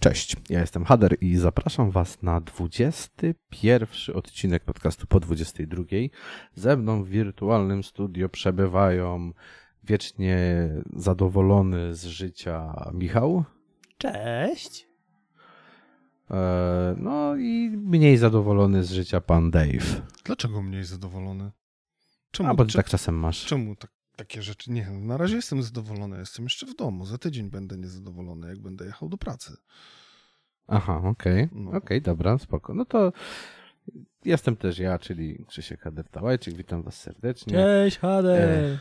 Cześć, ja jestem Hader i zapraszam Was na 21 odcinek podcastu po 22. Ze mną w wirtualnym studio przebywają wiecznie zadowolony z życia Michał. Cześć. No i mniej zadowolony z życia pan Dave. Dlaczego mniej zadowolony? Bo ty tak czasem masz. Czemu takie rzeczy? Nie, na razie jestem zadowolony, jestem jeszcze w domu. Za tydzień będę niezadowolony, jak będę jechał do pracy. Aha, okej. No. Okej, dobra, spoko. No to jestem też ja, czyli Krzysiek Hader-Tałajczyk. Witam Was serdecznie. Cześć, Hader.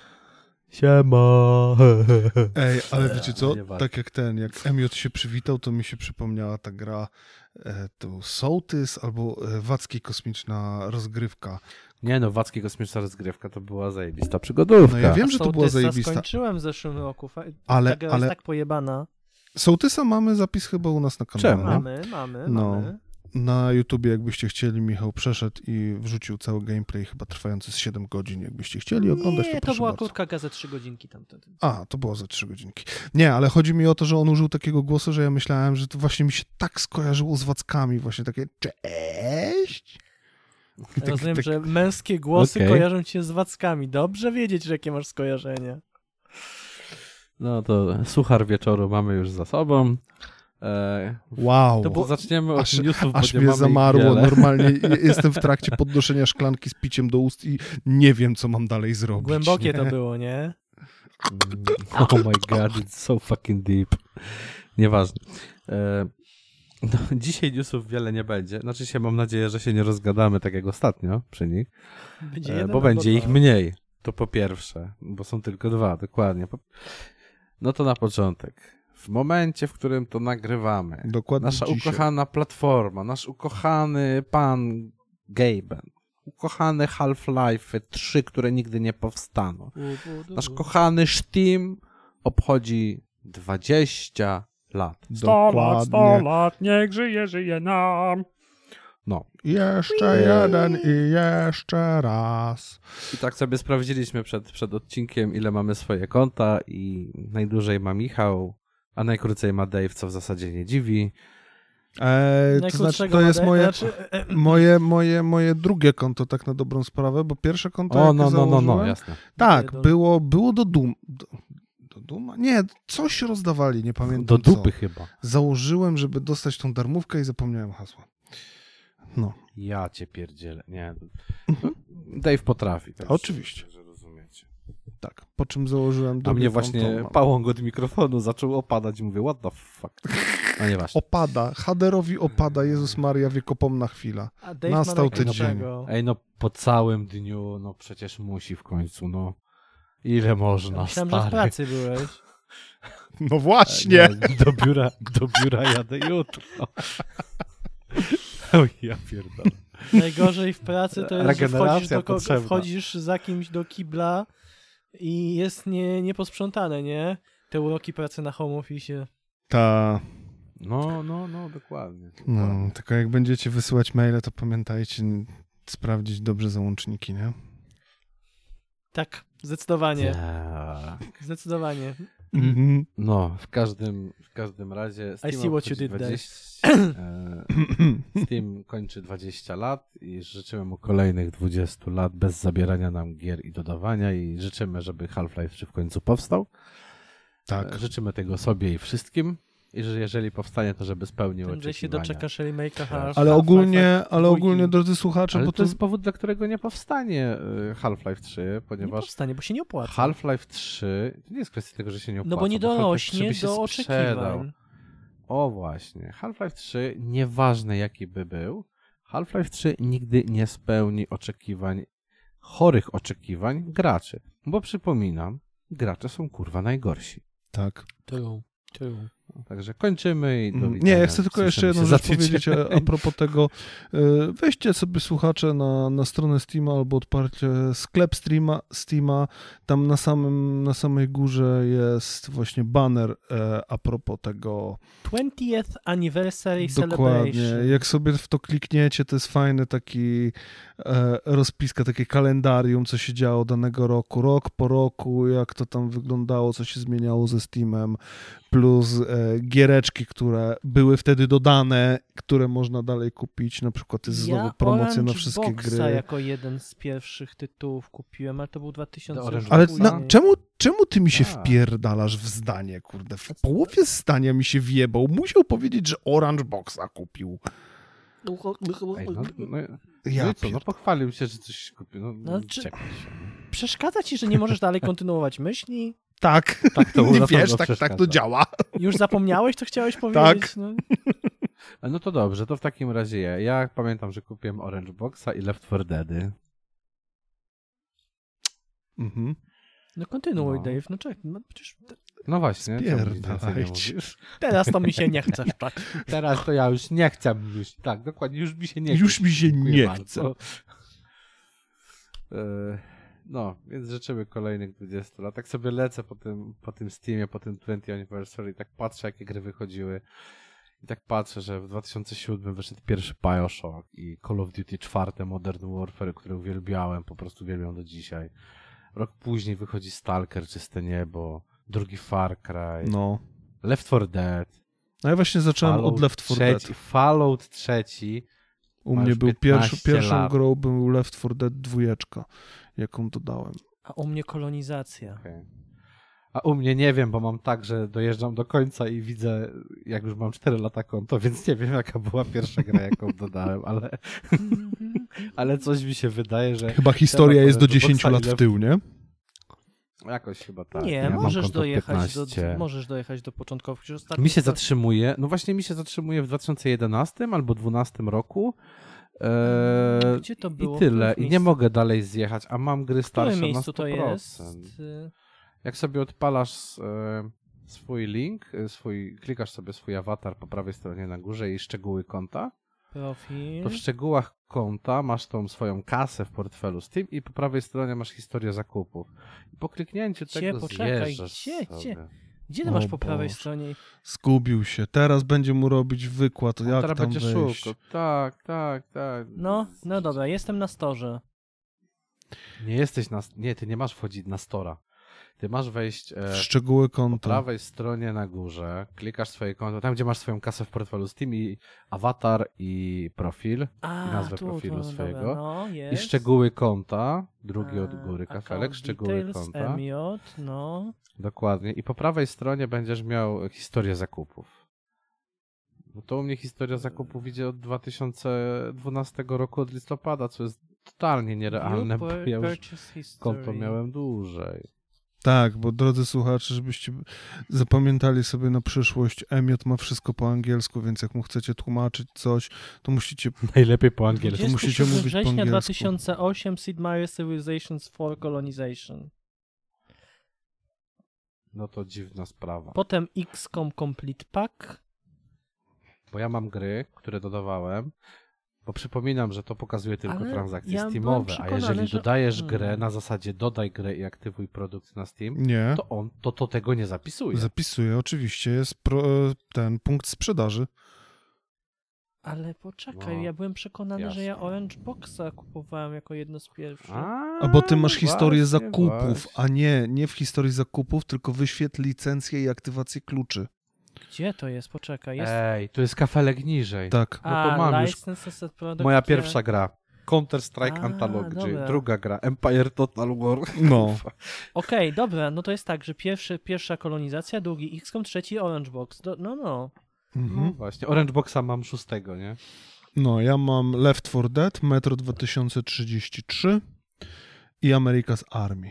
Siema. Ej, ale wiecie co? Nieważne. Tak jak Emiot się przywitał, to mi się przypomniała ta gra to Sołtys albo Wacki Kosmiczna Rozgrywka. Nie no, Wacki Kosmiczna Rozgrywka to była zajebista przygodówka. No ja wiem, że to była Sołtysa zajebista. skończyłem w zeszłym roku. Ale- Ta gra ale- jest tak pojebana. Sołtysa mamy zapis chyba u nas na kanale. Czemu? Mamy. No. Na YouTubie, jakbyście chcieli, Michał przeszedł i wrzucił cały gameplay, chyba trwający z 7 godzin. Jakbyście chcieli oglądać, Nie, to to proszę była bardzo. krótka gra ze 3 godzinki tamten. A, to było za 3 godzinki. Nie, ale chodzi mi o to, że on użył takiego głosu, że ja myślałem, że to właśnie mi się tak skojarzyło z Wackami. Właśnie takie cześć. Rozumiem, że męskie głosy Okej. kojarzą ci się z Wackami. Dobrze wiedzieć, że jakie masz skojarzenia. No to suchar wieczoru mamy już za sobą. Wow. To było- Zaczniemy od Aż, newsów, aż bo nie mnie mamy zamarło. ich wiele. Normalnie jestem w trakcie podnoszenia szklanki z piciem do ust i nie wiem, co mam dalej zrobić. Głębokie nie? to było, nie? Oh my god, it's so fucking deep. Nieważne. No, dzisiaj newsów wiele nie będzie. Znaczy się mam nadzieję, że się nie rozgadamy tak jak ostatnio przy nich, Będzie jeden bo albo będzie dwa. ich mniej. To po pierwsze, bo są tylko 2, dokładnie. No to na początek. W momencie, w którym to nagrywamy, Dokładnie nasza dzisiaj. ukochana platforma, nasz ukochany pan Gaben, ukochane Half-Life 3, które nigdy nie powstaną. Nasz kochany Steam obchodzi 20 lat. 100 Dokładnie. lat, niech żyje nam. No. Jeszcze jeden i jeszcze raz. I tak sobie sprawdziliśmy przed odcinkiem, ile mamy swoje konta i najdłużej ma Michał, a najkrócej ma Dave, co w zasadzie nie dziwi. To znaczy, to jest moje drugie konto, tak na dobrą sprawę, bo pierwsze konto, O, jakie no, założyłem, jasne. tak, Do- było do Duma? Nie, coś rozdawali, nie pamiętam Do dupy co. chyba. Założyłem, żeby dostać tą darmówkę i zapomniałem hasła. No, Ja cię pierdzielę. Nie. No, Dave potrafi. Tak Oczywiście. Że rozumiecie. tak. Po czym założyłem A drugie mnie właśnie konto. pałąk od mikrofonu zaczął opadać i mówię, what the fuck. No nieważne. Opada, Haderowi opada, Jezus Maria, wiekopomna chwila. A Dave Nastał ma tydzień. najkrótszego. Ej, no po całym dniu, no przecież musi w końcu, no. Ile można, Myślałem, że w stary. pracy byłeś. No właśnie! Nie, do biura jadę jutro. Oj, ja pierdolę. Najgorzej w pracy to jest, że Regeneracja potrzebna. wchodzisz za kimś do kibla i jest nieposprzątane, nie? Te uroki pracy na home office. Ta, No, dokładnie. no, tylko jak będziecie wysyłać maile, to pamiętajcie sprawdzić dobrze załączniki, nie? Tak, zdecydowanie. Tak. Zdecydowanie. Mhm. No, w każdym razie I see what you obchodzi did there. Steam kończy 20 lat i życzymy mu kolejnych 20 lat bez zabierania nam gier i dodawania i życzymy, żeby Half-Life 3 w końcu powstał. Tak. Życzymy tego sobie i wszystkim i że jeżeli powstanie, to żeby spełnił Prędzej się oczekiwania. doczekasz remake'a Half-Life. Ale ogólnie, drodzy słuchacze, Ale bo to jest powód, dla którego nie powstanie Half-Life 3, Nie ponieważ powstanie, bo się nie opłaca. Half-Life 3 to nie jest kwestia tego, że się nie opłaca. No bo nie Half-Life 3 dorośnie by się do sprzedał. oczekiwań. O właśnie, Half-Life 3, nieważne jaki by był, Half-Life 3 nigdy nie spełni oczekiwań, chorych oczekiwań graczy. Bo przypominam, gracze są kurwa najgorsi. tak. True. Także kończymy i do Nie, widzenia. ja chcę tylko jeszcze Słyszymy jedną się za rzecz powiedzieć tydzień. a propos tego. Weźcie sobie słuchacze na stronę Steama albo odparcie sklep Steama. Tam na samej górze jest właśnie banner a propos tego. 20th Anniversary Dokładnie. Celebration. Jak sobie w to klikniecie, to jest fajny taki rozpiska, takie kalendarium, co się działo danego roku, rok po roku, jak to tam wyglądało, co się zmieniało ze Steamem, plus giereczki, które były wtedy dodane, które można dalej kupić, na przykład jest znowu promocja Orange na wszystkie Boxa gry. jako jeden z pierwszych tytułów kupiłem, ale to był 2000 Orange Ale później. czemu ty mi się Tak. wpierdalasz w zdanie, kurde? W połowie zdania mi się wjebał. Musiał powiedzieć, że Orange Boxa kupił. Ej, no Ja i co, no pochwalił się, że coś kupił. No, No, czy- czepiaj się. Przeszkadza ci, że nie możesz dalej kontynuować myśli? Tak, Tak, to nie na wiesz, pewno tak to przeszkadza. działa. Już zapomniałeś, to chciałeś powiedzieć? Tak. No. No to dobrze, to w takim razie ja pamiętam, że kupiłem Orange Boxa i Left 4 Deady. Mhm. No kontynuuj, No. Dave, no czekaj, no przecież No właśnie, czemu nic więcej nie Spierdalajcie. mówisz? teraz to mi się nie chce. Tak. Teraz to ja już nie chcę, tak, dokładnie, już mi się nie chce. Już mi się Dziękuję nie bardzo. chce. No, więc życzymy kolejnych 20 lat. Tak sobie lecę po tym Steamie, po tym 20th Anniversary i tak patrzę, jakie gry wychodziły. I tak patrzę, że w 2007 wyszedł pierwszy BioShock i Call of Duty 4 Modern Warfare, które uwielbiałem, po prostu uwielbiam do dzisiaj. Rok później wychodzi Stalker, Czyste Niebo, drugi Far Cry, No. Left 4 Dead, No ja właśnie zacząłem Fallout od Left 4 Dead. Fallout 3. U ma mnie już był 15 pierwszą lat. grą był Left 4 Dead 2, jaką dodałem. A u mnie kolonizacja. Okay. A u mnie nie wiem, bo mam tak, że dojeżdżam do końca i widzę, jak już mam 4 lata konto, więc nie wiem, jaka była pierwsza gra, jaką dodałem, ale coś mi się wydaje, że... Chyba historia jest do Boxa 10 lat ile- w tył, nie? Jakoś chyba tak. Nie, ja mam możesz konto dojechać 15. możesz dojechać do początkowych. Już ostatnio Mi się to- zatrzymuje, no właśnie mi się zatrzymuje w 2011 albo 2012 roku. Gdzie to było? I W tyle. którym I nie miejscu? mogę dalej zjechać, a mam gry W którym starsze na 100%. miejscu to jest? Jak sobie odpalasz swój link, klikasz sobie swój awatar po prawej stronie na górze i szczegóły konta, Profil. to w szczegółach konta masz tą swoją kasę w portfelu Steam i po prawej stronie masz historię zakupów. I po kliknięciu Gdzie? tego Poczekaj, zjeżdżasz gdzie? sobie. Gdzie ty O masz po prawej Boże. stronie? Zgubił się. Teraz będzie mu robić wykład, On jak teraz tam będzie wejść. szukał. Tak. No dobra, jestem na storze. Nie jesteś Nie, ty nie masz wchodzić na Stora. Ty masz wejść W szczegóły po konta. prawej stronie na górze, klikasz swoje konto, tam gdzie masz swoją kasę w portfelu Steam i awatar i profil A, i nazwę tu, profilu tu, swojego dobra, no, i jest. szczegóły konta, drugi od góry Account kafelek, szczegóły details, konta. MJ, no. Dokładnie. I po prawej stronie będziesz miał historię zakupów. No to u mnie historia zakupów idzie od 2012 roku, od listopada, co jest totalnie nierealne, bo ja już Purchase history. konto miałem dłużej. Tak, bo drodzy słuchacze, żebyście zapamiętali sobie na przyszłość, Emiot ma wszystko po angielsku, więc jak mu chcecie tłumaczyć coś, to musicie... Najlepiej po angielsku. musicie 27 mówić po września angielsku. 2008 Sid Meier's Civilizations 4 Colonization. No to dziwna sprawa. Potem XCOM Complete Pack. Bo ja mam gry, które dodawałem, bo przypominam, że to pokazuje tylko Ale transakcje ja byłem Steamowe, a przekonany, jeżeli że- dodajesz grę na zasadzie dodaj grę i aktywuj produkt na Steam, Nie, to tego nie zapisuje. zapisuję, oczywiście, jest ten punkt sprzedaży. Ale poczekaj, No, ja byłem przekonany, że ja jasne. Orange Boxa kupowałem jako jedno z pierwszych. A bo ty masz historię właśnie, zakupów, właśnie. a nie w historii zakupów, tylko wyświetl licencję i aktywację kluczy. Gdzie to jest? Poczekaj. Jest... Ej, tu jest kafelek niżej. Tak. no to mam już. Licenses and product Moja care. pierwsza gra. Counter-Strike A, Anthology. dobra. Druga gra. Empire Total War. No. Okej, dobra, no to jest tak, że pierwsza kolonizacja, drugi XCOM, trzeci Orange Box. No. No Mhm. właśnie. Orange Boxa mam 6, nie? No, ja mam Left 4 Dead, Metro 2033 i America's Army.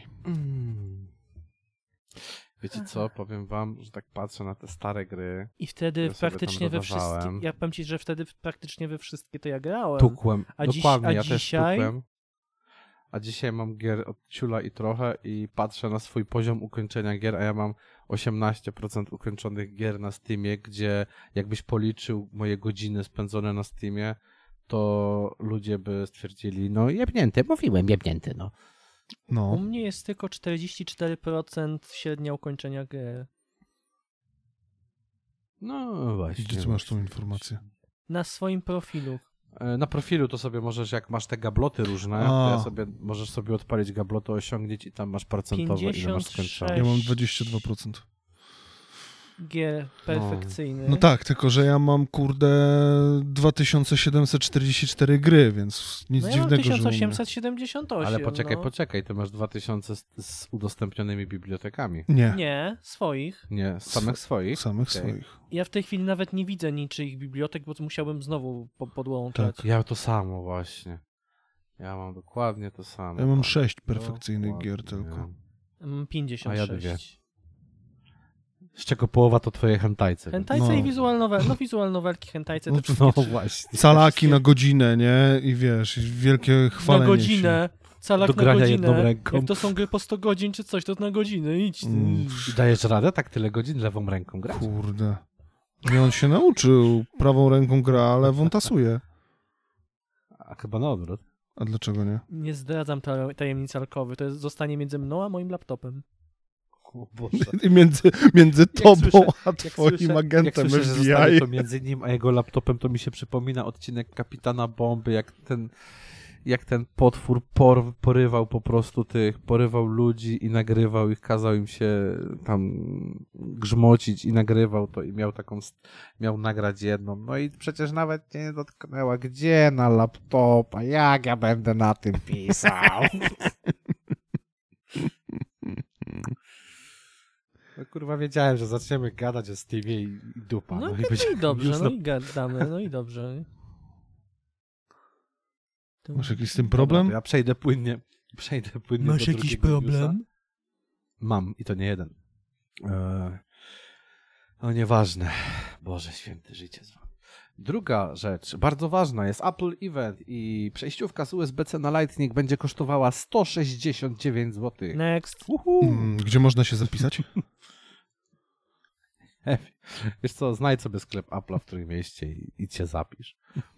Wiecie co? Powiem wam, że tak patrzę na te stare gry. I wtedy Ja sobie praktycznie tam we wszystkie, dodawałem. ja powiem ci, że wtedy praktycznie we wszystkie to ja grałem. Tukłem. A Dokładnie, a ja też dzisiaj? tukłem. A dzisiaj mam gier od ciula i trochę i patrzę na swój poziom ukończenia gier, a ja mam 18% ukończonych gier na Steamie, gdzie jakbyś policzył moje godziny spędzone na Steamie, to ludzie by stwierdzili, no jebnięty, mówiłem jebnięty, no. U No. mnie jest tylko 44% średnia ukończenia gry. No właśnie. Gdzie ty masz tą informację? Na swoim profilu. Na profilu to sobie możesz, jak masz te gabloty różne, to możesz sobie odpalić gabloty, osiągnięć i tam masz procentowo, ile masz 56. skończone. Ja mam 22%. gier perfekcyjny. No tak, tylko że ja mam, 2744 gry, więc nic No ja mam dziwnego, że 1878. Ale poczekaj, no. poczekaj, ty masz 2000 z udostępnionymi bibliotekami. Nie, Nie, swoich. Nie, z samych swoich. samych Okej. swoich. Ja w tej chwili nawet nie widzę niczyich bibliotek, bo to musiałbym znowu podłączać. Tak. Ja to samo właśnie. Ja mam dokładnie to samo. Ja mam Tak. 6 perfekcyjnych gier Dokładnie. tylko. Mam 56. A ja 2. Z czego połowa to twoje hentajce. Hentajce No. i visual novelki, hentajce te No wszystkie trzy. właśnie. Calaki na godzinę, nie? I wiesz, wielkie chwalenie Na godzinę. Calak Do na grania godzinę. jedną ręką. Jak to są gry po 100 godzin czy coś, to na godzinę. Idź. Mm. I dajesz radę tak tyle godzin lewą ręką się. grać? Kurde. Nie, on się nauczył. Prawą ręką gra, ale lewą tasuje. A chyba na odwrót. A dlaczego nie? Nie zdradzam tajemnic alkowy. To jest zostanie między mną a moim laptopem. O Boże. I między tobą słyszę- a twoim Jak agentem słyszę, że FBI. zostanie to między nim a jego laptopem, to mi się przypomina odcinek Kapitana Bomby, jak ten potwór porywał ludzi i nagrywał ich, kazał im się tam grzmocić i nagrywał to i miał nagrać jedną. No i przecież nawet nie dotknęła. Gdzie na laptopa? Jak ja będę na tym pisał? No kurwa, wiedziałem, że zaczniemy gadać o Steamie i dupa. No, i będzie i dobrze, już no i gadamy, no i dobrze. To... Masz jakiś z tym Dobra, problem? to ja przejdę płynnie Masz do jakiś drugiego problem? newsa. Mam i to nie jeden. No nieważne. Boże święty, życie z wami. Druga rzecz, bardzo ważna, jest Apple Event i przejściówka z USB-C na Lightning będzie kosztowała 169 zł. Next. Gdzie można się zapisać? Wiesz co, znajdź sobie sklep Apple'a w którym mieście i idź się zapisz.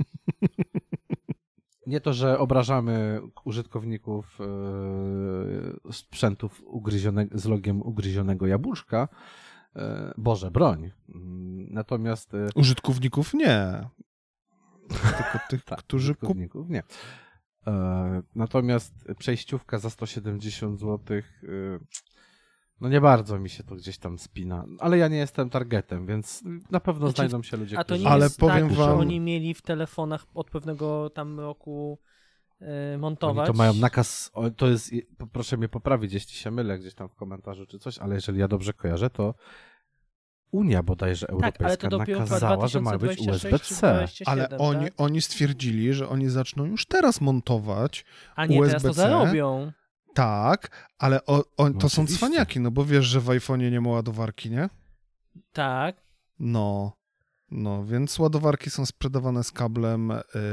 Nie to, że obrażamy użytkowników sprzętów z logiem ugryzionego jabłuszka. Boże, broń. Natomiast... Użytkowników nie. Tylko tych, tak, którzy użytkowników nie. Natomiast przejściówka za 170 zł... No nie bardzo mi się to gdzieś tam spina, ale ja nie jestem targetem, więc na pewno Znaczy, znajdą się ludzie, A to którzy... nie Ale jest powiem tak, wam- że oni mieli w telefonach od pewnego tam roku montować. Oni to mają nakaz, to jest, proszę mnie poprawić, jeśli się mylę gdzieś tam w komentarzu czy coś, ale jeżeli ja dobrze kojarzę, to Unia bodajże Tak, ale europejska to dopiero nakazała, że ma być 2026 czy USB-C. 27, Ale tak? oni stwierdzili, że oni zaczną już teraz montować. A nie, teraz to USB-C. zarobią. Tak, ale No to są oczywiście. cwaniaki, no bo wiesz, że w iPhone'ie nie ma ładowarki, nie? Tak. No, więc ładowarki są sprzedawane z kablem.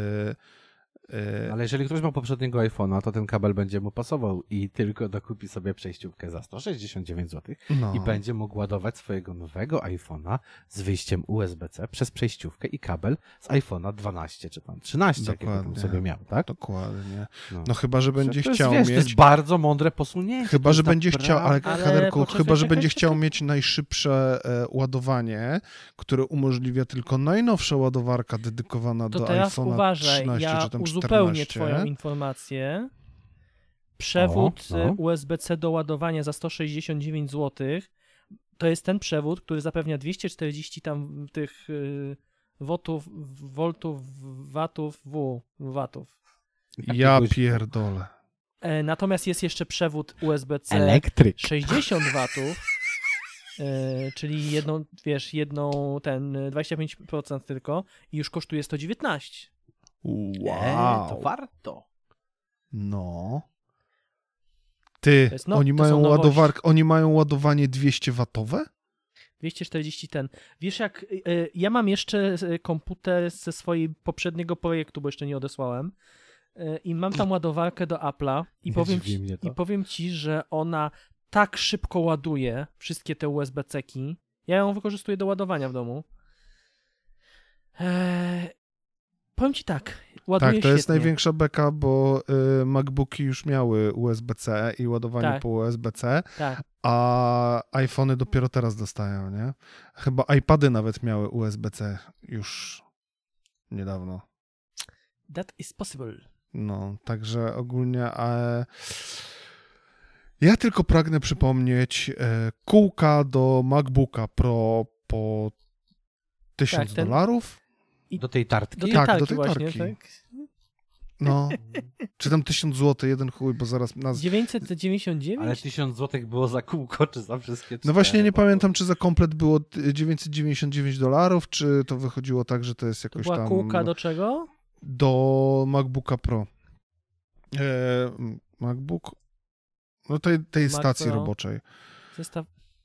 Ale jeżeli ktoś ma poprzedniego iPhone'a, to ten kabel będzie mu pasował i tylko dokupi sobie przejściówkę za 169 zł No. i będzie mógł ładować swojego nowego iPhone'a z wyjściem USB-C przez przejściówkę i kabel z iPhone'a 12 czy tam 13, jakiego tam Dokładnie. sobie miał, tak? Dokładnie. No. No chyba, że będzie to jest, chciał wiesz, to mieć... jest bardzo mądre posunięcie. Chyba, To że jest będzie chciał, ale naprawdę- Haderku, poczekaj, chyba, że czekaj, będzie chciał czekaj. mieć najszybsze ładowanie, które umożliwia tylko najnowsza ładowarka dedykowana To do teraz iPhone'a uważaj, 13 ja czy tam uzupełnię 14. twoją informację. Przewód no. USB-C do ładowania za 169 zł to jest ten przewód, który zapewnia 240 tam tych voltów, watów. Ja pierdolę. Natomiast jest jeszcze przewód USB-C Elektryk. 60 watów, czyli jedną 25% tylko i już kosztuje 119. Wow. To warto. No. Ty, To jest no- oni to są mają nowości. ładowarkę, oni mają ładowanie 200-watowe? 240 ten. Wiesz jak, ja mam jeszcze komputer ze swojego poprzedniego projektu, bo jeszcze nie odesłałem i mam tam ładowarkę do Apple'a i powiem ci, że ona tak szybko ładuje wszystkie te USB-C-ki. Ja ją wykorzystuję do ładowania w domu. Powiem ci tak, ładuje Tak, to jest świetnie. największa beka, bo MacBooki już miały USB-C i ładowanie Tak. po USB-C, Tak. a iPhony dopiero teraz dostają, nie? Chyba iPady nawet miały USB-C już niedawno. That is possible. No, także ogólnie ja tylko pragnę przypomnieć kółka do MacBooka Pro po $1000. Do tej tartki? Do tej Tak, tarki do tej właśnie, tarki. tak? No, czy tam $1000, jeden chuj, bo zaraz nas... 999? Ale 1000 złotych było za kółko, czy za wszystkie 4? No właśnie nie pamiętam, czy za komplet było $999, czy to wychodziło tak, że to jest To jakoś była tam... kółka do czego? Do MacBooka Pro. MacBook? No tej Mac stacji Pro. roboczej. Zestaw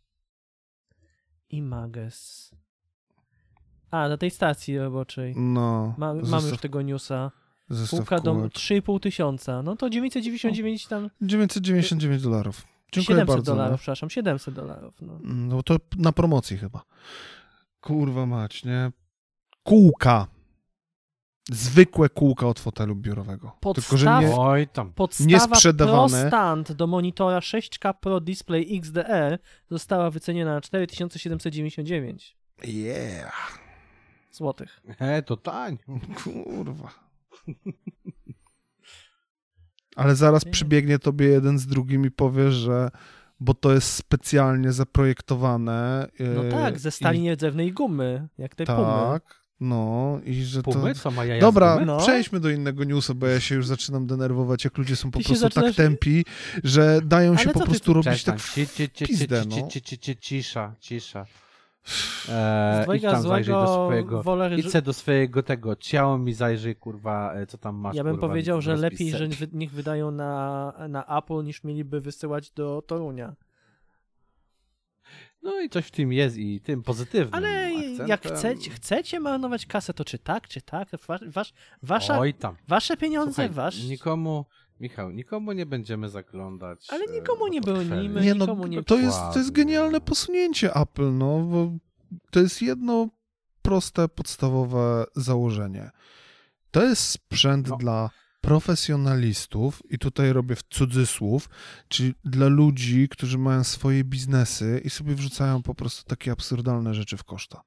Images. A, do tej stacji roboczej. No. Mam już tego newsa. Zestaw Kółka do kółek. 3500. No to 999 tam... $999. Dziękuję bardzo. $700, No. przepraszam, $700. No. No to na promocji chyba. Kurwa mać, nie? Kółka. Zwykłe kółka od fotelu biurowego. Tylko, że nie... Oj tam. Podstawa Niesprzedawane. Pro Stand do monitora 6K Pro Display XDR została wyceniona na 4799 Yeah. złotych. To tań. Kurwa. Ale zaraz przybiegnie tobie jeden z drugim i powie, że bo to jest specjalnie zaprojektowane. No tak, ze stali nierdzewnej gumy, jak te Pumy. Tak, no i że Pumy? to... Co ma jaja Dobra, z gumy? No. przejdźmy do innego newsa, bo ja się już zaczynam denerwować, jak ludzie są po Ty się prostu zaczynasz- tak tępi, że dają się Ale po co ty prostu tu- robić tak Przestań. w pizdę, no. Cisza. Z Idź dwojga tam zajrzyj do złego swojego... wolę... Idź se do swojego tego ciała mi zajrzyj, kurwa, co tam masz, Ja bym kurwa, powiedział, że rozpis lepiej, se. że niech wydają na Apple, niż mieliby wysyłać do Torunia. No i coś w tym jest i tym pozytywnym Ale akcentem. jak chcecie marnować kasę, to czy tak? Wasze pieniądze, Słuchaj, nikomu nie będziemy zaglądać. Ale nikomu nie portfeli. bronimy. Nie, no, nikomu nie to jest genialne posunięcie Apple, no, bo to jest jedno proste, podstawowe założenie. To jest sprzęt dla profesjonalistów i tutaj robię w cudzysłów, czyli dla ludzi, którzy mają swoje biznesy i sobie wrzucają po prostu takie absurdalne rzeczy w koszta.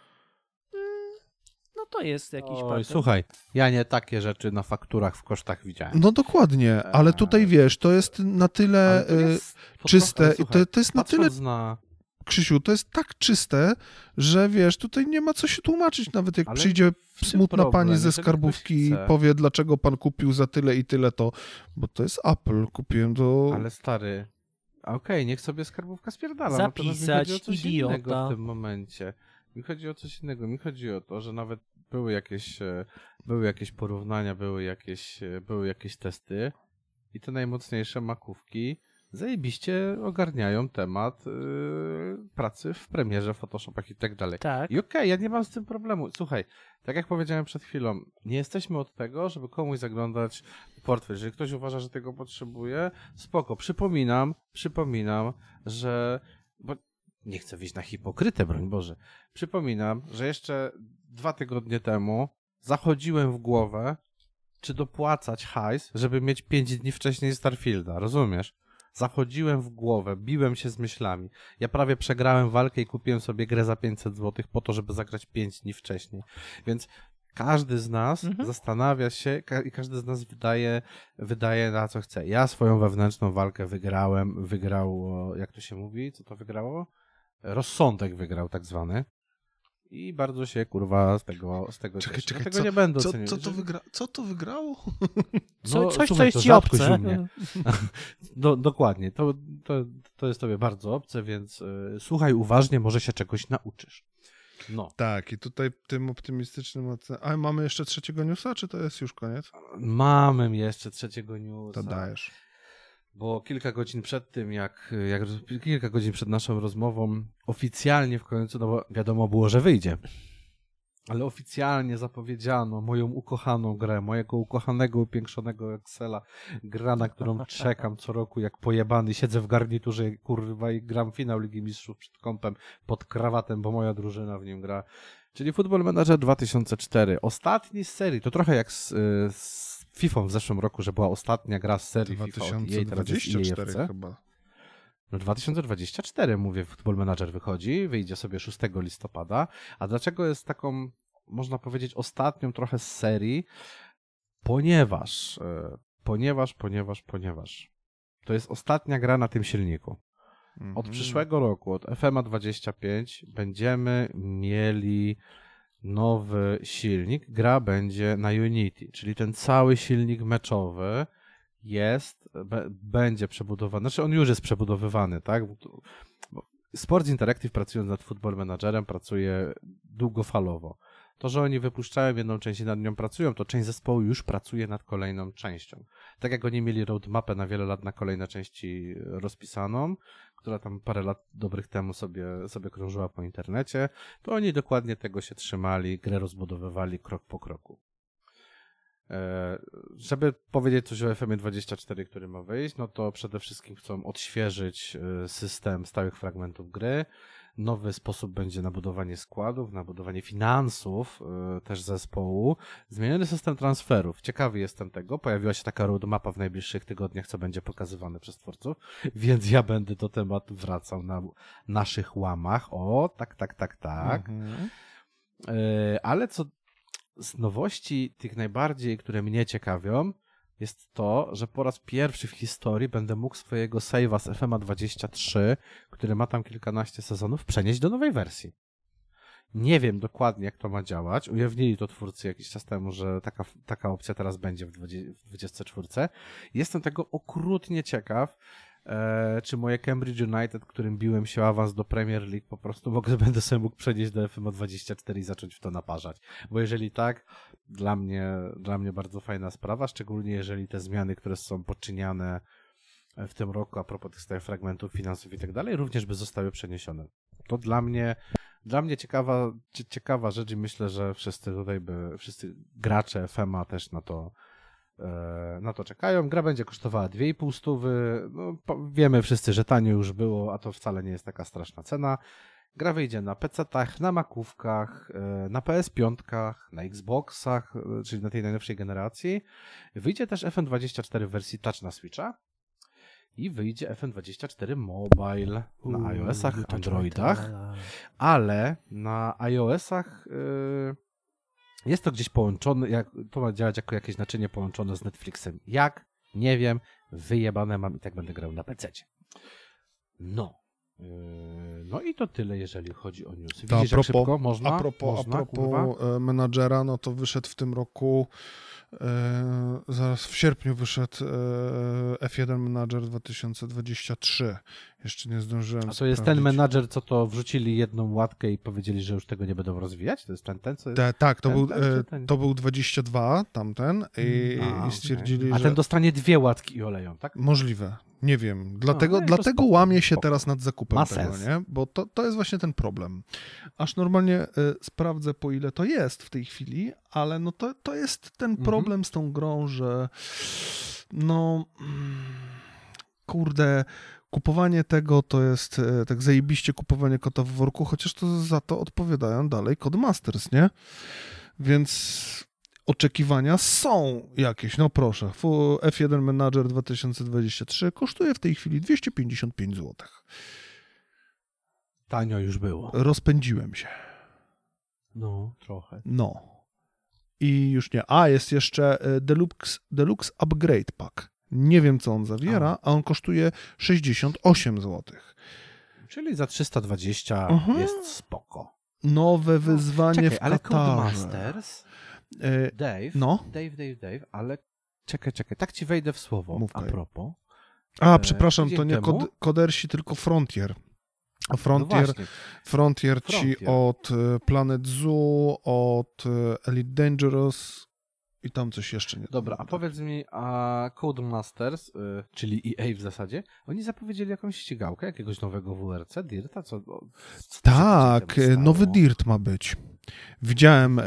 No to jest jakiś Oj, patent. słuchaj, ja nie takie rzeczy na fakturach w kosztach widziałem. No dokładnie, ale tutaj wiesz, to jest na tyle czyste i to jest na tyle... Krzysiu, to jest tak czyste, że wiesz, tutaj nie ma co się tłumaczyć, nawet jak przyjdzie smutna pani ze skarbówki i powie, dlaczego pan kupił za tyle i tyle to, bo to jest Apple, kupiłem do... Ale stary, okej, niech sobie skarbówka spierdala. Zapisać, mi chodzi o coś idiota. innego w tym momencie. Mi chodzi o coś innego, mi chodzi o to, że nawet były jakieś porównania, były jakieś testy i te najmocniejsze makówki zajebiście ogarniają temat pracy w Premierze, Photoshopach i tak dalej. Tak. I okej, ja nie mam z tym problemu. Słuchaj, tak jak powiedziałem przed chwilą, nie jesteśmy od tego, żeby komuś zaglądać w portfel. Jeżeli ktoś uważa, że tego potrzebuje, spoko. Przypominam, że... Bo nie chcę wyjść na hipokrytę, broń Boże. Przypominam, że jeszcze 2 tygodnie temu zachodziłem w głowę, czy dopłacać hajs, żeby mieć 5 dni wcześniej Starfielda, rozumiesz? Zachodziłem w głowę, biłem się z myślami. Ja prawie przegrałem walkę i kupiłem sobie grę za 500 zł po to, żeby zagrać 5 dni wcześniej. Więc każdy z nas zastanawia się i każdy z nas wydaje na co chce. Ja swoją wewnętrzną walkę wygrał, jak to się mówi? Co to wygrało? Rozsądek wygrał tak zwany. I bardzo się, kurwa, z tego cieszę. Tego nie będę oceniał. Co to wygrało? Coś, słuchaj, co jest ci obce. No, dokładnie. To jest tobie bardzo obce, więc słuchaj uważnie, może się czegoś nauczysz. No. Tak, i tutaj tym optymistycznym... A mamy jeszcze trzeciego newsa, czy to jest już koniec? Mamy jeszcze trzeciego newsa. To dajesz. Bo kilka godzin przed tym, kilka godzin przed naszą rozmową, oficjalnie w końcu, no bo wiadomo było, że wyjdzie, ale oficjalnie zapowiedziano moją ukochaną grę, mojego ukochanego, upiększonego Excela, gra, na którą czekam co roku jak pojebany, siedzę w garniturze, kurwa, i gram finał Ligi Mistrzów przed kąpem, pod krawatem, bo moja drużyna w nim gra, czyli Football Manager 2004, ostatni z serii, to trochę jak z FIFA w zeszłym roku, że była ostatnia gra z serii FIFA od EA, teraz jest EA chyba. No 2024, mówię, Football Manager wyjdzie sobie 6 listopada. A dlaczego jest taką, można powiedzieć, ostatnią trochę z serii? Ponieważ to jest ostatnia gra na tym silniku. Od przyszłego roku, od FMA 25 będziemy mieli nowy silnik. Gra będzie na Unity, czyli ten cały silnik meczowy będzie przebudowany. Znaczy on już jest przebudowywany, tak? Bo Sports Interactive, pracując nad Football Managerem, pracuje długofalowo. To, że oni wypuszczają jedną część i nad nią pracują, to część zespołu już pracuje nad kolejną częścią. Tak jak oni mieli roadmapę na wiele lat na kolejne części rozpisaną, która tam parę lat dobrych temu sobie krążyła po internecie, to oni dokładnie tego się trzymali, grę rozbudowywali krok po kroku. Żeby powiedzieć coś o FMie 24, który ma wyjść, no to przede wszystkim chcą odświeżyć system stałych fragmentów gry. Nowy sposób będzie na budowanie składów, na budowanie finansów też zespołu. Zmieniony system transferów. Ciekawy jestem tego. Pojawiła się taka roadmapa w najbliższych tygodniach, co będzie pokazywane przez twórców, więc ja będę do tematu wracał na naszych łamach. O, tak. Ale co z nowości tych najbardziej, które mnie ciekawią, jest to, że po raz pierwszy w historii będę mógł swojego save'a z FMA 23, który ma tam kilkanaście sezonów, przenieść do nowej wersji. Nie wiem dokładnie, jak to ma działać. Ujawnili to twórcy jakiś czas temu, że taka opcja teraz będzie w 24. Jestem tego okrutnie ciekaw, czy moje Cambridge United, którym biłem się o awans do Premier League, po prostu będę sobie mógł przenieść do FMA 24 i zacząć w to naparzać. Bo jeżeli tak, dla mnie bardzo fajna sprawa, szczególnie jeżeli te zmiany, które są poczyniane w tym roku a propos tych stałych fragmentów, finansów i tak dalej, również by zostały przeniesione. To dla mnie ciekawa rzecz i myślę, że wszyscy gracze FMA też na to czekają. Gra będzie kosztowała 2,5 stówy. No, wiemy wszyscy, że tanio już było, a to wcale nie jest taka straszna cena. Gra wyjdzie na PC-tach, na Macówkach, na PS5, na Xboxach, czyli na tej najnowszej generacji. Wyjdzie też FM24 w wersji Touch na Switcha i wyjdzie FM24 Mobile na iOS-ach, Androidach, ale na iOS-ach jest to gdzieś połączone, to ma działać jako jakieś naczynie połączone z Netflixem. Jak? Nie wiem. Wyjebane mam i tak będę grał na PC-cie. No i to tyle, jeżeli chodzi o newsy. Widzisz, jak szybko można? A propos menadżera, no to wyszedł w tym roku, zaraz w sierpniu wyszedł F1 Manager 2023. Jeszcze nie zdążyłem A to jest ten menadżer, co to wrzucili jedną łatkę i powiedzieli, że już tego nie będą rozwijać? To jest ten co jest... Tak, to był 22, tamten i stwierdzili, A ten dostanie 2 łatki i oleją, tak? Możliwe. Nie wiem. Dlatego łamię się teraz nad zakupem tego, nie? Bo to jest właśnie ten problem. Aż normalnie sprawdzę, po ile to jest w tej chwili, ale no to jest ten problem z tą grą, że no kurde, kupowanie tego to jest tak zajebiście kupowanie kota w worku, chociaż to za to odpowiadają dalej Codemasters, nie? Więc oczekiwania są jakieś. No proszę, F1 Manager 2023 kosztuje w tej chwili 255 zł. Tanio już było. Rozpędziłem się. No, trochę. No. I już nie. Jest jeszcze Deluxe Upgrade Pack. Nie wiem, co on zawiera, a on kosztuje 68 zł. Czyli za 320 jest spoko. Nowe wyzwanie w Katarze. Ale Codemasters... Dave, ale czekaj, tak ci wejdę w słowo. Mówkaj. A propos. Przepraszam, to nie Codersi, tylko Frontier. Frontier ci od Planet Zoo, od Elite Dangerous i tam coś jeszcze nie. Dobra, a powiedz mi, a Codemasters, czyli EA w zasadzie, oni zapowiedzieli jakąś ścigałkę, jakiegoś nowego WRC, Dirta? Tak, nowy Dirt ma być. Widziałem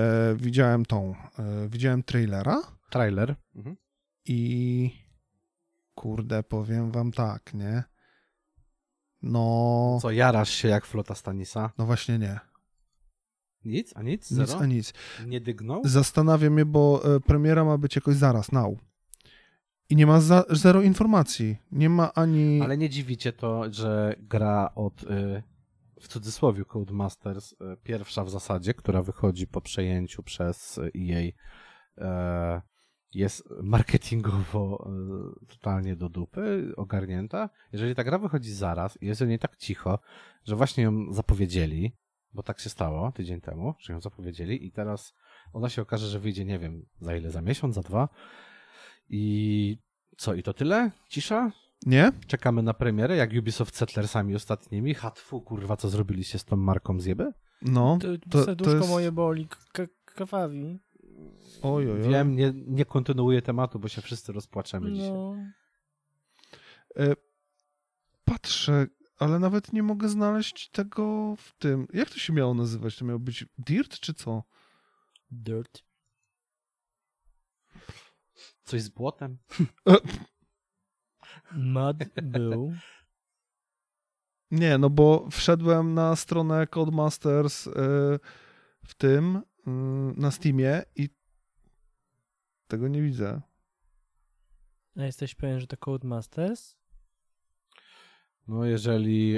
trailera. Trailer. I kurde, powiem wam tak, nie? No... Co, jarasz się jak flota Stanisa? No właśnie nie. Nic? A nic? Zero? Nic, a nic. Nie dygnął? Zastanawiam mnie, bo premiera ma być jakoś zaraz, now. I nie ma zero informacji. Nie ma ani... Ale nie dziwicie to, że gra od... w cudzysłowie Codemasters, pierwsza w zasadzie, która wychodzi po przejęciu przez EA jest marketingowo totalnie do dupy, ogarnięta. Jeżeli ta gra wychodzi zaraz i jest o niej tak cicho, że właśnie ją zapowiedzieli, bo tak się stało tydzień temu, że ją zapowiedzieli i teraz ona się okaże, że wyjdzie, nie wiem, za ile, za miesiąc, za 2 i co, i to tyle? Cisza? Nie? Czekamy na premierę, jak Ubisoft Settlersami ostatnimi. Hatfu, kurwa, co zrobiliście z tą marką zjeby? No. Serduszko jest... moje boli, krwawi. Oj. Wiem, nie kontynuuję tematu, bo się wszyscy rozpłaczemy dzisiaj. Patrzę, ale nawet nie mogę znaleźć tego w tym... Jak to się miało nazywać? To miało być Dirt, czy co? Dirt. Coś z błotem? Mud był. Nie, no bo wszedłem na stronę Codemasters w tym, na Steamie i tego nie widzę. A jesteś pewien, że to Codemasters? No jeżeli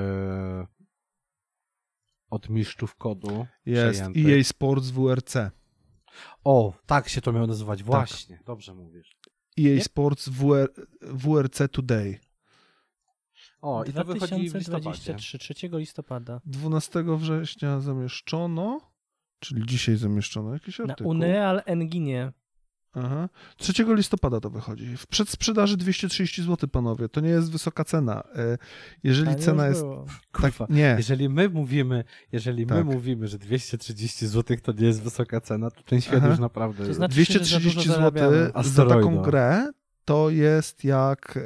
od mistrzów kodu jest przejęty. EA Sports WRC. O, tak się to miało nazywać, właśnie. Tak. Dobrze mówisz. EA Sports WRC Today. O, i to wychodzi w listopadzie. 3 listopada. 12 września zamieszczono, czyli dzisiaj zamieszczono jakiś artykuł. Na Unreal Engine. Aha. 3 listopada to wychodzi. W przedsprzedaży 230 zł, panowie. To nie jest wysoka cena. Jeżeli cena jest... Tak, nie. Jeżeli my mówimy, że 230 zł to nie jest wysoka cena, to ten świat już naprawdę... To znaczy, 230 zł za taką grę to jest jak...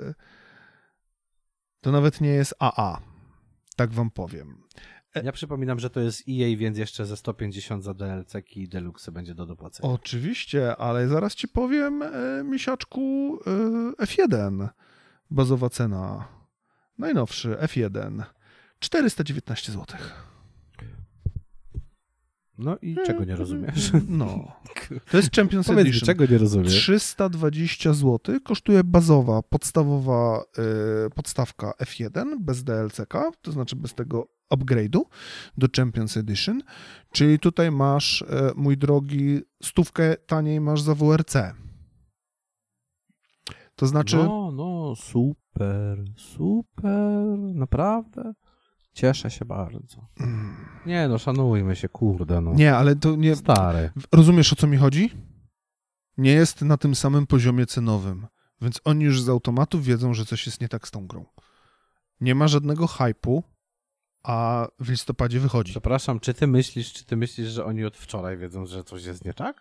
To nawet nie jest AA. Tak wam powiem. Ja przypominam, że to jest EA, więc jeszcze ze 150 za DLC-ki i Deluxe będzie do dopłacenia. Oczywiście, ale zaraz ci powiem, misiaczku, F1. Bazowa cena. Najnowszy F1. 419 zł. No i czego nie rozumiesz? No. To jest Champions Powiedz, Edition. czego nie rozumiesz? 320 zł kosztuje bazowa, podstawowa podstawka F1 bez DLC-ka, to znaczy bez tego upgrade'u do Champions Edition, czyli tutaj masz, mój drogi, 100 taniej masz za WRC. To znaczy... No, super, naprawdę? Cieszę się bardzo. Nie no, szanujmy się, kurde no. Nie, ale to nie... Stary. Rozumiesz, o co mi chodzi? Nie jest na tym samym poziomie cenowym, więc oni już z automatu wiedzą, że coś jest nie tak z tą grą. Nie ma żadnego hype'u, a w listopadzie wychodzi. Przepraszam, czy ty myślisz, że oni od wczoraj wiedzą, że coś jest nie tak?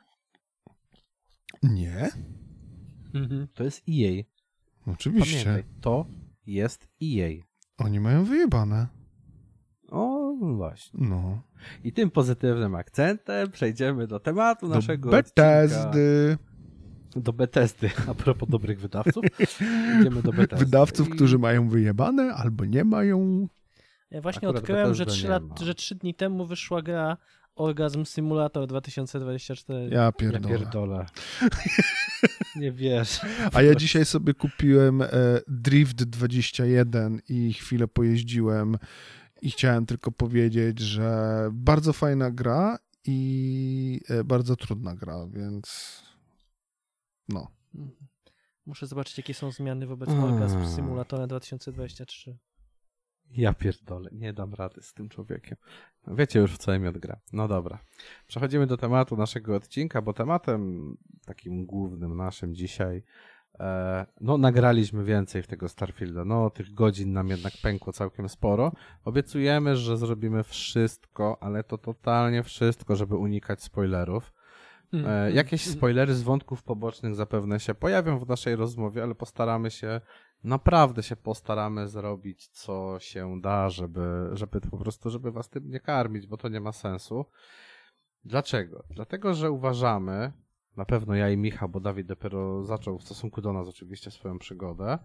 Nie. To jest EA. Oczywiście. Pamiętaj, to jest EA. Oni mają wyjebane. O, właśnie. No. I tym pozytywnym akcentem przejdziemy do tematu naszego Bethesdy. Do Bethesdy. A propos dobrych wydawców. Idziemy do Bethesdy. Wydawców, którzy mają wyjebane albo nie mają. Ja właśnie odkryłem, że 3 dni temu wyszła gra Orgasm Simulator 2024. Ja pierdolę. Nie wiesz. A ja dzisiaj sobie kupiłem Drift 21 i chwilę pojeździłem i chciałem tylko powiedzieć, że bardzo fajna gra i bardzo trudna gra, więc no. Muszę zobaczyć, jakie są zmiany wobec Orgasm Simulatora 2023. Ja pierdolę, nie dam rady z tym człowiekiem. Wiecie już, w co Emiot gra. No dobra. Przechodzimy do tematu naszego odcinka, bo tematem takim głównym naszym dzisiaj, no nagraliśmy więcej w tego Starfielda. No tych godzin nam jednak pękło całkiem sporo. Obiecujemy, że zrobimy wszystko, ale to totalnie wszystko, żeby unikać spoilerów. Jakieś spoilery z wątków pobocznych zapewne się pojawią w naszej rozmowie, ale naprawdę się postaramy zrobić, co się da, żeby po prostu, żeby was tym nie karmić, bo to nie ma sensu. Dlaczego? Dlatego, że uważamy, na pewno ja i Michał, bo Dawid dopiero zaczął w stosunku do nas oczywiście swoją przygodę,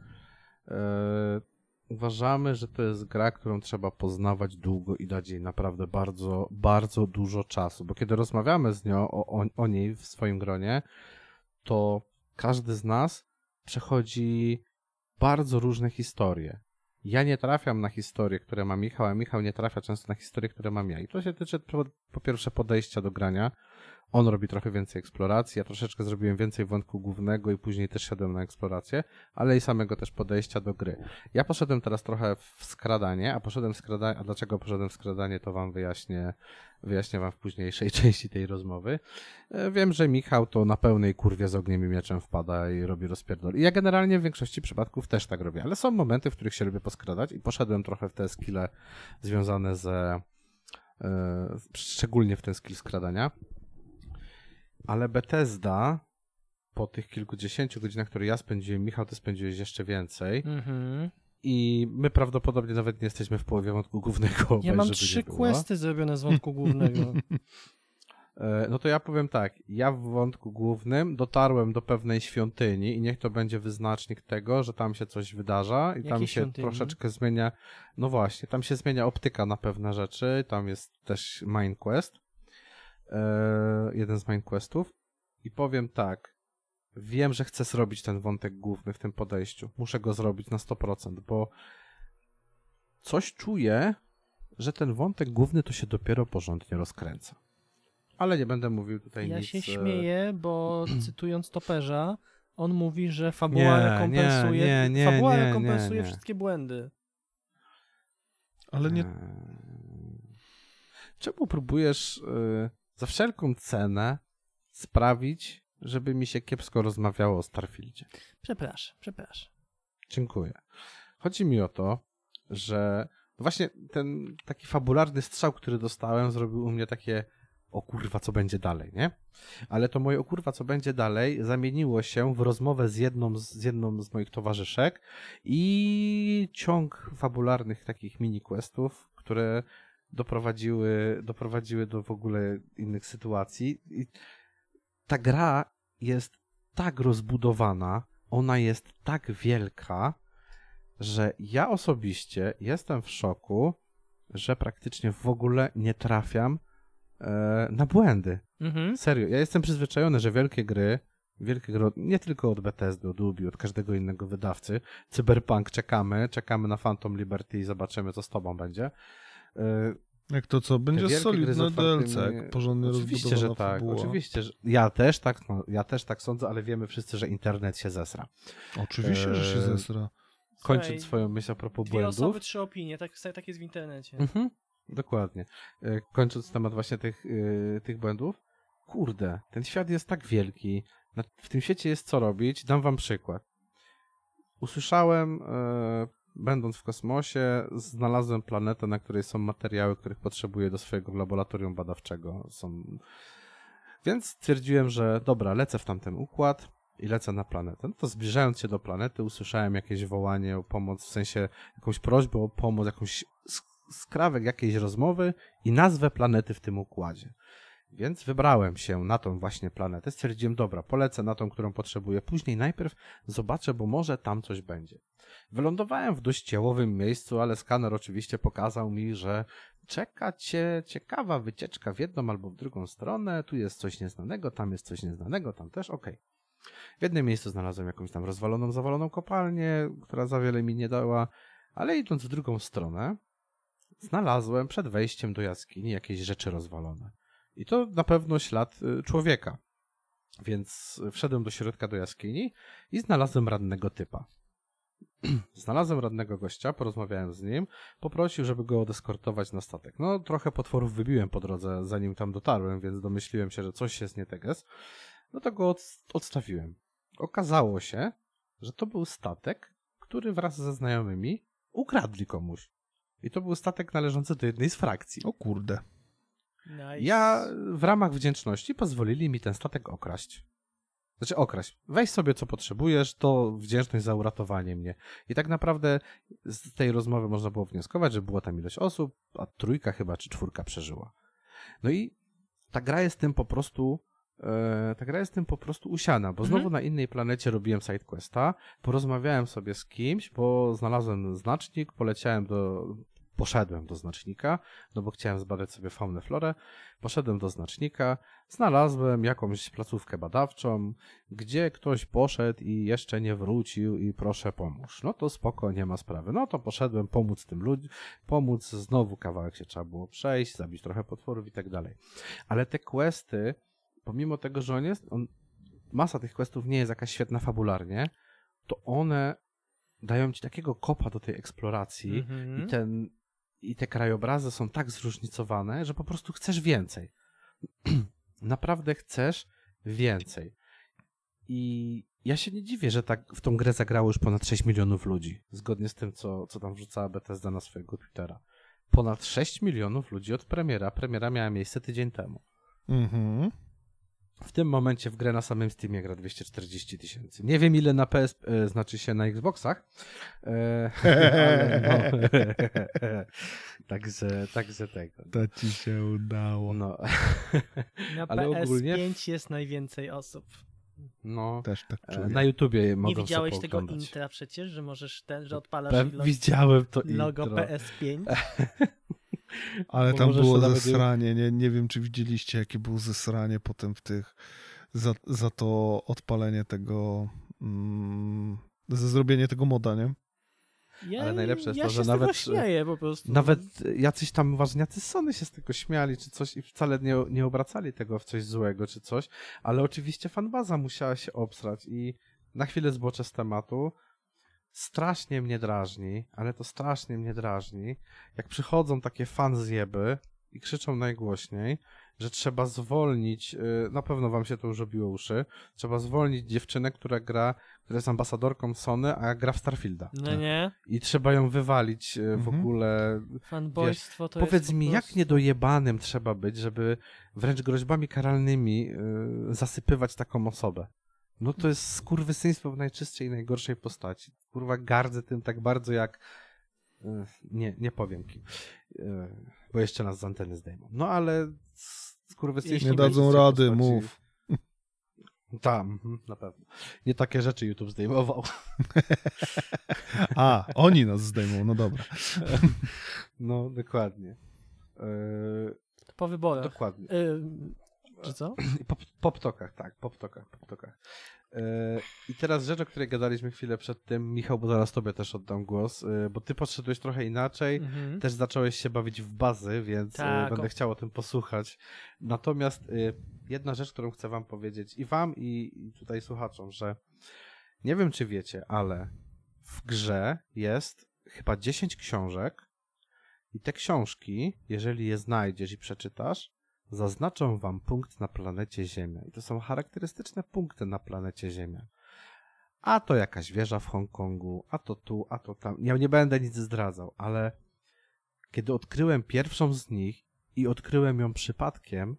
uważamy, że to jest gra, którą trzeba poznawać długo i dać jej naprawdę bardzo, bardzo dużo czasu, bo kiedy rozmawiamy z nią o niej w swoim gronie, to każdy z nas przechodzi bardzo różne historie. Ja nie trafiam na historie, które ma Michał, a Michał nie trafia często na historie, które mam ja. I to się tyczy po pierwsze podejścia do grania On robi trochę więcej eksploracji, ja troszeczkę zrobiłem więcej wątku głównego i później też szedłem na eksplorację, ale i samego też podejścia do gry. Ja poszedłem teraz trochę w skradanie, a dlaczego poszedłem w skradanie, to wam wyjaśnię wam w późniejszej części tej rozmowy. Wiem, że Michał to na pełnej kurwie z ogniem i mieczem wpada i robi rozpierdol. I ja generalnie w większości przypadków też tak robię, ale są momenty, w których się lubię poskradać i poszedłem trochę w te skille związane szczególnie w ten skill skradania. Ale Bethesda po tych kilkudziesięciu godzinach, które ja spędziłem, Michał, ty spędziłeś jeszcze więcej i my prawdopodobnie nawet nie jesteśmy w połowie wątku głównego. Ja mam 3 questy zrobione z wątku głównego. No to ja powiem tak, ja w wątku głównym dotarłem do pewnej świątyni i niech to będzie wyznacznik tego, że tam się coś wydarza i tam się troszeczkę zmienia, no właśnie, tam się zmienia optyka na pewne rzeczy, tam jest też main quest, jeden z main questów i powiem tak, wiem, że chcę zrobić ten wątek główny w tym podejściu, muszę go zrobić na 100%, bo coś czuję, że ten wątek główny to się dopiero porządnie rozkręca. Ale nie będę mówił tutaj nic. Ja się śmieję, bo cytując Toperza, on mówi, że fabuła rekompensuje wszystkie błędy. Ale nie... Czemu próbujesz za wszelką cenę sprawić, żeby mi się kiepsko rozmawiało o Starfieldzie? Przepraszam. Dziękuję. Chodzi mi o to, że właśnie ten taki fabularny strzał, który dostałem, zrobił u mnie takie o kurwa, co będzie dalej, nie? Ale to moje o kurwa, co będzie dalej zamieniło się w rozmowę z jedną z moich towarzyszek i ciąg fabularnych takich mini-questów, które doprowadziły do w ogóle innych sytuacji. I ta gra jest tak rozbudowana, ona jest tak wielka, że ja osobiście jestem w szoku, że praktycznie w ogóle nie trafiam na błędy. Serio, ja jestem przyzwyczajony, że wielkie gry, nie tylko od Bethesdy, od Ubi, od każdego innego wydawcy, Cyberpunk czekamy na Phantom Liberty i zobaczymy, co z tobą będzie. Jak to co? Będzie solidne DLC, jak porządnie oczywiście, że tak, fabuła. Oczywiście, że ja też tak sądzę, ale wiemy wszyscy, że internet się zesra. Oczywiście, że się zesra. Kończąc swoją myśl a propos błędów. 2 osoby, 3 opinie, tak jest w internecie. Dokładnie. Kończąc temat właśnie tych błędów, kurde, ten świat jest tak wielki, w tym świecie jest co robić. Dam wam przykład. Usłyszałem, będąc w kosmosie, znalazłem planetę, na której są materiały, których potrzebuję do swojego laboratorium badawczego. Więc stwierdziłem, że dobra, lecę w tamten układ i lecę na planetę. No to zbliżając się do planety, usłyszałem jakieś wołanie o pomoc, w sensie jakąś prośbę o pomoc, jakąś skrawek jakiejś rozmowy i nazwę planety w tym układzie. Więc wybrałem się na tą właśnie planetę. Stwierdziłem, dobra, polecę na tą, którą potrzebuję. Później najpierw zobaczę, bo może tam coś będzie. Wylądowałem w dość jałowym miejscu, ale skaner oczywiście pokazał mi, że czeka cię ciekawa wycieczka w jedną albo w drugą stronę. Tu jest coś nieznanego, tam jest coś nieznanego, tam też, okej. W jednym miejscu znalazłem jakąś tam zawaloną kopalnię, która za wiele mi nie dała, ale idąc w drugą stronę, znalazłem przed wejściem do jaskini jakieś rzeczy rozwalone. I to na pewno ślad człowieka. Więc wszedłem do środka do jaskini i znalazłem rannego typa. Znalazłem rannego gościa, porozmawiałem z nim, poprosił, żeby go odeskortować na statek. No, trochę potworów wybiłem po drodze, zanim tam dotarłem, więc domyśliłem się, że coś jest nie teges. No to go odstawiłem. Okazało się, że to był statek, który wraz ze znajomymi ukradli komuś. I to był statek należący do jednej z frakcji. O kurde. Nice. Ja w ramach wdzięczności pozwolili mi ten statek okraść. Znaczy okraść. Weź sobie co potrzebujesz, to wdzięczność za uratowanie mnie. I tak naprawdę z tej rozmowy można było wnioskować, że była tam ilość osób, a 3 chyba czy 4 przeżyła. No i ta gra jest tym po prostu usiana, bo znowu na innej planecie robiłem sidequesta, porozmawiałem sobie z kimś, bo znalazłem znacznik, poszedłem do znacznika, no bo chciałem zbadać sobie faunę, florę, poszedłem do znacznika, znalazłem jakąś placówkę badawczą, gdzie ktoś poszedł i jeszcze nie wrócił i proszę pomóż. No to spoko, nie ma sprawy. No to poszedłem pomóc tym ludziom, znowu kawałek się trzeba było przejść, zabić trochę potworów i tak dalej. Ale te questy pomimo tego, że masa tych questów nie jest jakaś świetna fabularnie, to one dają ci takiego kopa do tej eksploracji i te krajobrazy są tak zróżnicowane, że po prostu chcesz więcej. Naprawdę chcesz więcej. I ja się nie dziwię, że tak w tą grę zagrało już ponad 6 milionów ludzi, zgodnie z tym, co tam wrzucała Bethesda na swojego Twittera. Ponad 6 milionów ludzi od premiera. Premiera miała miejsce tydzień temu. W tym momencie w grę na samym Steamie gra 240 000. Nie wiem ile na PS, znaczy się na Xboxach, ale no, także tego. To ci się udało. No. Na ale PS5 ogólnie jest najwięcej osób. No, też tak czuję. na YouTubie mogą Nie widziałeś sobie tego pooglądać. intra przecież, że możesz że odpalasz Widziałem to logo intro. PS5. Ale Bo tam możesz było to nawet zesranie. Nie wiem, czy widzieliście, jakie było zesranie potem w tych za to odpalenie tego za zrobienie tego moda, nie? Ale najlepsze jest ja to, się że z nawet tego śmieję po prostu. Nawet jacyś tam ważniacy Sony się z tego śmiali czy coś i wcale nie obracali tego w coś złego czy coś, ale oczywiście fanbaza musiała się obsrać i na chwilę zboczę z tematu. Strasznie mnie drażni, ale to strasznie mnie drażni, jak przychodzą takie fanzjeby i krzyczą najgłośniej, że trzeba zwolnić, na pewno wam się to już obiło uszy, trzeba zwolnić dziewczynę, która jest ambasadorką Sony, a gra w Starfielda. No nie? I trzeba ją wywalić w ogóle. Fanboystwo to powiedz jest mi, po jak prostu... niedojebanym trzeba być, żeby wręcz groźbami karalnymi zasypywać taką osobę. No to jest skurwysyństwo w najczystszej i najgorszej postaci. Kurwa, gardzę tym tak bardzo jak... Nie powiem kim. Bo jeszcze nas z anteny zdejmą. No ale skurwysyństwo... Nie dadzą rady, mów. Tam, na pewno. Nie takie rzeczy YouTube zdejmował. A, oni nas zdejmą, no dobra. No, dokładnie. To po wyborach. Dokładnie. Czy co? Poptokach, tak, poptokach. I teraz rzecz, o której gadaliśmy chwilę przed tym, Michał, bo zaraz tobie też oddam głos, bo ty podszedłeś trochę inaczej, też zacząłeś się bawić w bazy, więc będę chciał o tym posłuchać. Natomiast jedna rzecz, którą chcę wam powiedzieć i wam i tutaj słuchaczom, że nie wiem, czy wiecie, ale w grze jest chyba 10 książek i te książki, jeżeli je znajdziesz i przeczytasz, zaznaczą wam punkt na planecie Ziemia. I to są charakterystyczne punkty na planecie Ziemia. A to jakaś wieża w Hongkongu, a to tu, a to tam. Ja nie będę nic zdradzał, ale kiedy odkryłem pierwszą z nich i odkryłem ją przypadkiem,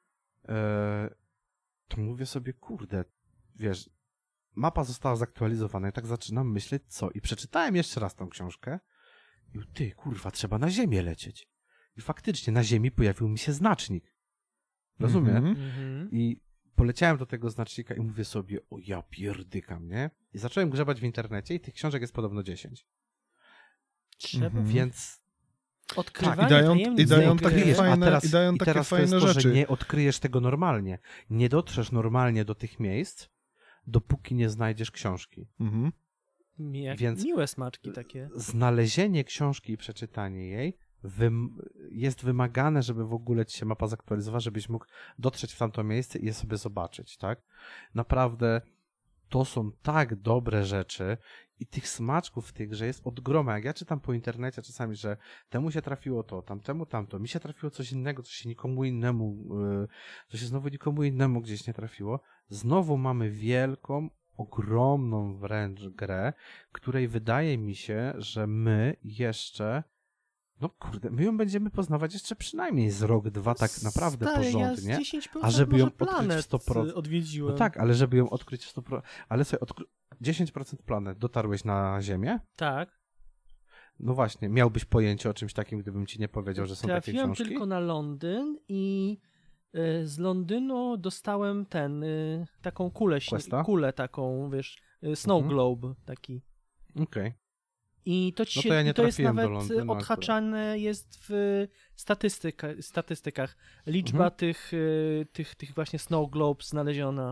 to mówię sobie, kurde, wiesz, mapa została zaktualizowana i tak zaczynam myśleć, co? I przeczytałem jeszcze raz tą książkę i ty, kurwa, trzeba na Ziemię lecieć. I faktycznie na Ziemi pojawił mi się znacznik. Rozumiem? I poleciałem do tego znacznika i mówię sobie, o ja pierdykam, nie? I zacząłem grzebać w internecie i tych książek jest podobno 10. Trzeba. Więc... Odkrywanie i dają takie fajne, i teraz to jest to, że nie odkryjesz tego normalnie. Nie dotrzesz normalnie do tych miejsc, dopóki nie znajdziesz książki. Więc miłe smaczki takie. Znalezienie książki i przeczytanie jej jest wymagane, żeby w ogóle ci się mapa zaktualizowała, żebyś mógł dotrzeć w tamto miejsce i je sobie zobaczyć, tak? Naprawdę to są tak dobre rzeczy i tych smaczków w tej grze jest od groma. Jak ja czytam po internecie czasami, że temu się trafiło to, tamtemu tamto, mi się trafiło coś innego, co się nikomu innemu, co się znowu nikomu innemu gdzieś nie trafiło. Znowu mamy wielką, ogromną wręcz grę, której wydaje mi się, że my jeszcze... No kurde, my ją będziemy poznawać jeszcze przynajmniej z rok, dwa tak naprawdę porządnie. Ja z 10% a żeby ją odkryć w 100%. Odwiedziłem. No tak, ale żeby ją odkryć w 100%. Ale sobie 10% planet dotarłeś na Ziemię? Tak. No właśnie, miałbyś pojęcie o czymś takim, gdybym ci nie powiedział, że są takie książki? Trafiłem tylko na Londyn i z Londynu dostałem taką kulę taką, wiesz, snow globe taki. Okej. I to, no to, ja nie to jest nawet Londynu, odhaczane jest w statystykach. Liczba tych właśnie Snow Globes znaleziona.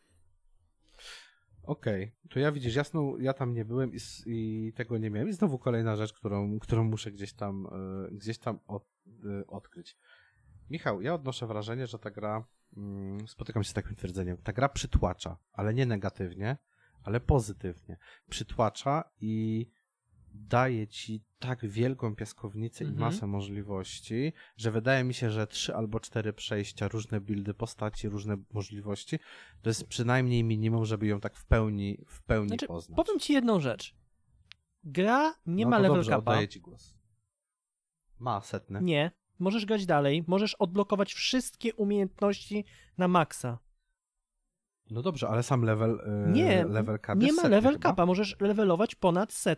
Okej. To ja widzisz, ja tam nie byłem i tego nie miałem. I znowu kolejna rzecz, którą muszę gdzieś tam odkryć. Michał, ja odnoszę wrażenie, że ta gra, spotykam się z takim twierdzeniem, ta gra przytłacza, ale nie negatywnie, ale pozytywnie. Przytłacza i daje ci tak wielką piaskownicę i masę możliwości, że wydaje mi się, że 3 albo 4 przejścia, różne buildy postaci, różne możliwości, to jest przynajmniej minimum, żeby ją tak w pełni poznać. Powiem ci jedną rzecz. Gra nie ma to level dobrze, capa. oddaję ci głos. Ma setne. Nie. Możesz grać dalej. Możesz odblokować wszystkie umiejętności na maksa. No dobrze, ale sam level cap nie jest ma setny level chyba? capa. Możesz levelować ponad 100.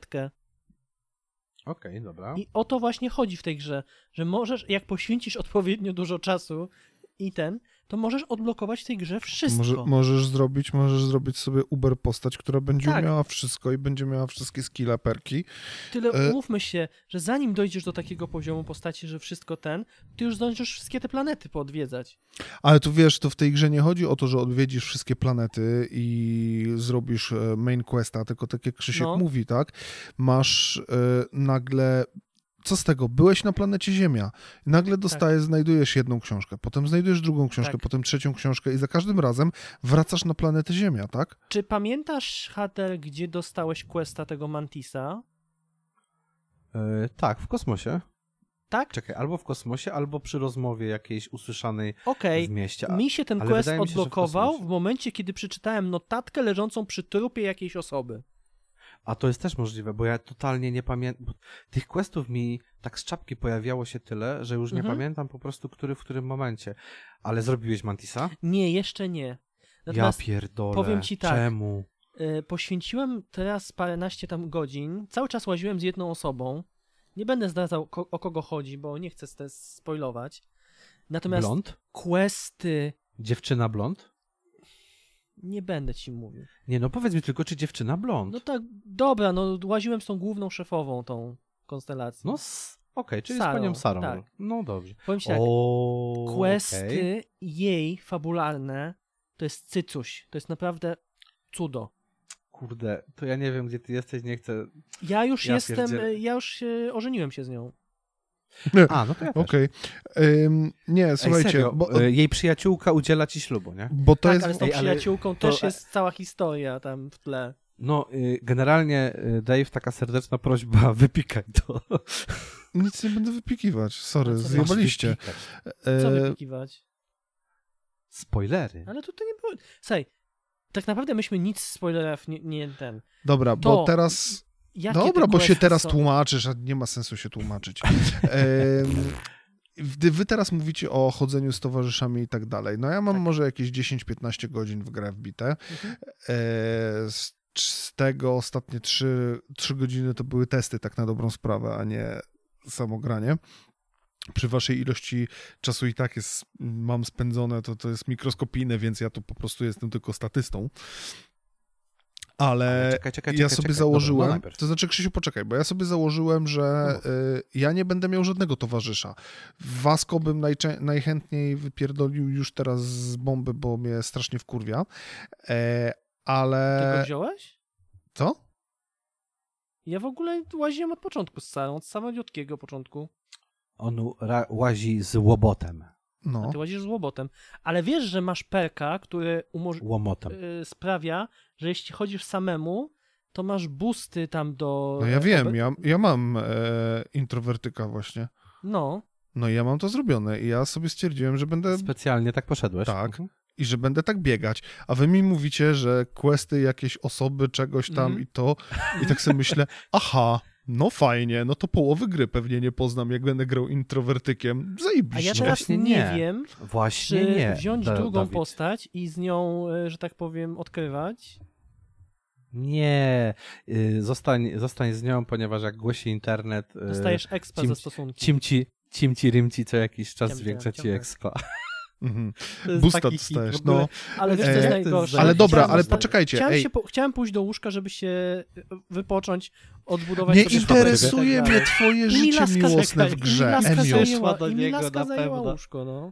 Okej, dobra. I o to właśnie chodzi w tej grze, że możesz, jak poświęcisz odpowiednio dużo czasu to możesz odblokować w tej grze wszystko. Możesz zrobić sobie Uber postać, która będzie Tak. miała wszystko i będzie miała wszystkie skille, perki. Tyle umówmy się, że zanim dojdziesz do takiego poziomu postaci, że wszystko ty już zdążysz wszystkie te planety poodwiedzać. Ale tu wiesz, to w tej grze nie chodzi o to, że odwiedzisz wszystkie planety i zrobisz main questa, tylko tak jak Krzysiek mówi, tak? Masz nagle... Co z tego? Byłeś na planecie Ziemia. Nagle znajdujesz jedną książkę, potem znajdujesz drugą książkę, potem trzecią książkę i za każdym razem wracasz na planetę Ziemia, tak? Czy pamiętasz, Hater, gdzie dostałeś questa tego Mantisa? Tak, w kosmosie. Tak? Czekaj, albo w kosmosie, albo przy rozmowie jakiejś usłyszanej w mieście. Mi się ten quest odblokował w momencie, kiedy przeczytałem notatkę leżącą przy trupie jakiejś osoby. A to jest też możliwe, bo ja totalnie nie pamiętam. Tych questów mi tak z czapki pojawiało się tyle, że już nie pamiętam po prostu, w którym momencie. Ale zrobiłeś Mantisa? Nie, jeszcze nie. Natomiast ja pierdolę. Powiem ci tak. Czemu? Poświęciłem teraz paręnaście tam godzin. Cały czas łaziłem z jedną osobą. Nie będę zdradzał, o kogo chodzi, bo nie chcę spoilować. Natomiast blond? Questy... Dziewczyna blond? Nie będę ci mówił. Nie, no powiedz mi tylko, czy dziewczyna blond. No tak, dobra, no łaziłem z tą główną szefową, tą konstelacją. No okej, czyli z panią Sarą. Tak. No dobrze. Powiem ci tak, questy jej fabularne to jest cycuś. To jest naprawdę cudo. Kurde, to ja nie wiem, gdzie ty jesteś, nie chcę... Ja już ożeniłem się z nią. A, no to ja też. Okej. Nie, słuchajcie... Serio, jej przyjaciółka udziela ci ślubu, nie? Bo to jest... Ale z tą przyjaciółką też jest cała historia tam w tle. No, generalnie, Dave, taka serdeczna prośba, wypikaj to. Nic nie będę wypikiwać, sorry, zjebaliście. Co wypikiwać? Spoilery. Ale to nie było... Słuchaj, tak naprawdę myśmy nic z spoilerów nie ten... Dobra, bo teraz... Dobra, bo się teraz tłumaczysz, a nie ma sensu się tłumaczyć. Wy teraz mówicie o chodzeniu z towarzyszami i tak dalej. No ja mam może jakieś 10-15 godzin w grę wbite. Z tego ostatnie 3 godziny to były testy, tak na dobrą sprawę, a nie samo granie. Przy waszej ilości czasu i tak mam spędzone, to jest mikroskopijne, więc ja tu po prostu jestem tylko statystą. Ale ja sobie założyłem, dobra, to znaczy Krzysiu, poczekaj, bo ja sobie założyłem, że ja nie będę miał żadnego towarzysza. Wasko bym najchętniej wypierdolił już teraz z bomby, bo mnie strasznie wkurwia, ale... Ty go wziąłeś? Co? Ja w ogóle łaziłem od początku z Sarą, od samego początku. On łazi z łobotem. No. A ty łazisz z łobotem. Ale wiesz, że masz perka, który sprawia, że jeśli chodzisz samemu, to masz boosty tam do... No ja wiem, ja mam introwertyka właśnie. No. No i ja mam to zrobione i ja sobie stwierdziłem, że będę... Specjalnie tak poszedłeś? Tak. I że będę tak biegać. A wy mi mówicie, że questy jakieś osoby, czegoś tam i to. I tak sobie myślę, aha, no fajnie, no to połowy gry pewnie nie poznam, jak będę grał introwertykiem. Zajebiście. A ja teraz nie wiem, czy wziąć drugą postać i z nią, że tak powiem, odkrywać. Nie, zostań z nią, ponieważ jak głosi internet... Dostajesz expa za stosunki. Cimci rymci co jakiś czas zwiększa ci expa. Boosta dostajesz, no. Ale wiesz, co jest najgorsze? Ale dobra, ale poczekajcie. Chciałem pójść do łóżka, żeby się wypocząć, odbudować nie interesuje mnie twoje życie miłosne w grze. I mi laska zajęła łóżko, no.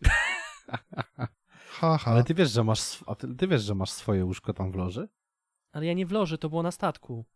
Ale ty wiesz, że masz swoje łóżko tam w loży? Ale ja nie w loży, to było na statku.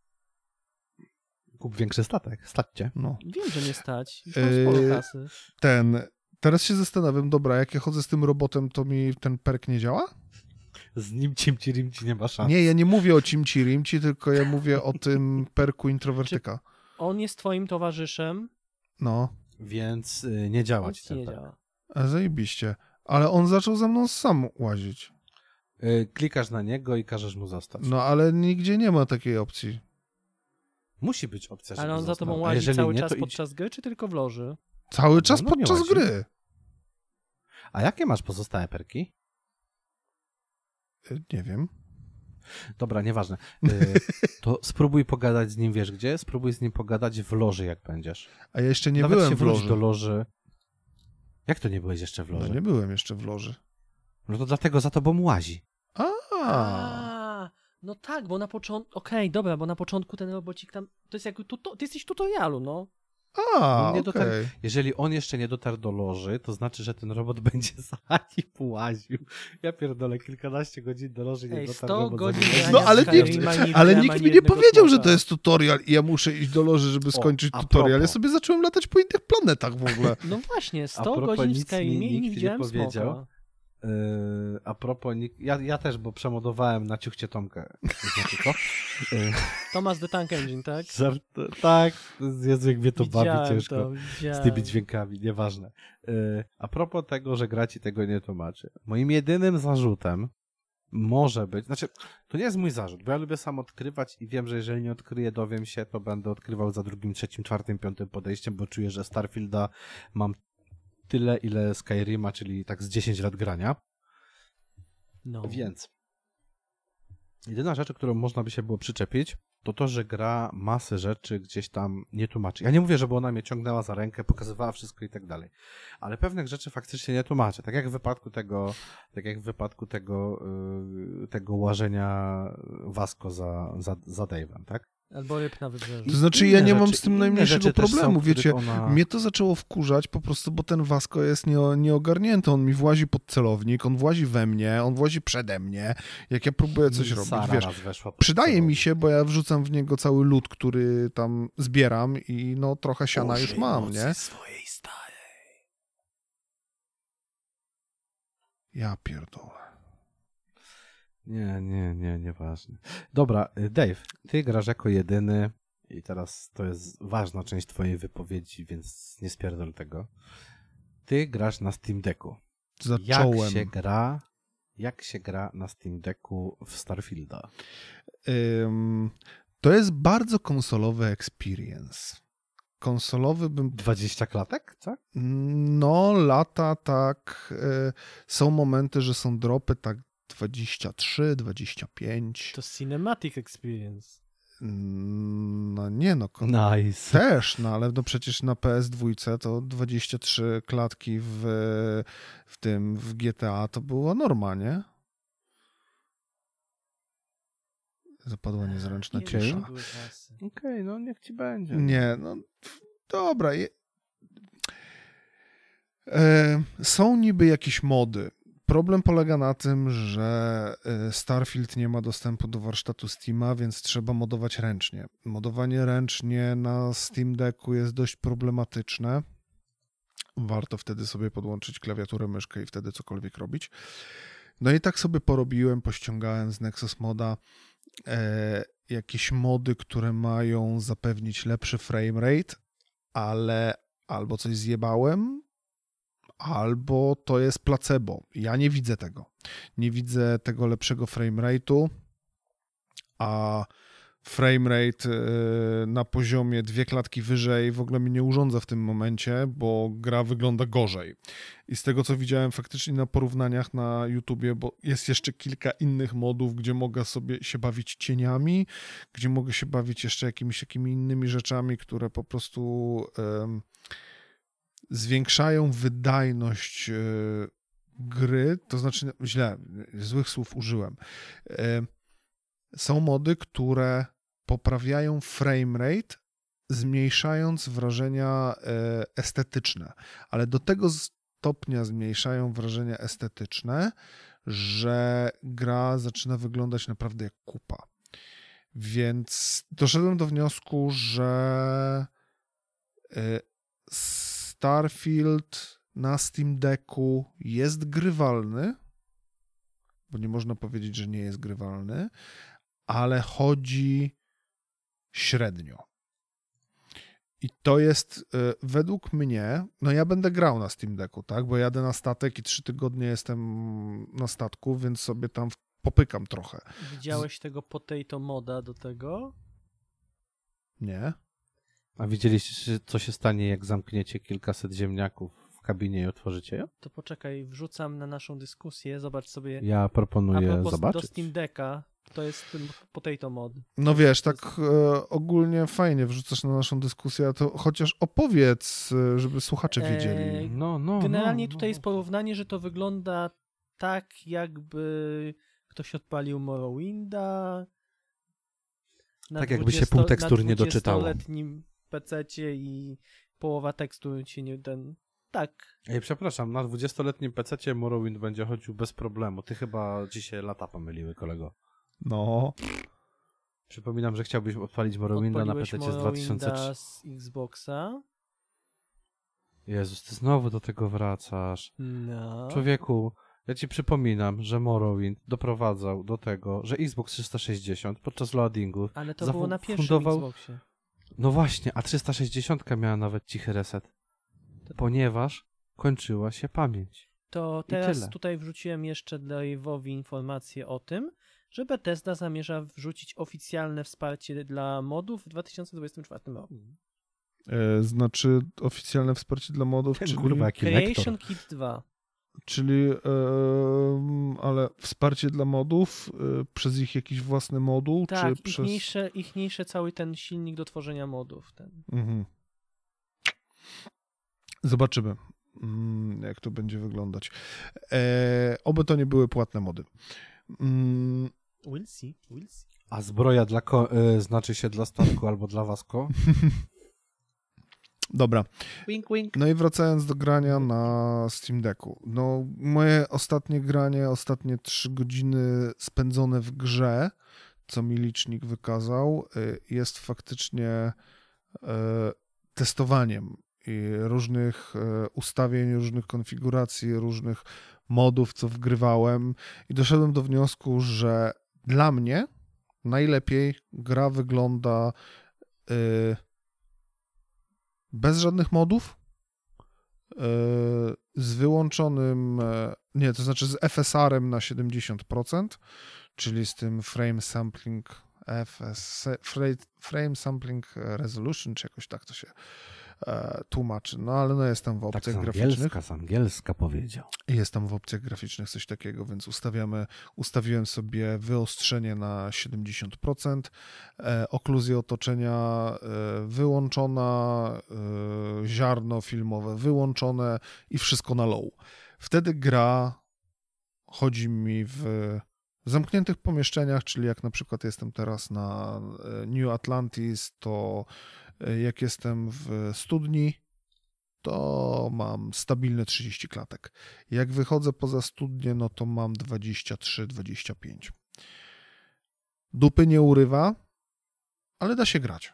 Kup większy statek, staćcie. No. Wiem, że nie stać. Już mam sporo kasy. Teraz się zastanawiam, dobra, jak ja chodzę z tym robotem, to mi ten perk nie działa? Z nim cimci-rimci nie ma szans. Nie, ja nie mówię o cimci-rimci, tylko ja mówię o tym perku introwertyka. On jest twoim towarzyszem. No. Więc nie działa ci ten nie perk. działa. A zajebiście. Ale on zaczął ze mną sam łazić. Klikasz na niego i każesz mu zostać. No, ale nigdzie nie ma takiej opcji. Musi być opcja, żeby Ale on za został. tobą A łazi jeżeli cały nie, czas to idź... podczas gry, czy tylko w loży? Cały czas No, nie podczas łazi. gry. A jakie masz pozostałe perki? Nie wiem. Dobra, nieważne. To spróbuj pogadać z nim, wiesz gdzie? Spróbuj z nim pogadać w loży, jak będziesz. A ja jeszcze nie Nawet byłem się w wróć loży. do loży. Jak to nie byłeś jeszcze w loży? No nie byłem jeszcze w loży. No to dlatego za tobą łazi. No tak, bo na początku... Okej, dobra, bo na początku ten robocik tam... To jest jak... Ty jesteś w tutorialu, no. Okej. Jeżeli on jeszcze nie dotarł do loży, to znaczy, że ten robot będzie za nim łaził. Ja pierdolę, kilkanaście godzin do loży nie dotarł 100 robot. godzin za nim grania No, łazi. ale w Skyrima, ale nie nikt ma mi nie jednego powiedział, że smoka. to jest tutorial i ja muszę iść do loży, żeby skończyć a tutorial. Ja propos. sobie zacząłem latać po innych planetach w ogóle. No właśnie, 100 propos, godzin w nic mi Skyrimie i nie nikt nie widziałem powiedział. smoka. A propos, ja też, bo przemodowałem na ciuchcie Tomkę. Znaczy co? Thomas the Tank Engine, tak? Tak, Jezu, jak mnie to bawi Widziałem ciężko. to, Z tymi dźwiękami, nieważne. A propos tego, że gra ci tego nie tłumaczy. Moim jedynym zarzutem może być, znaczy, to nie jest mój zarzut, bo ja lubię sam odkrywać i wiem, że jeżeli nie odkryję, dowiem się, to będę odkrywał za drugim, trzecim, czwartym, piątym podejściem, bo czuję, że Starfielda mam tyle, ile Skyrima, czyli tak z 10 lat grania. No. Więc jedyna rzecz, którą można by się było przyczepić, to to, że gra masę rzeczy gdzieś tam nie tłumaczy. Ja nie mówię, żeby ona mnie ciągnęła za rękę, pokazywała wszystko i tak dalej, ale pewnych rzeczy faktycznie nie tłumaczy. Tak jak w wypadku tego łażenia Vasco za Dave'em, tak? Albo ryb na wybrzeżu. To znaczy, ja nie mam z tym inne najmniejszego rzeczy też problemu, są, wiecie, ona... mnie to zaczęło wkurzać po prostu, bo ten Vasco jest nieogarnięty, on mi włazi pod celownik, on włazi we mnie, on włazi przede mnie, jak ja próbuję coś robić, wiesz, przydaje mi się, bo ja wrzucam w niego cały lód, który tam zbieram i no trochę siana już mam, nie? Swojej starej. Ja pierdolę. Nieważne. Dobra, Dave, ty grasz jako jedyny i teraz to jest ważna część twojej wypowiedzi, więc nie spierdol tego. Ty grasz na Steam Decku. Zacząłem. Jak się gra na Steam Decku w Starfielda? To jest bardzo konsolowy experience. Konsolowy bym... 20 klatek, tak? No, lata tak. Są momenty, że są dropy tak 23, 25. To Cinematic Experience. No nie no. Nice. Też, no ale no przecież na PS2 to 23 klatki w GTA to była norma, nie? Zapadła niezręczna cisza. Okej, no niech ci będzie. Nie, no dobra. Są niby jakieś mody. Problem polega na tym, że Starfield nie ma dostępu do warsztatu Steama, więc trzeba modować ręcznie. Modowanie ręcznie na Steam Decku jest dość problematyczne. Warto wtedy sobie podłączyć klawiaturę, myszkę i wtedy cokolwiek robić. No i tak sobie porobiłem, pościągałem z Nexus Moda jakieś mody, które mają zapewnić lepszy framerate, ale albo coś zjebałem, albo to jest placebo. Ja nie widzę tego. Nie widzę tego lepszego framerate'u, a framerate na poziomie 2 klatki wyżej w ogóle mnie nie urządza w tym momencie, bo gra wygląda gorzej. I z tego, co widziałem faktycznie na porównaniach na YouTubie, bo jest jeszcze kilka innych modów, gdzie mogę sobie się bawić cieniami, gdzie mogę się bawić jeszcze jakimiś takimi innymi rzeczami, które po prostu zwiększają wydajność gry, to znaczy złych słów użyłem. Są mody, które poprawiają framerate, zmniejszając wrażenia estetyczne, ale do tego stopnia zmniejszają wrażenia estetyczne, że gra zaczyna wyglądać naprawdę jak kupa. Więc doszedłem do wniosku, że Starfield na Steam Decku jest grywalny, bo nie można powiedzieć, że nie jest grywalny, ale chodzi średnio. I to jest według mnie, no ja będę grał na Steam Decku, tak, bo jadę na statek i 3 tygodnie jestem na statku, więc sobie tam popykam trochę. Widziałeś tego potato moda do tego? Nie. A widzieliście, co się stanie, jak zamkniecie kilkaset ziemniaków w kabinie i otworzycie ją? To poczekaj, wrzucam na naszą dyskusję, zobacz sobie. Ja proponuję zobaczyć. Do Steam Decka, to jest ten potato mod. No wiesz, tak ogólnie fajnie wrzucasz na naszą dyskusję, a to chociaż opowiedz, żeby słuchacze wiedzieli. Generalnie tutaj jest porównanie, że to wygląda tak, jakby ktoś odpalił Morrowinda. Tak jakby się pół tekstur nie doczytało. Na 20-letnim PC-cie i połowa tekstu się nie... Tak. Ej, przepraszam, na 20-letnim PC-cie Morrowind będzie chodził bez problemu. Ty chyba ci się lata pomyliły, kolego. No. Przypominam, że chciałbyś odpalić Morrowinda na PC-cie z 2003. Z Xboxa. Jezus, ty znowu do tego wracasz. No. Człowieku, ja ci przypominam, że Morrowind doprowadzał do tego, że Xbox 360 podczas loadingu ale to było na pierwszym Xboxie. No właśnie, a 360 miała nawet cichy reset. Ponieważ kończyła się pamięć. To teraz tutaj wrzuciłem jeszcze Dave'owi informację o tym, że Bethesda zamierza wrzucić oficjalne wsparcie dla modów w 2024 roku. Znaczy oficjalne wsparcie dla modów, czyli Creation Kit 2. Czyli ale wsparcie dla modów przez ich jakiś własny moduł? Tak, czy przez... ichniejsze cały ten silnik do tworzenia modów. Mhm. Zobaczymy, jak to będzie wyglądać. Oby to nie były płatne mody. We'll see. A zbroja znaczy się dla statku albo dla Vasco? Dobra. Wink, wink. No i wracając do grania na Steam Decku. No, moje ostatnie 3 godziny spędzone w grze, co mi licznik wykazał, jest faktycznie testowaniem i różnych ustawień, różnych konfiguracji, różnych modów, co wgrywałem i doszedłem do wniosku, że dla mnie najlepiej gra wygląda bez żadnych modów, z wyłączonym, to znaczy z FSR-em na 70%, czyli z tym frame sampling resolution, czy jakoś tak to się tłumaczy. No ale jest tam w opcjach tak graficznych. Z angielska powiedział. Jest tam w opcjach graficznych coś takiego, więc ustawiłem sobie wyostrzenie na 70%, okluzję otoczenia wyłączona, ziarno filmowe wyłączone i wszystko na low. Wtedy gra chodzi mi w zamkniętych pomieszczeniach, czyli jak na przykład jestem teraz na New Atlantis, to jak jestem w studni, to mam stabilne 30 klatek. Jak wychodzę poza studnię, no to mam 23-25. Dupy nie urywa, ale da się grać.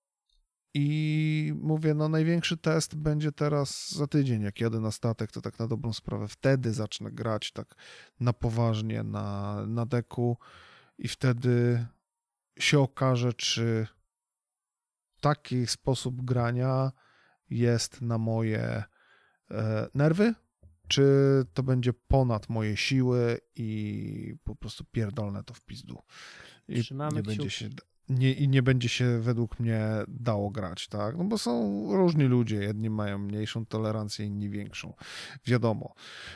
I mówię, największy test będzie teraz za tydzień. Jak jadę na statek, to tak na dobrą sprawę wtedy zacznę grać tak na poważnie na deku i wtedy się okaże, czy taki sposób grania jest na moje nerwy, czy to będzie ponad moje siły i po prostu pierdolne to w pizdu. I nie będzie się według mnie dało grać, tak? No bo są różni ludzie, jedni mają mniejszą tolerancję, inni większą. Wiadomo.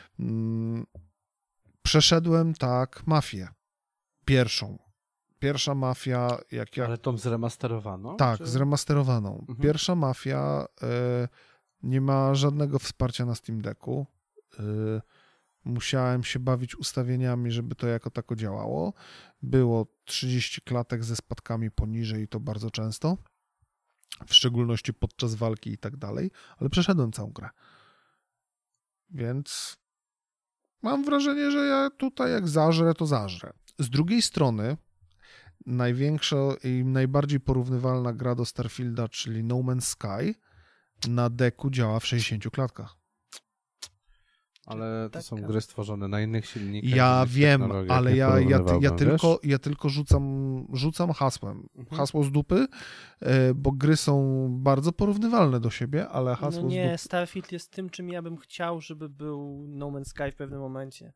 Przeszedłem Mafię. Pierwsza Mafia, Ale tą zremasterowaną? Tak, czy... zremasterowaną. Mhm. Pierwsza Mafia nie ma żadnego wsparcia na Steam Decku. Musiałem się bawić ustawieniami, żeby to jako tako działało. Było 30 klatek ze spadkami poniżej i to bardzo często. W szczególności podczas walki i tak dalej. Ale przeszedłem całą grę. Więc mam wrażenie, że ja tutaj jak zażrę, to zażrę. Z drugiej strony największa i najbardziej porównywalna gra do Starfielda, czyli No Man's Sky, na decku działa w 60 klatkach. Ale to są gry stworzone na innych silnikach. Ja wiem, ale ja tylko rzucam hasłem. Hasło z dupy, bo gry są bardzo porównywalne do siebie, ale hasło z dupy... Starfield jest tym, czym ja bym chciał, żeby był No Man's Sky w pewnym momencie.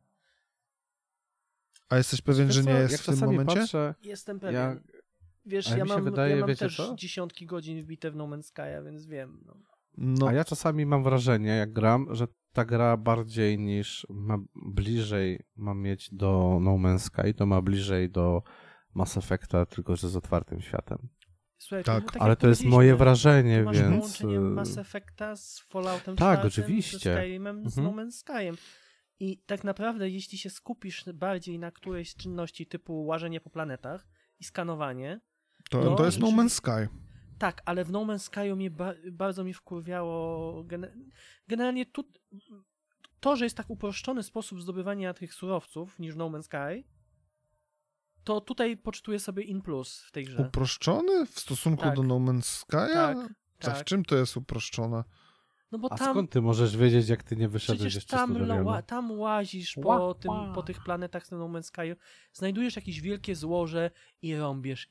A jesteś pewien, że nie jest w tym momencie? Patrzę, jestem pewien. Wiesz, ja mam też dziesiątki godzin wbite w No Man's Sky, więc wiem. A ja czasami mam wrażenie, jak gram, że ta gra bardziej niż ma mieć do No Man's Sky, to ma bliżej do Mass Effecta, tylko że z otwartym światem. Słuchaj, tak, ale to jest moje wrażenie, masz więc... połączenie Mass Effecta z Falloutem 4, tak, oczywiście. ze Skyrimem, z No Man's Skyem. I tak naprawdę, jeśli się skupisz bardziej na którejś z czynności typu łażenie po planetach i skanowanie... To jest No Man's Sky. Tak, ale w No Man's Sky bardzo mi wkurwiało... Generalnie to, że jest tak uproszczony sposób zdobywania tych surowców niż w No Man's Sky, to tutaj poczytuję sobie in plus w tej grze. Uproszczony w stosunku do No Man's Sky? Tak. W czym to jest uproszczone? No bo a skąd ty możesz wiedzieć, jak ty nie wyszedłeś jeszcze z tutorialu? Tam łazisz po tych planetach z No Man's Sky, znajdujesz jakieś wielkie złoże i rąbiesz.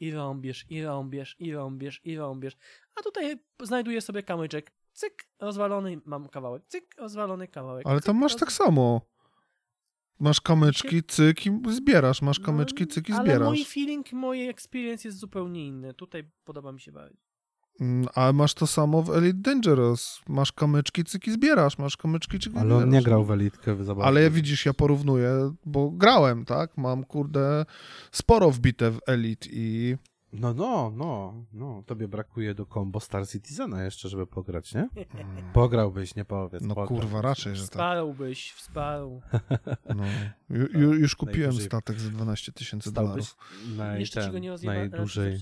A tutaj znajduję sobie kamyczek. Cyk, rozwalony, mam kawałek. Cyk, rozwalony kawałek. Ale tam masz tak samo. Masz kamyczki, cyk i zbierasz. Masz kamyczki, cyk i zbierasz. Ale mój feeling, mój experience jest zupełnie inny. Tutaj podoba mi się bardziej. Ale masz to samo w Elite Dangerous. Masz kamyczki, cyki zbierasz. Masz kamyczki, cyki zbierasz. Ale on nie grał w Elitkę. Ale widzisz, ja porównuję, bo grałem, tak? Mam, sporo wbite w Elite i... No. Tobie brakuje do combo Star Citizena jeszcze, żeby pograć, nie? Pograłbyś, nie powiedz. No kurwa, raczej, że tak. Wsparł. No. Już kupiłem statek za $12,000. Jeszcze ci go nie najdłużej.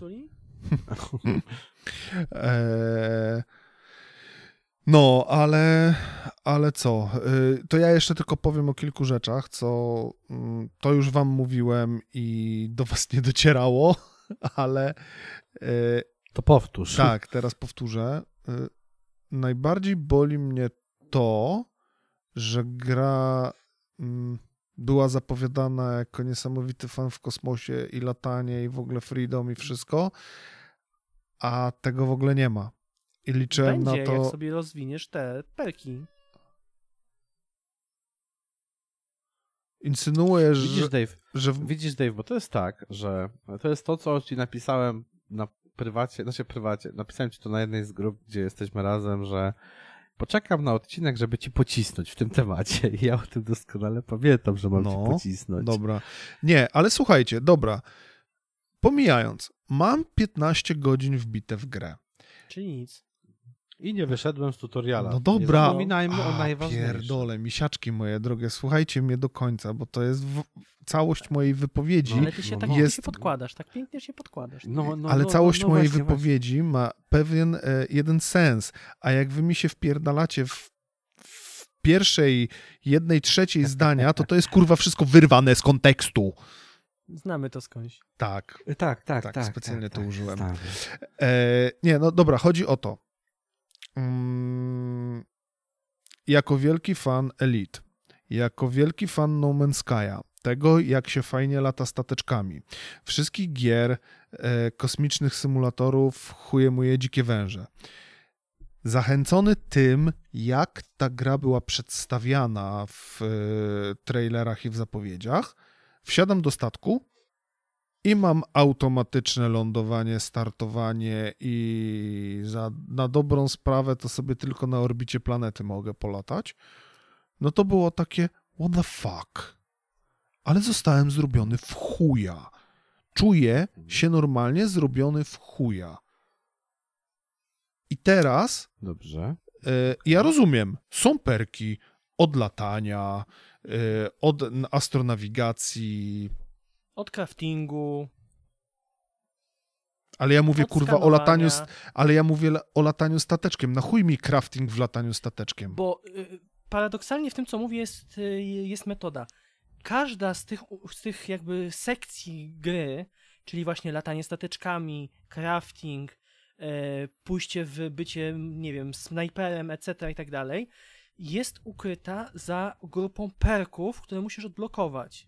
No, ale co? To ja jeszcze tylko powiem o kilku rzeczach, co to już wam mówiłem i do was nie docierało, ale... To powtórz. Tak, teraz powtórzę. Najbardziej boli mnie to, że gra była zapowiadana jako niesamowity fan w kosmosie i latanie i w ogóle freedom i wszystko, a tego w ogóle nie ma. I liczyłem na to... jak sobie rozwiniesz te perki. Insynuujesz, Widzisz, Dave, bo to jest tak, że to jest to, co ci napisałem na prywacie, napisałem ci to na jednej z grup, gdzie jesteśmy razem, że poczekam na odcinek, żeby ci pocisnąć w tym temacie. I ja o tym doskonale pamiętam, że mam ci pocisnąć. Dobra. Nie, ale słuchajcie, dobra. Pomijając, mam 15 godzin wbite w grę. Czyli nic. I nie wyszedłem z tutoriala. No dobra. Nie zapominajmy o najważniejszym. Pierdolę, misiaczki moje drogie, słuchajcie mnie do końca, bo to jest całość mojej wypowiedzi. Ale ty się tak się podkładasz, tak pięknie się podkładasz. Ale całość mojej wypowiedzi ma pewien jeden sens, a jak wy mi się wpierdalacie w pierwszej 1/3 zdania, to jest kurwa wszystko wyrwane z kontekstu. Znamy to skądś. Tak. Tak. Specjalnie to użyłem. Nie, no dobra, chodzi o to. Jako wielki fan Elite, jako wielki fan No Man's Sky'a, tego jak się fajnie lata stateczkami, wszystkich gier, kosmicznych symulatorów, chuje moje dzikie węże. Zachęcony tym, jak ta gra była przedstawiana w trailerach i w zapowiedziach, wsiadam do statku i mam automatyczne lądowanie, startowanie i na dobrą sprawę to sobie tylko na orbicie planety mogę polatać. No to było takie what the fuck. Ale zostałem zrobiony w chuja. Czuję się normalnie zrobiony w chuja. I teraz dobrze. Ja rozumiem, są perki od latania, od astronawigacji, od craftingu. Ale ja mówię kurwa o lataniu stateczkiem. Na chuj mi crafting w lataniu stateczkiem. Bo paradoksalnie w tym, co mówię, jest metoda. Każda z tych jakby sekcji gry, czyli właśnie latanie stateczkami, crafting, pójście w bycie, nie wiem, snajperem, etc. i tak dalej, jest ukryta za grupą perków, które musisz odblokować.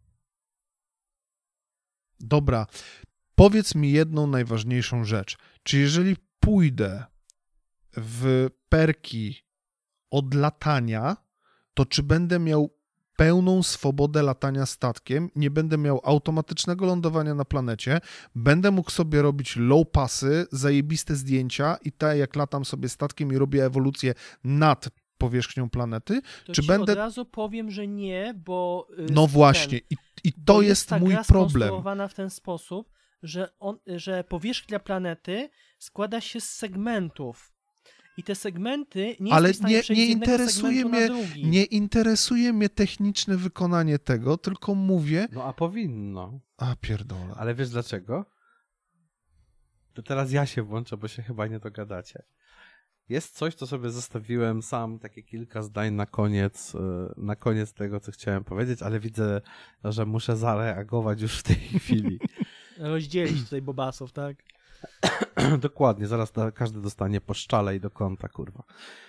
Dobra, powiedz mi jedną najważniejszą rzecz. Czy jeżeli pójdę w perki od latania, to czy będę miał pełną swobodę latania statkiem, nie będę miał automatycznego lądowania na planecie, będę mógł sobie robić low passy, zajebiste zdjęcia i tak jak latam sobie statkiem i robię ewolucję nad powierzchnią planety, To czy ci będę... od razu powiem, że nie, bo... No właśnie, i to jest ta mój gra problem. skonstruowana w ten sposób, że powierzchnia planety składa się z segmentów. I te segmenty nie Ale jesteś w stanie przejść z jednego segmentu na drugi. nie interesuje mnie techniczne wykonanie tego, tylko mówię... No a powinno. A pierdolę. Ale wiesz dlaczego? To teraz ja się włączę, bo się chyba nie dogadacie. Jest coś, co sobie zostawiłem sam, takie kilka zdań na koniec tego, co chciałem powiedzieć, ale widzę, że muszę zareagować już w tej chwili. Rozdzielić tutaj bobasów, tak? Dokładnie, zaraz każdy dostanie po szczale i do kąta, kurwa.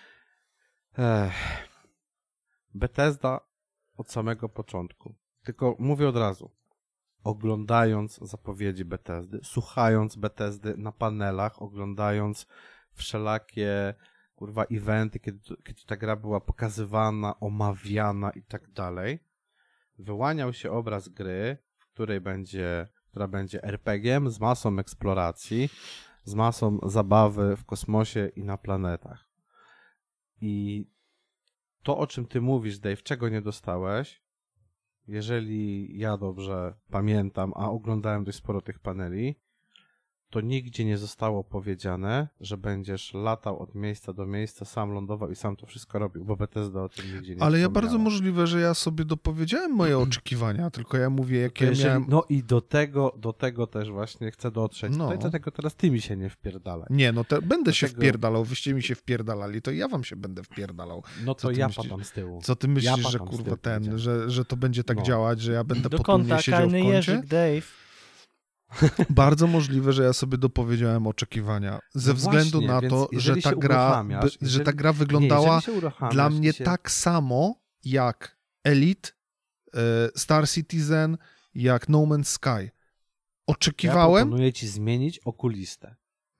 Bethesda od samego początku. Tylko mówię od razu. Oglądając zapowiedzi Bethesdy, słuchając Bethesdy na panelach, oglądając wszelakie, kurwa, eventy, kiedy ta gra była pokazywana, omawiana i tak dalej, wyłaniał się obraz gry, która będzie RPG-iem z masą eksploracji, z masą zabawy w kosmosie i na planetach. I to, o czym ty mówisz, Dave, czego nie dostałeś, jeżeli ja dobrze pamiętam, a oglądałem dość sporo tych paneli, to nigdzie nie zostało powiedziane, że będziesz latał od miejsca do miejsca, sam lądował i sam to wszystko robił, bo Bethesda o tym nigdzie nie Ale ja wspomniała. bardzo możliwe, że ja sobie dopowiedziałem moje oczekiwania, tylko ja mówię, jakie miałem... No i do tego też właśnie chcę dotrzeć. No. No. Dlatego teraz ty mi się nie wpierdalaj. Nie, no to będę się Dlatego- wpierdalał, wyście mi się wpierdalali, to ja wam się będę wpierdalał. No Co to ty ja myślisz? patam z tyłu. Co ty myślisz, Ja że patam z kurwa tyłu, ten, powiedziałem. że to będzie tak No. działać, że ja będę Do potulnie kąta, siedział w karny kącie? jeżyk, Dave. Bardzo możliwe, że ja sobie dopowiedziałem oczekiwania. Ze No względu właśnie, na więc to, że jeżeli ta się gra, uruchamiasz, że ta gra Nie, wyglądała jeżeli się uruchamiasz dla i mnie się... tak samo jak Elite, Star Citizen, jak No Man's Sky. Ja Oczekiwałem... proponuję ci zmienić okulistę.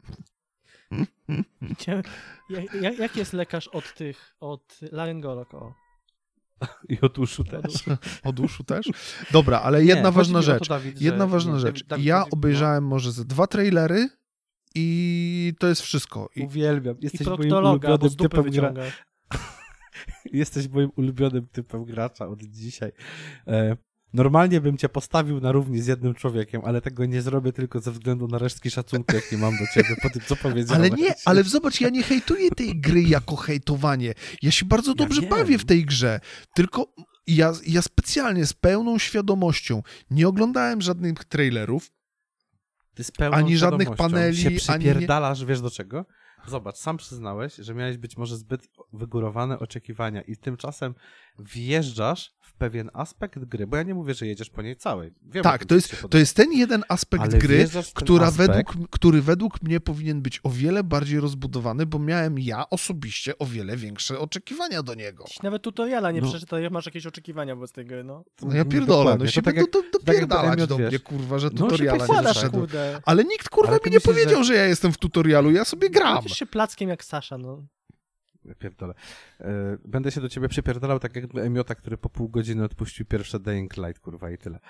Jak jest lekarz od laryngolog? O. I od uszu też. Od uszu też? Dobra, ale jedna chodzi ważna mi o rzecz. to, Dawid, Jedna że- ważna nie, rzecz. Dawid, Ja chodzi- obejrzałem może ze 2 trailery i to jest wszystko. No, uwielbiam. I Jesteś moim proktologa, bo ulubionym z dupy typem wyciąga. Jesteś moim ulubionym typem gracza od dzisiaj. Normalnie bym cię postawił na równi z jednym człowiekiem, ale tego nie zrobię tylko ze względu na resztki szacunku, jaki mam do ciebie po tym, co powiedziałeś. Ale nie, ale zobacz, ja nie hejtuję tej gry jako hejtowanie. Ja się bardzo dobrze wiem. bawię w tej grze. Tylko ja specjalnie z pełną świadomością nie oglądałem żadnych trailerów. Ty z pełną ani żadnych świadomością paneli, się ani przypierdalasz, wiesz do czego? Zobacz, sam przyznałeś, że miałeś być może zbyt wygórowane oczekiwania i tymczasem wjeżdżasz w pewien aspekt gry, bo ja nie mówię, że jedziesz po niej całej. Wiem, Tak, o tym, to co ci się to jest ten jeden aspekt Ale gry, wjeżdżasz w ten aspekt- który według mnie powinien być o wiele bardziej rozbudowany, bo miałem ja osobiście o wiele większe oczekiwania do niego. Nawet tutoriala nie No. przeczytał, jak masz jakieś oczekiwania wobec tej gry, no. No ja pierdolę, Dokładnie. no To się tak będą jak dopierdalać Emiot, do mnie, wiesz. kurwa, że No, się tutoriala nie podkładasz, zaszedł. kurde. Ale nikt, kurwa, Ale mi ty nie myślisz, powiedział, że- że ja jestem w tutorialu, ja sobie gram. Chociaż się plackiem jak Sasza, no. Ja pierdolę. Będę się do ciebie przypierdalał tak jak Emiota, który po pół godziny odpuścił pierwsze Dying Light, kurwa, i tyle.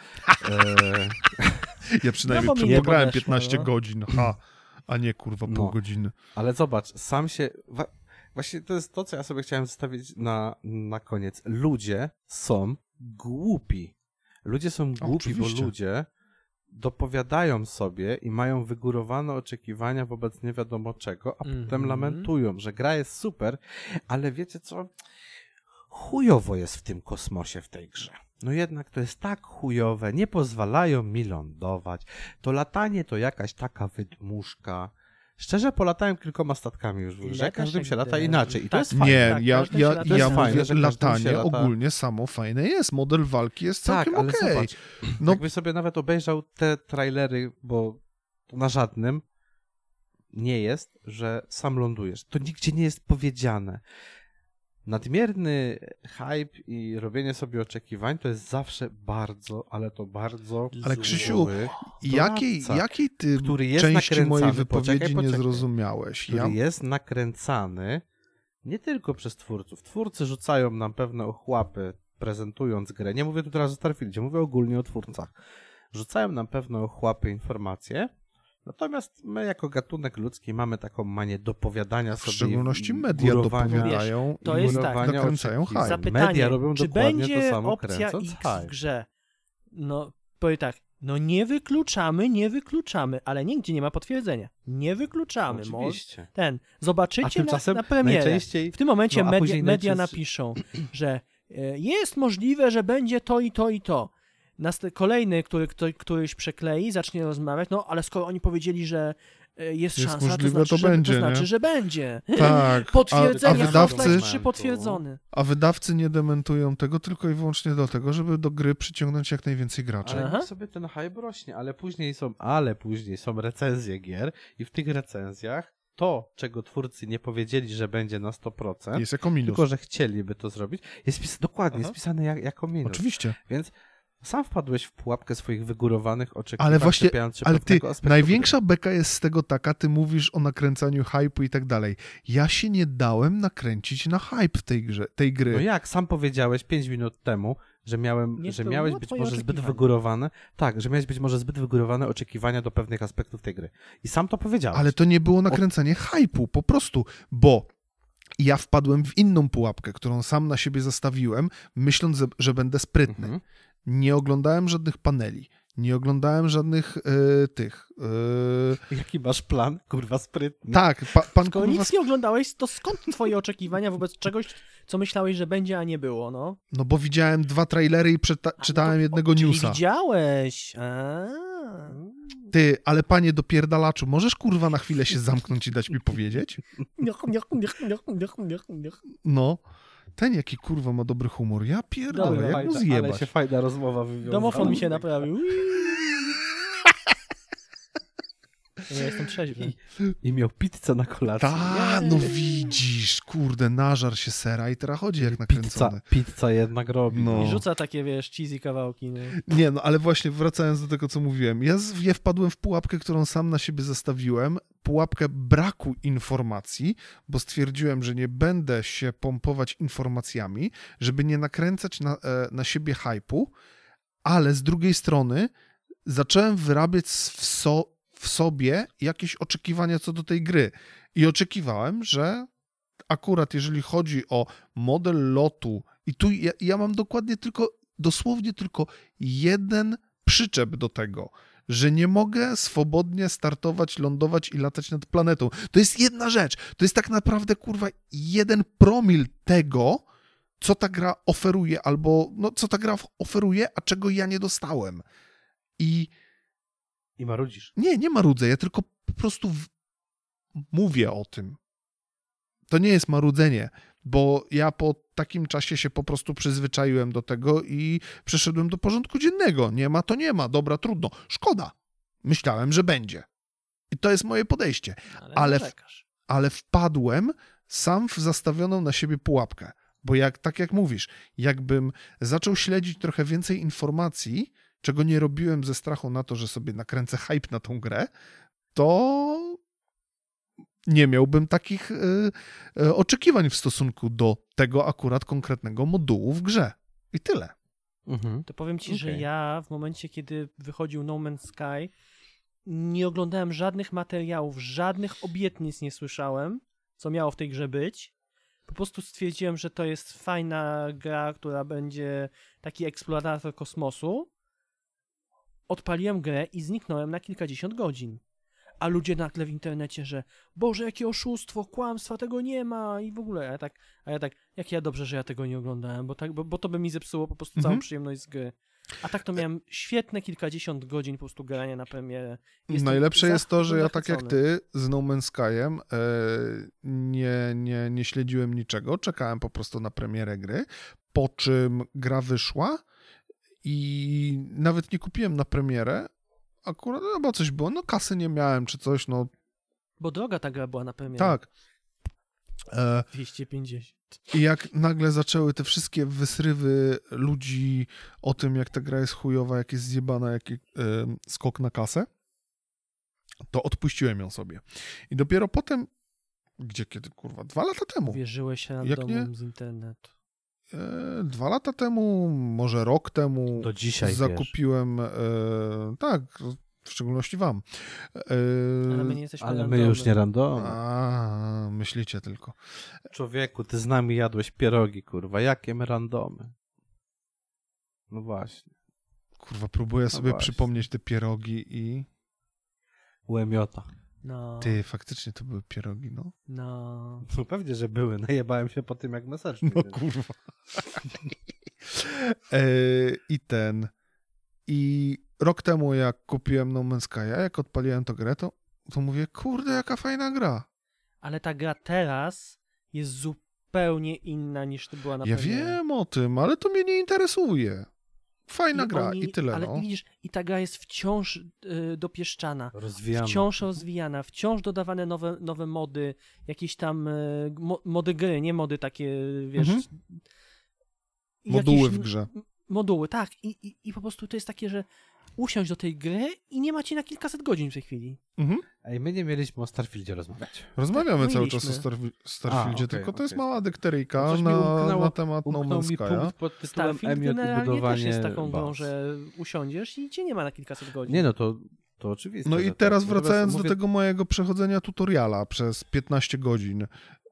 Ja przynajmniej No, bo mi nie pograłem podeszło, 15 no. godzin, a nie, kurwa, pół No. godziny. Ale zobacz, sam się... Właśnie to jest to, co ja sobie chciałem zostawić na koniec. Ludzie są głupi. Ludzie są głupi, oczywiście. bo ludzie dopowiadają sobie i mają wygórowane oczekiwania wobec nie wiadomo czego, a potem lamentują, że gra jest super, ale wiecie co? Chujowo jest w tym kosmosie w tej grze. No jednak to jest tak chujowe, nie pozwalają mi lądować. To latanie to jakaś taka wydmuszka. Szczerze, polatałem kilkoma statkami już w grze, Latasz każdym jak się lata der. inaczej i to Tak. jest fajne. Nie, tak, ja każdy się lata. To jest mówię, fajne, że każdy się latanie lata. ogólnie samo fajne jest. Model walki jest Tak, całkiem ale okej. zobacz, No, jakby sobie nawet obejrzał te trailery, bo na żadnym nie jest, że sam lądujesz. To nigdzie nie jest powiedziane. nadmierny hype i robienie sobie oczekiwań to jest zawsze bardzo, ale to bardzo Ale Krzysiu, doradca, jakiej ty który jest części mojej nakręcany, wypowiedzi nie zrozumiałeś? Który jest nakręcany nie tylko przez twórców. Twórcy rzucają nam pewne ochłapy, prezentując grę. Nie mówię tu teraz o Starfieldzie, mówię ogólnie o twórcach. Rzucają nam pewne ochłapy, informacje, natomiast my jako gatunek ludzki mamy taką manię dopowiadania sobie. W szczególności media dopowiadają to jest tak, nakręcają hype. Zapytanie, media robią czy dokładnie będzie to samo, opcja kręcąc X hype. w grze? No, powiem tak, no nie wykluczamy, ale nigdzie nie ma potwierdzenia. Nie wykluczamy. Oczywiście. Zobaczycie tymczasem na premierę. najczęściej... W tym momencie No, media napiszą, że jest możliwe, że będzie to i to i to. Kolejny, któryś przeklei, zacznie rozmawiać, no ale skoro oni powiedzieli, że jest szansa, możliwe, to znaczy, nie? że będzie. Tak, Potwierdzenie, a wydawcy, 3 potwierdzony. A wydawcy nie dementują tego tylko i wyłącznie dlatego, żeby do gry przyciągnąć jak najwięcej graczy. Ale niech sobie ten hype rośnie, ale później są recenzje gier i w tych recenzjach to, czego twórcy nie powiedzieli, że będzie na 100%, jest jako minus. tylko że chcieliby to zrobić, jest dokładnie, jest pisane jako minus. Oczywiście. Więc sam wpadłeś w pułapkę swoich wygórowanych oczekiwań. Ale właśnie, ale ty, największa gry. beka jest z tego taka, ty mówisz o nakręcaniu hype'u i tak dalej. Ja się nie dałem nakręcić na hype tej gry. No jak? Sam powiedziałeś 5 minut temu, że miałeś być może zbyt wygórowane. Tak, że miałeś być może zbyt wygórowane oczekiwania do pewnych aspektów tej gry. I sam to powiedziałeś. Ale to nie było nakręcanie hype'u, po prostu, bo ja wpadłem w inną pułapkę, którą sam na siebie zastawiłem, myśląc, że będę sprytny. Mhm. Nie oglądałem żadnych paneli, nie oglądałem żadnych Jaki masz plan? Kurwa sprytny. Tak, pan Skoro kurwa... nic nie oglądałeś, to skąd twoje oczekiwania wobec czegoś, co myślałeś, że będzie, a nie było, no? No bo widziałem 2 trailery i czytałem jednego newsa. Czyli widziałeś. Ty, ale panie dopierdalaczu, możesz kurwa na chwilę się zamknąć i dać mi powiedzieć? No. Ten jaki kurwa ma dobry humor. Ja pierdolę, jak mu zjebać. Ale się fajna rozmowa wywiązała. Domofon mi się naprawił. Ja jestem trzeźwy. I miał pizzę na kolację. No widzisz, kurde, nażar się sera i teraz chodzi jak nakręcony. Pizza jednak robi. I rzuca takie, wiesz, cheesy kawałki. Nie, no ale właśnie wracając do tego, co mówiłem. Ja wpadłem w pułapkę, którą sam na siebie zastawiłem. Pułapkę braku informacji, bo stwierdziłem, że nie będę się pompować informacjami, żeby nie nakręcać na siebie hype'u, ale z drugiej strony zacząłem wyrabiać w sobie jakieś oczekiwania co do tej gry. I oczekiwałem, że akurat jeżeli chodzi o model lotu, i tu ja mam dosłownie tylko jeden przyczep do tego, że nie mogę swobodnie startować, lądować i latać nad planetą. To jest jedna rzecz. To jest tak naprawdę, kurwa, 1 promil tego, co ta gra oferuje, albo co ta gra oferuje, a czego ja nie dostałem. I marudzisz. Nie marudzę, ja tylko po prostu mówię o tym. To nie jest marudzenie, bo ja po takim czasie się po prostu przyzwyczaiłem do tego i przeszedłem do porządku dziennego. Nie ma, to nie ma. Dobra, trudno. Szkoda. Myślałem, że będzie. I to jest moje podejście. Ale wpadłem sam w zastawioną na siebie pułapkę. Bo tak jak mówisz, jakbym zaczął śledzić trochę więcej informacji, czego nie robiłem ze strachu na to, że sobie nakręcę hype na tą grę, to nie miałbym takich oczekiwań w stosunku do tego akurat konkretnego modułu w grze. I tyle. To powiem ci, że ja w momencie, kiedy wychodził No Man's Sky, nie oglądałem żadnych materiałów, żadnych obietnic nie słyszałem, co miało w tej grze być. Po prostu stwierdziłem, że to jest fajna gra, która będzie taki eksplorator kosmosu. Odpaliłem grę i zniknąłem na kilkadziesiąt godzin. A ludzie nagle w internecie, że Boże, jakie oszustwo, kłamstwa, tego nie ma i w ogóle. A ja tak, jak ja dobrze, że ja tego nie oglądałem, bo to by mi zepsuło po prostu całą przyjemność z gry. A tak to miałem świetne kilkadziesiąt godzin po prostu grania na premierę. Najlepsze jest to, że ja tak jak ty z No Man's Sky'em nie śledziłem niczego, czekałem po prostu na premierę gry, po czym gra wyszła i nawet nie kupiłem na premierę, akurat chyba coś było, kasy nie miałem czy coś, Bo droga ta gra była na premierę. Tak. 250. I jak nagle zaczęły te wszystkie wysrywy ludzi o tym, jak ta gra jest chujowa, jak jest zjebana, jaki skok na kasę, to odpuściłem ją sobie. I dopiero potem, kiedy, 2 lata temu. Wierzyłeś randomom z internetu. 2 lata temu, może rok temu do dzisiaj zakupiłem, tak, w szczególności wam. Ale my nie jesteśmy Ale randomy. my już nie random. Myślicie tylko. Człowieku, ty z nami jadłeś pierogi, kurwa. Jakie my randomy? No właśnie. Próbuję sobie właśnie. przypomnieć te pierogi i... Łemiota. No. Ty, faktycznie to były pierogi, no. No. No pewnie, że były. Najebałem się po tym, jak meseczki. No kurwa. I rok temu, jak kupiłem No Man's Sky'a, jak odpaliłem tę grę, to mówię, kurde, jaka fajna gra. Ale ta gra teraz jest zupełnie inna niż to była na Ja premierze. wiem o tym, ale to mnie nie interesuje. Fajna gra i tyle, ale no. widzisz, i ta gra jest wciąż dopieszczana. Rozwijana. Wciąż rozwijana, wciąż dodawane nowe mody, jakieś tam mody gry, nie mody takie, wiesz... Moduły jakieś w grze. Moduły, tak. I po prostu to jest takie, że usiąść do tej gry i nie macie na kilkaset godzin w tej chwili. Ej, my nie mieliśmy o Starfieldzie rozmawiać. Rozmawiamy cały Mieliśmy. czas o Starfieldzie, tylko to jest mała dykteryjka Coś mi na temat No Umknął Man's mi Sky'a. punkt pod tytułem Starfield Emiot i generalnie budowanie też jest taką grą, baz. że usiądziesz i cię nie ma na kilkaset godzin. Nie no, to oczywiste. No i że teraz tak. wracając Mówię- do tego mojego przechodzenia tutoriala przez 15 godzin.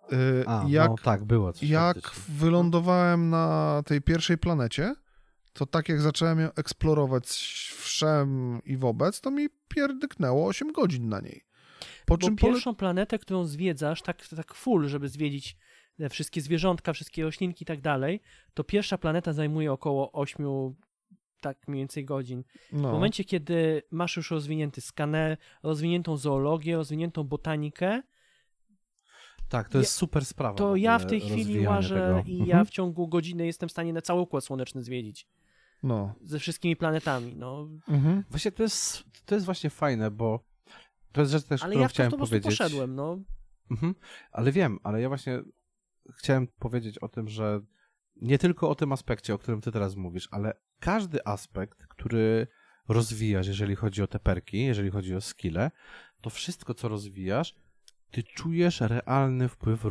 no tak, było coś Jak faktycznie. wylądowałem na tej pierwszej planecie, to tak jak zacząłem ją eksplorować wszem i wobec, to mi pierdyknęło 8 godzin na niej. Po Bo czym pierwszą planetę, którą zwiedzasz, tak full, żeby zwiedzić wszystkie zwierzątka, wszystkie roślinki i tak dalej, to pierwsza planeta zajmuje około 8 tak mniej więcej godzin. W momencie, kiedy masz już rozwinięty skaner, rozwiniętą zoologię, rozwiniętą botanikę, Tak, to jest super sprawa. to ja w tej chwili rozwijanie łażę tego. i ja w ciągu godziny jestem w stanie na cały Układ Słoneczny zwiedzić. No. Ze wszystkimi planetami, no. Właśnie to jest właśnie fajne, bo to jest rzecz też, Ale którą ja w to chciałem po prostu powiedzieć. poszedłem, no. Ale wiem, ale ja właśnie chciałem powiedzieć o tym, że nie tylko o tym aspekcie, o którym ty teraz mówisz, ale każdy aspekt, który rozwijasz, jeżeli chodzi o te perki, jeżeli chodzi o skille, to wszystko, co rozwijasz, ty czujesz realny wpływ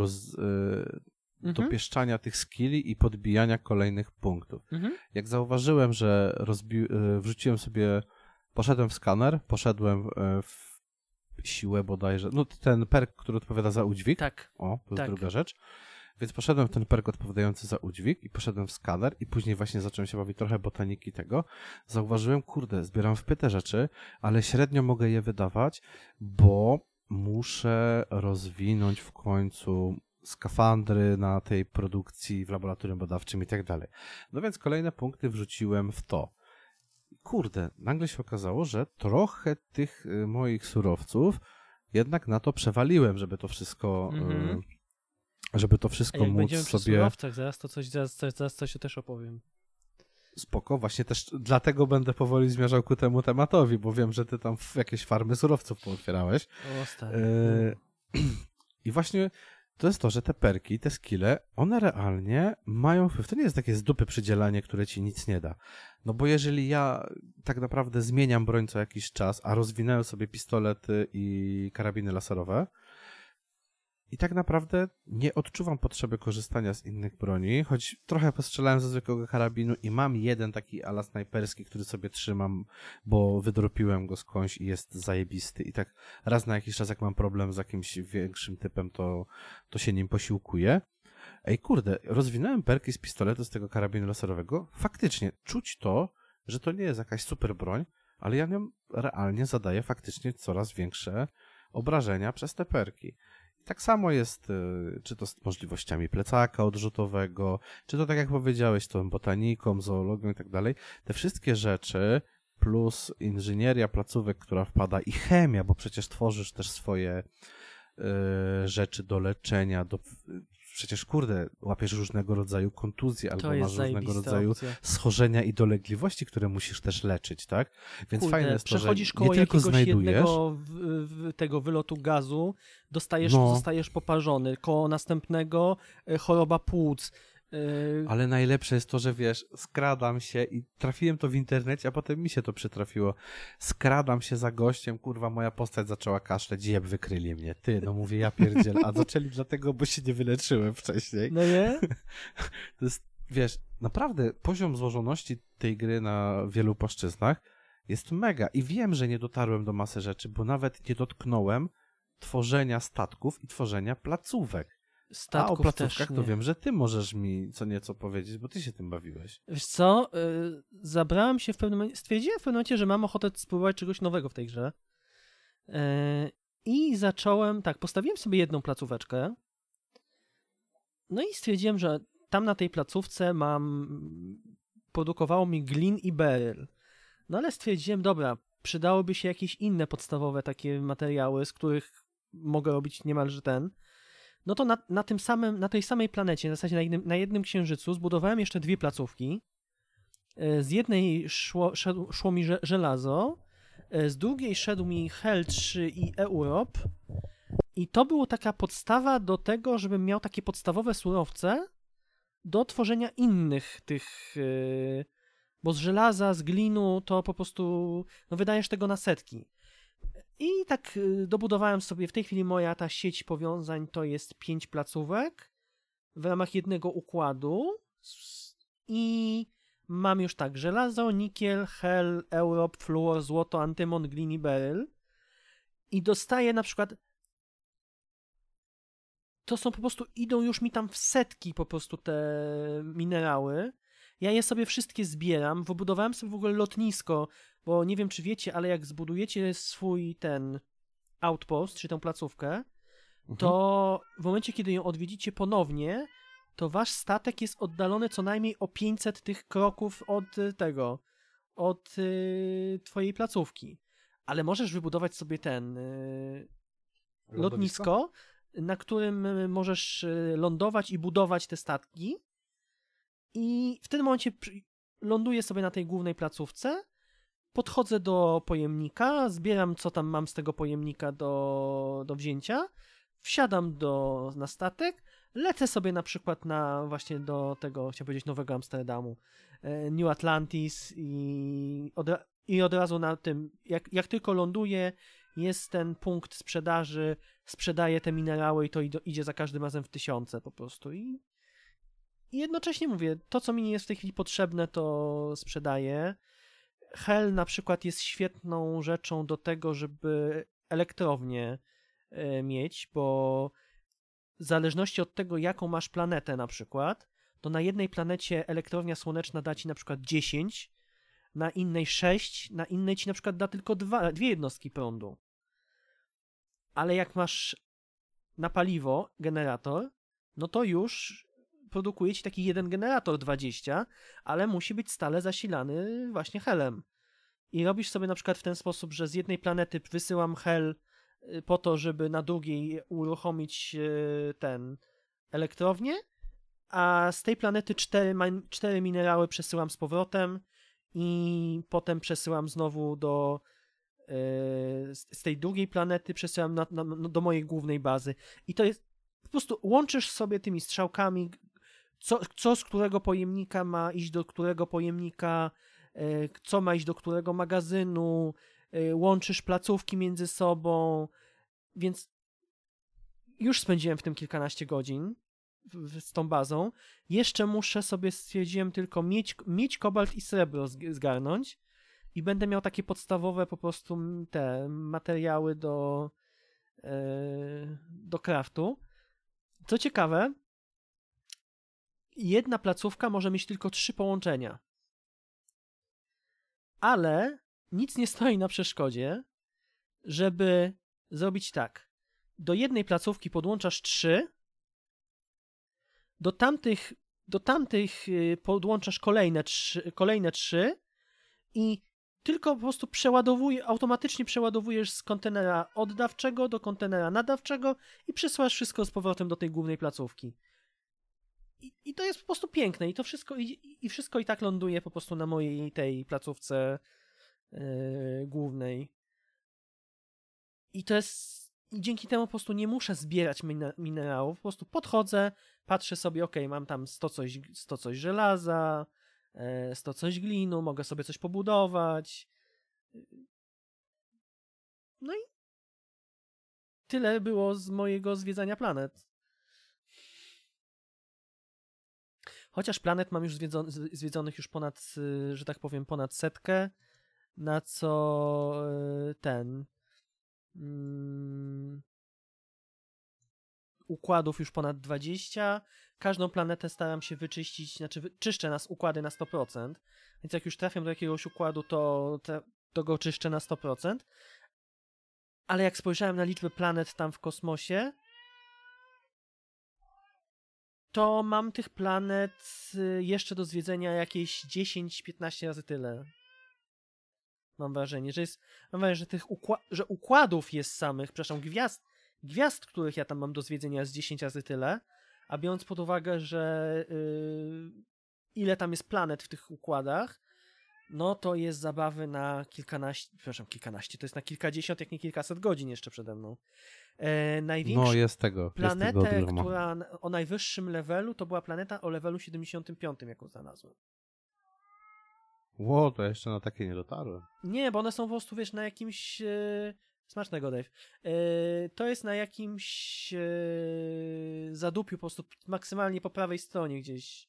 dopieszczania tych skilli i podbijania kolejnych punktów. Jak zauważyłem, że wrzuciłem sobie, poszedłem w skaner, poszedłem w siłę bodajże, no ten perk, który odpowiada za udźwig. Tak. O, to jest Tak. druga rzecz. Więc poszedłem w ten perk odpowiadający za udźwig i poszedłem w skaner i później właśnie zacząłem się bawić trochę botaniki tego. Zauważyłem, kurde, zbieram wpyte rzeczy, ale średnio mogę je wydawać, bo muszę rozwinąć w końcu skafandry na tej produkcji w laboratorium badawczym i tak dalej. No więc kolejne punkty wrzuciłem w to. Kurde, nagle się okazało, że trochę tych moich surowców jednak na to przewaliłem, żeby to wszystko Jak móc będziemy przy sobie... surowcach, zaraz coś też opowiem. Spoko, właśnie też dlatego będę powoli zmierzał ku temu tematowi, bo wiem, że ty tam jakieś farmy surowców pootwierałeś. O, stary. I właśnie to jest to, że te perki, te skille, one realnie mają wpływ. To nie jest takie z dupy przydzielanie, które ci nic nie da. No bo jeżeli ja tak naprawdę zmieniam broń co jakiś czas, a rozwinąłem sobie pistolety i karabiny laserowe i tak naprawdę nie odczuwam potrzeby korzystania z innych broni, choć trochę postrzelałem ze zwykłego karabinu i mam jeden taki ala snajperski, który sobie trzymam, bo wydropiłem go skądś i jest zajebisty i tak raz na jakiś czas jak mam problem z jakimś większym typem, to się nim posiłkuję. Ej kurde, rozwinąłem perki z pistoletu, z tego karabinu laserowego, faktycznie czuć to, że to nie jest jakaś super broń, ale ja nią realnie zadaję faktycznie coraz większe obrażenia przez te perki. Tak samo jest, czy to z możliwościami plecaka odrzutowego, czy to tak jak powiedziałeś, tą botaniką, zoologią i tak dalej. Te wszystkie rzeczy, plus inżynieria placówek, która wpada i chemia, bo przecież tworzysz też swoje rzeczy do leczenia, przecież kurde, łapiesz różnego rodzaju kontuzje albo masz różnego rodzaju opcja. schorzenia i dolegliwości, które musisz też leczyć, tak? Więc kurde, fajne jest to, że przechodzisz koło nie tylko jakiegoś znajdujesz... jednego tego wylotu gazu, zostajesz poparzony, koło następnego choroba płuc. Ale najlepsze jest to, że wiesz, skradam się i trafiłem to w internecie, a potem mi się to przytrafiło. Skradam się za gościem, kurwa, moja postać zaczęła kaszleć, jeb, wykryli mnie. Ty, no mówię, ja pierdziel, a zaczęli dlatego, bo się nie wyleczyłem wcześniej. No nie? To jest, wiesz, naprawdę poziom złożoności tej gry na wielu płaszczyznach jest mega i wiem, że nie dotarłem do masy rzeczy, bo nawet nie dotknąłem tworzenia statków i tworzenia placówek. A o placówkach to wiem, że ty możesz mi co nieco powiedzieć, bo ty się tym bawiłeś. Wiesz co, zabrałem się w pewnym momencie, stwierdziłem w pewnym momencie, że mam ochotę spróbować czegoś nowego w tej grze. I zacząłem, postawiłem sobie jedną placóweczkę. No i stwierdziłem, że tam na tej placówce produkowało mi glin i beryl. No ale stwierdziłem, dobra, przydałyby się jakieś inne podstawowe takie materiały, z których mogę robić niemalże no to na tej samej planecie, w zasadzie na jednym księżycu zbudowałem jeszcze 2 placówki. Z jednej szło mi żelazo, z drugiej szedł mi Hel 3 i Europe. I to była taka podstawa do tego, żebym miał takie podstawowe surowce do tworzenia innych tych... Bo z żelaza, z glinu to po prostu wydajesz tego na setki. I tak dobudowałem sobie, w tej chwili moja ta sieć powiązań to jest 5 placówek w ramach jednego układu i mam już żelazo, nikiel, hel, Europe, fluor, złoto, antymon, glin i beryl i dostaję na przykład, to są po prostu, idą już mi tam w setki po prostu te minerały. Ja je sobie wszystkie zbieram, wybudowałem sobie w ogóle lotnisko, bo nie wiem, czy wiecie, ale jak zbudujecie swój outpost, czy tę placówkę, to w momencie, kiedy ją odwiedzicie ponownie, to wasz statek jest oddalony co najmniej o 500 tych kroków od twojej placówki. Ale możesz wybudować sobie lotnisko, na którym możesz lądować i budować te statki. I w tym momencie ląduję sobie na tej głównej placówce, podchodzę do pojemnika, zbieram co tam mam z tego pojemnika do wzięcia, wsiadam na statek, lecę sobie na przykład właśnie do tego, chciałem powiedzieć, Nowego Amsterdamu, New Atlantis i od razu na tym, jak tylko ląduję, jest ten punkt sprzedaży, sprzedaję te minerały i to idzie za każdym razem w 1000 po prostu i jednocześnie mówię, to co mi nie jest w tej chwili potrzebne, to sprzedaję. Hel na przykład jest świetną rzeczą do tego, żeby elektrownię mieć, bo w zależności od tego, jaką masz planetę na przykład, to na jednej planecie elektrownia słoneczna da ci na przykład 10, na innej 6, na innej ci na przykład da tylko 2 jednostki prądu. Ale jak masz na paliwo generator, no to już produkuje ci taki jeden generator 20, ale musi być stale zasilany właśnie helem. I robisz sobie na przykład w ten sposób, że z jednej planety wysyłam hel po to, żeby na drugiej uruchomić elektrownię, a z tej planety 4 minerały przesyłam z powrotem i potem przesyłam znowu z tej drugiej planety przesyłam do mojej głównej bazy. I to jest, po prostu łączysz sobie tymi strzałkami, co z którego pojemnika ma iść do którego pojemnika, co ma iść do którego magazynu, łączysz placówki między sobą, więc już spędziłem w tym kilkanaście godzin z tą bazą. Jeszcze muszę sobie, stwierdziłem, tylko mieć kobalt i srebro zgarnąć i będę miał takie podstawowe po prostu te materiały do craftu. Co ciekawe, jedna placówka może mieć tylko 3 połączenia. Ale nic nie stoi na przeszkodzie, żeby zrobić tak. Do jednej placówki podłączasz 3, do tamtych podłączasz kolejne 3 i tylko po prostu automatycznie przeładowujesz z kontenera oddawczego do kontenera nadawczego i przesyłasz wszystko z powrotem do tej głównej placówki. I to jest po prostu piękne i to wszystko i wszystko i tak ląduje po prostu na mojej tej placówce głównej. I to jest... I dzięki temu po prostu nie muszę zbierać minerałów, po prostu podchodzę, patrzę sobie, okej, mam tam 100 coś żelaza, 100 coś glinu, mogę sobie coś pobudować. No i tyle było z mojego zwiedzania planet. Chociaż planet mam już zwiedzonych już ponad, że tak powiem, ponad 100, na co układów już ponad 20. Każdą planetę staram się wyczyścić, znaczy czyszczę układy na 100%, więc jak już trafiam do jakiegoś układu, to go czyszczę na 100%. Ale jak spojrzałem na liczbę planet tam w kosmosie, to mam tych planet jeszcze do zwiedzenia jakieś 10-15 razy tyle. Mam wrażenie, że układów jest samych, przepraszam, gwiazd, których ja tam mam do zwiedzenia jest 10 razy tyle, a biorąc pod uwagę, że ile tam jest planet w tych układach, no to jest zabawy na kilkanaście, to jest na kilkadziesiąt, jak nie kilkaset godzin jeszcze przede mną. Największa planetę, która o najwyższym levelu, to była planeta o levelu 75, jaką znalazłem. Ło, to jeszcze na takie nie dotarłem. Nie, bo one są po prostu, wiesz, na jakimś... Smacznego, Dave. To jest na jakimś zadupiu, po prostu maksymalnie po prawej stronie gdzieś.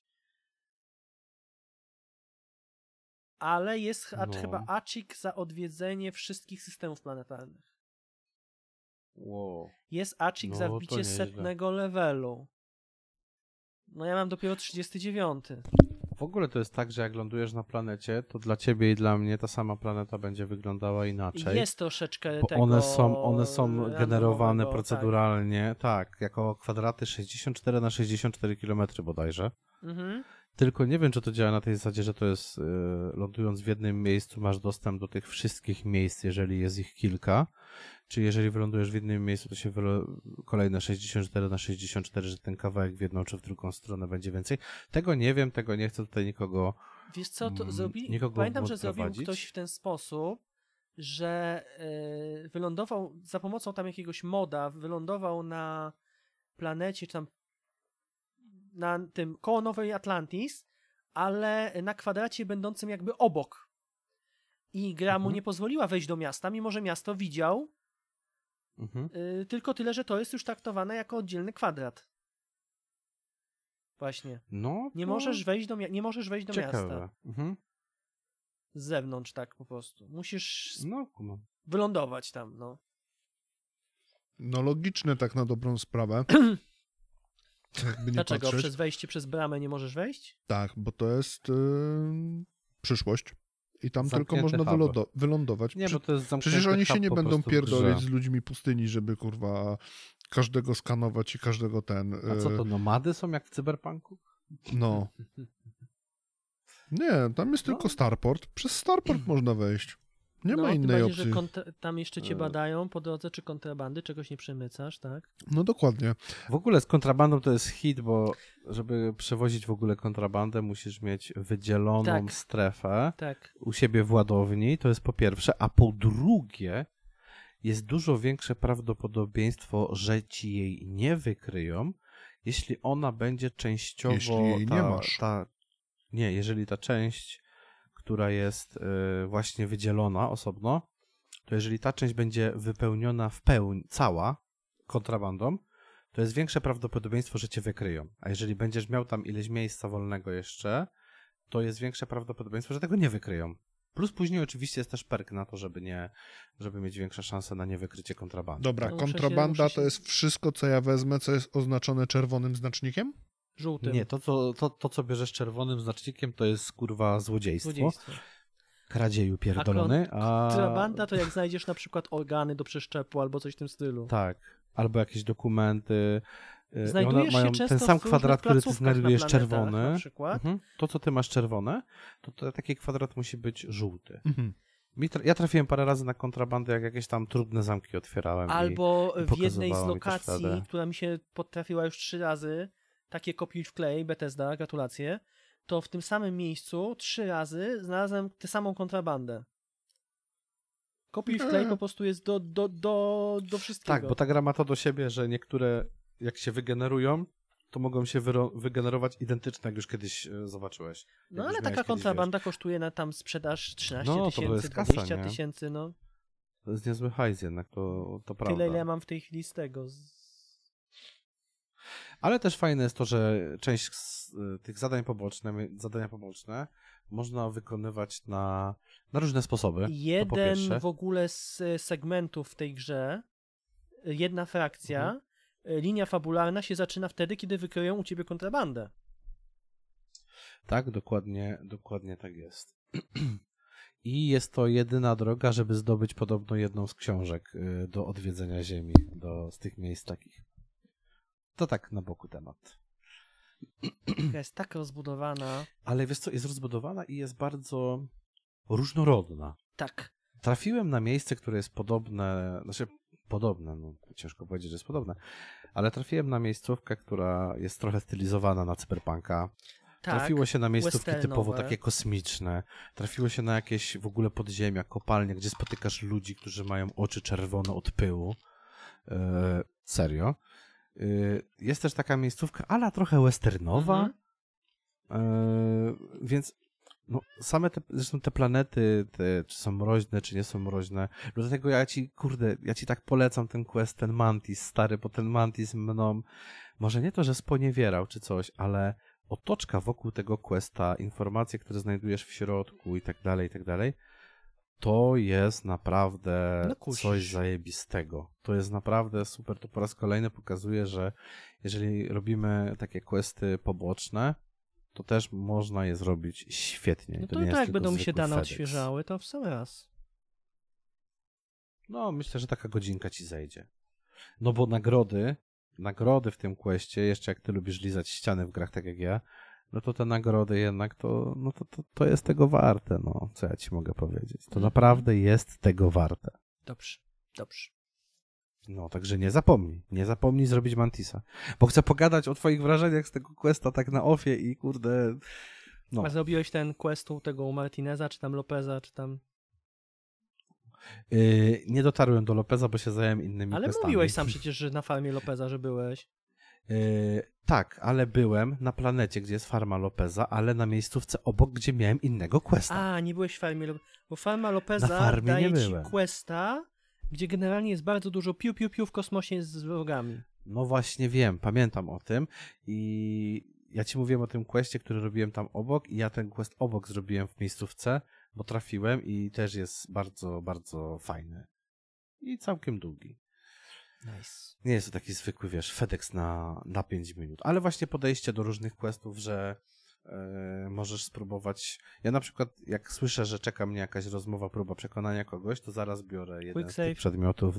Ale jest chyba acik za odwiedzenie wszystkich systemów planetarnych. Wow. Jest acik za wbicie 100 levelu. No ja mam dopiero 39. W ogóle to jest tak, że jak lądujesz na planecie, to dla ciebie i dla mnie ta sama planeta będzie wyglądała inaczej. Jest troszeczkę tego... One są generowane proceduralnie, tak, jako kwadraty 64x64 km bodajże. Mhm. Tylko nie wiem, czy to działa na tej zasadzie, że to jest, lądując w jednym miejscu, masz dostęp do tych wszystkich miejsc, jeżeli jest ich kilka, czy jeżeli wylądujesz w jednym miejscu, to się kolejne 64x64, że ten kawałek w jedną czy w drugą stronę będzie więcej. Tego nie wiem, tego nie chcę tutaj nikogo. Wiesz co, to pamiętam, że zrobił ktoś w ten sposób, że wylądował za pomocą tam jakiegoś moda, wylądował na planecie, czy tam na tym koło Nowej Atlantis, ale na kwadracie będącym jakby obok. I gra mu nie pozwoliła wejść do miasta, mimo że miasto widział, tylko tyle, że to jest już traktowane jako oddzielny kwadrat. Właśnie. No, nie możesz wejść do ciekawe. miasta. Z zewnątrz tak po prostu. Musisz wylądować tam, no. No logiczne tak na dobrą sprawę. Dlaczego? Przez wejście przez bramę nie możesz wejść? Tak, bo to jest przyszłość. I tam tylko można wylądować. Nie, bo to jest przecież oni się nie będą pierdolić z ludźmi pustyni, żeby kurwa każdego skanować i każdego A co to, nomady są jak w Cyberpunku? No. Nie, tam jest tylko Starport. Przez Starport można wejść. Nie ma innej opcji. Że tam jeszcze cię badają po drodze, czy kontrabandy, czegoś nie przemycasz, tak? No dokładnie. W ogóle z kontrabandą to jest hit, bo żeby przewozić w ogóle kontrabandę, musisz mieć wydzieloną strefę u siebie w ładowni, to jest po pierwsze, a po drugie jest dużo większe prawdopodobieństwo, że ci jej nie wykryją, jeśli ona będzie częściowo... Jeśli jej nie masz. Jeżeli ta część, która jest właśnie wydzielona osobno, to jeżeli ta część będzie wypełniona cała kontrabandą, to jest większe prawdopodobieństwo, że cię wykryją. A jeżeli będziesz miał tam ileś miejsca wolnego jeszcze, to jest większe prawdopodobieństwo, że tego nie wykryją. Plus później oczywiście jest też perk na to, żeby mieć większe szanse na niewykrycie kontrabandy. Dobra, kontrabanda to jest wszystko, co ja wezmę, co jest oznaczone czerwonym znacznikiem? Żółtym. Nie, to co bierzesz czerwonym znacznikiem, to jest kurwa złodziejstwo. Kradzieju pierdolony. Kontrabanda to jak znajdziesz na przykład organy do przeszczepu albo coś w tym stylu. Tak, albo jakieś dokumenty. Znajdujesz się często ten sam kwadrat, który ty znajdujesz czerwony. Na przykład. To, co ty masz czerwone, to taki kwadrat musi być żółty. Ja trafiłem parę razy na kontrabandę, jak jakieś tam trudne zamki otwierałem. Albo w jednej z lokacji, która mi się potrafiła już 3 razy, takie kopiuj wklej, Bethesda, gratulacje, to w tym samym miejscu 3 razy znalazłem tę samą kontrabandę. Kopiuj wklej po prostu jest do wszystkiego. Tak, bo ta gra ma to do siebie, że niektóre jak się wygenerują, to mogą się wygenerować identyczne, jak już kiedyś zobaczyłeś. No ale taka kontrabanda kosztuje na tam sprzedaż 13 tysięcy, 20 tysięcy, no. To jest niezły hajs jednak, to prawda. Tyle, ile ja mam w tej chwili z tego. Ale też fajne jest to, że część z tych zadania poboczne można wykonywać na różne sposoby. Jeden w ogóle z segmentów w tej grze, jedna frakcja, linia fabularna się zaczyna wtedy, kiedy wykryją u ciebie kontrabandę. Tak, dokładnie tak jest. I jest to jedyna droga, żeby zdobyć podobno jedną z książek do odwiedzenia Ziemi, z tych miejsc takich. To tak na boku temat. Jest tak rozbudowana. Ale wiesz co, jest rozbudowana i jest bardzo różnorodna. Tak. Trafiłem na miejsce, które jest podobne, no ciężko powiedzieć, że jest podobne, ale trafiłem na miejscówkę, która jest trochę stylizowana na cyberpunka. Tak, trafiło się na miejscówki westernowe. typowo takie kosmiczne. Trafiło się na jakieś w ogóle podziemia, kopalnie, gdzie spotykasz ludzi, którzy mają oczy czerwone od pyłu. Serio. Jest też taka miejscówka, ale trochę westernowa. Więc no, zresztą te planety, czy są mroźne, czy nie są mroźne. Dlatego ja ci tak polecam ten quest, ten Mantis stary, bo ten Mantis mną, może nie to, że sponiewierał czy coś, ale otoczka wokół tego questa, informacje, które znajdujesz w środku i tak dalej, to jest naprawdę coś zajebistego. To jest naprawdę super. To po raz kolejny pokazuje, że jeżeli robimy takie questy poboczne, to też można je zrobić świetnie. No to jak będą mi się dane odświeżały, to w sam raz. No, myślę, że taka godzinka ci zejdzie. No bo nagrody w tym questie, jeszcze jak ty lubisz lizać ściany w grach tak jak ja, no to te nagrody jednak to jest tego warte, no, co ja ci mogę powiedzieć. To naprawdę jest tego warte. Dobrze. No, także nie zapomnij zrobić Mantisa, bo chcę pogadać o twoich wrażeniach z tego questa tak na offie i kurde, no. A zrobiłeś ten quest u tego Martineza, czy tam Lopeza, czy tam... Nie dotarłem do Lopeza, bo się zająłem innymi ale questami. mówiłeś sam przecież, że na farmie Lopeza, że byłeś. Tak, ale byłem na planecie, gdzie jest farma Lopeza, ale na miejscówce obok, gdzie miałem innego questa. A, nie byłeś w farmie Lopeza, bo farma Lopeza daje ci questa, gdzie generalnie jest bardzo dużo piu w kosmosie z wrogami. No właśnie wiem, pamiętam o tym i ja ci mówiłem o tym questie, który robiłem tam obok i ja ten quest obok zrobiłem w miejscówce, bo trafiłem i też jest bardzo, bardzo fajny. I całkiem długi. Nice. Nie jest to taki zwykły, wiesz, FedEx na 5 minut, ale właśnie podejście do różnych questów, że możesz spróbować. Ja na przykład, jak słyszę, że czeka mnie jakaś rozmowa, próba przekonania kogoś, to zaraz biorę jeden z tych przedmiotów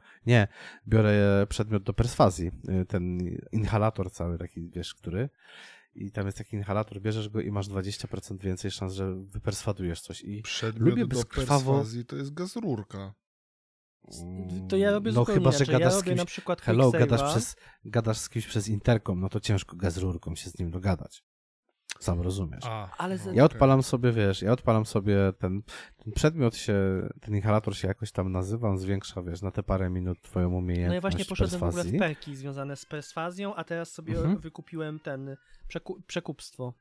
biorę przedmiot do perswazji. Ten inhalator cały taki, wiesz, i tam jest taki inhalator, bierzesz go i masz 20% więcej szans, że wyperswadujesz coś. I przedmiot lubię do perswazji to jest gazrurka. To ja robię zupełnie chyba, inaczej. że gadasz ja robię z kimś, na przykład gadasz z kimś przez interkom, no to ciężko gazrurką się z nim dogadać. Sam rozumiesz. Ale ja odpalam sobie, ten przedmiot ten inhalator się jakoś tam nazywa, zwiększa, wiesz, na te parę minut twoją umiejętność. No ja właśnie poszedłem perswazji. w ogóle w perki związane z perswazją, a teraz sobie wykupiłem ten przekupstwo.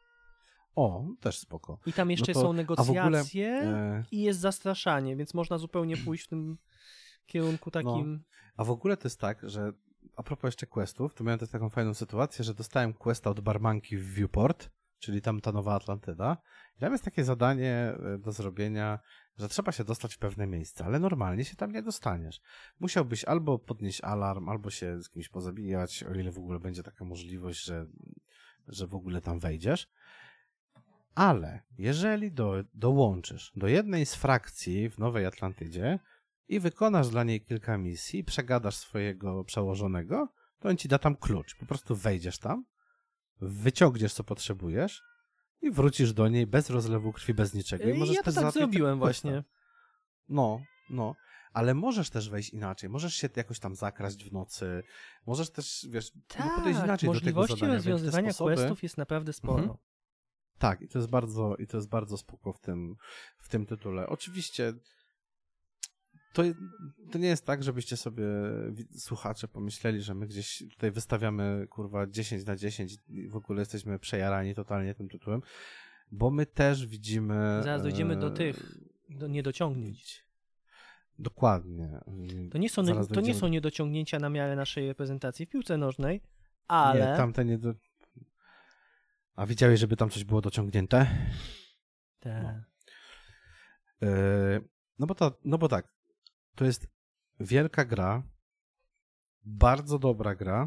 O, też spoko. I tam jeszcze są negocjacje i jest zastraszanie, więc można zupełnie pójść w tym kierunku takim. No. A w ogóle to jest tak, że a propos jeszcze questów, to miałem też taką fajną sytuację, że dostałem questa od barmanki w Viewport, czyli tam ta Nowa Atlantyda. I tam jest takie zadanie do zrobienia, że trzeba się dostać w pewne miejsce, ale normalnie się tam nie dostaniesz. Musiałbyś albo podnieść alarm, albo się z kimś pozabijać, o ile w ogóle będzie taka możliwość, że w ogóle tam wejdziesz. Ale jeżeli dołączysz do jednej z frakcji w Nowej Atlantydzie i wykonasz dla niej kilka misji, przegadasz swojego przełożonego, to on ci da tam klucz. Po prostu wejdziesz tam, wyciągniesz co potrzebujesz i wrócisz do niej bez rozlewu krwi, bez niczego. I możesz ja to tak zrobiłem właśnie. No. ale możesz też wejść inaczej, możesz się jakoś tam zakraść w nocy, możesz też, wiesz, podejść Tak, inaczej do tego możliwości zadania. rozwiązywania questów jest naprawdę sporo. Tak, i to jest bardzo spoko w tym tytule. Oczywiście to nie jest tak, żebyście sobie słuchacze pomyśleli, że my gdzieś tutaj wystawiamy, kurwa, 10 na 10 i w ogóle jesteśmy przejarani totalnie tym tytułem, bo my też widzimy... Zaraz dojdziemy do tych niedociągnięć. Dokładnie. To nie są niedociągnięcia na miarę naszej reprezentacji w piłce nożnej, ale... Nie, tamte A widziałeś, żeby tam coś było dociągnięte? Tak. No bo tak, to jest wielka gra, bardzo dobra gra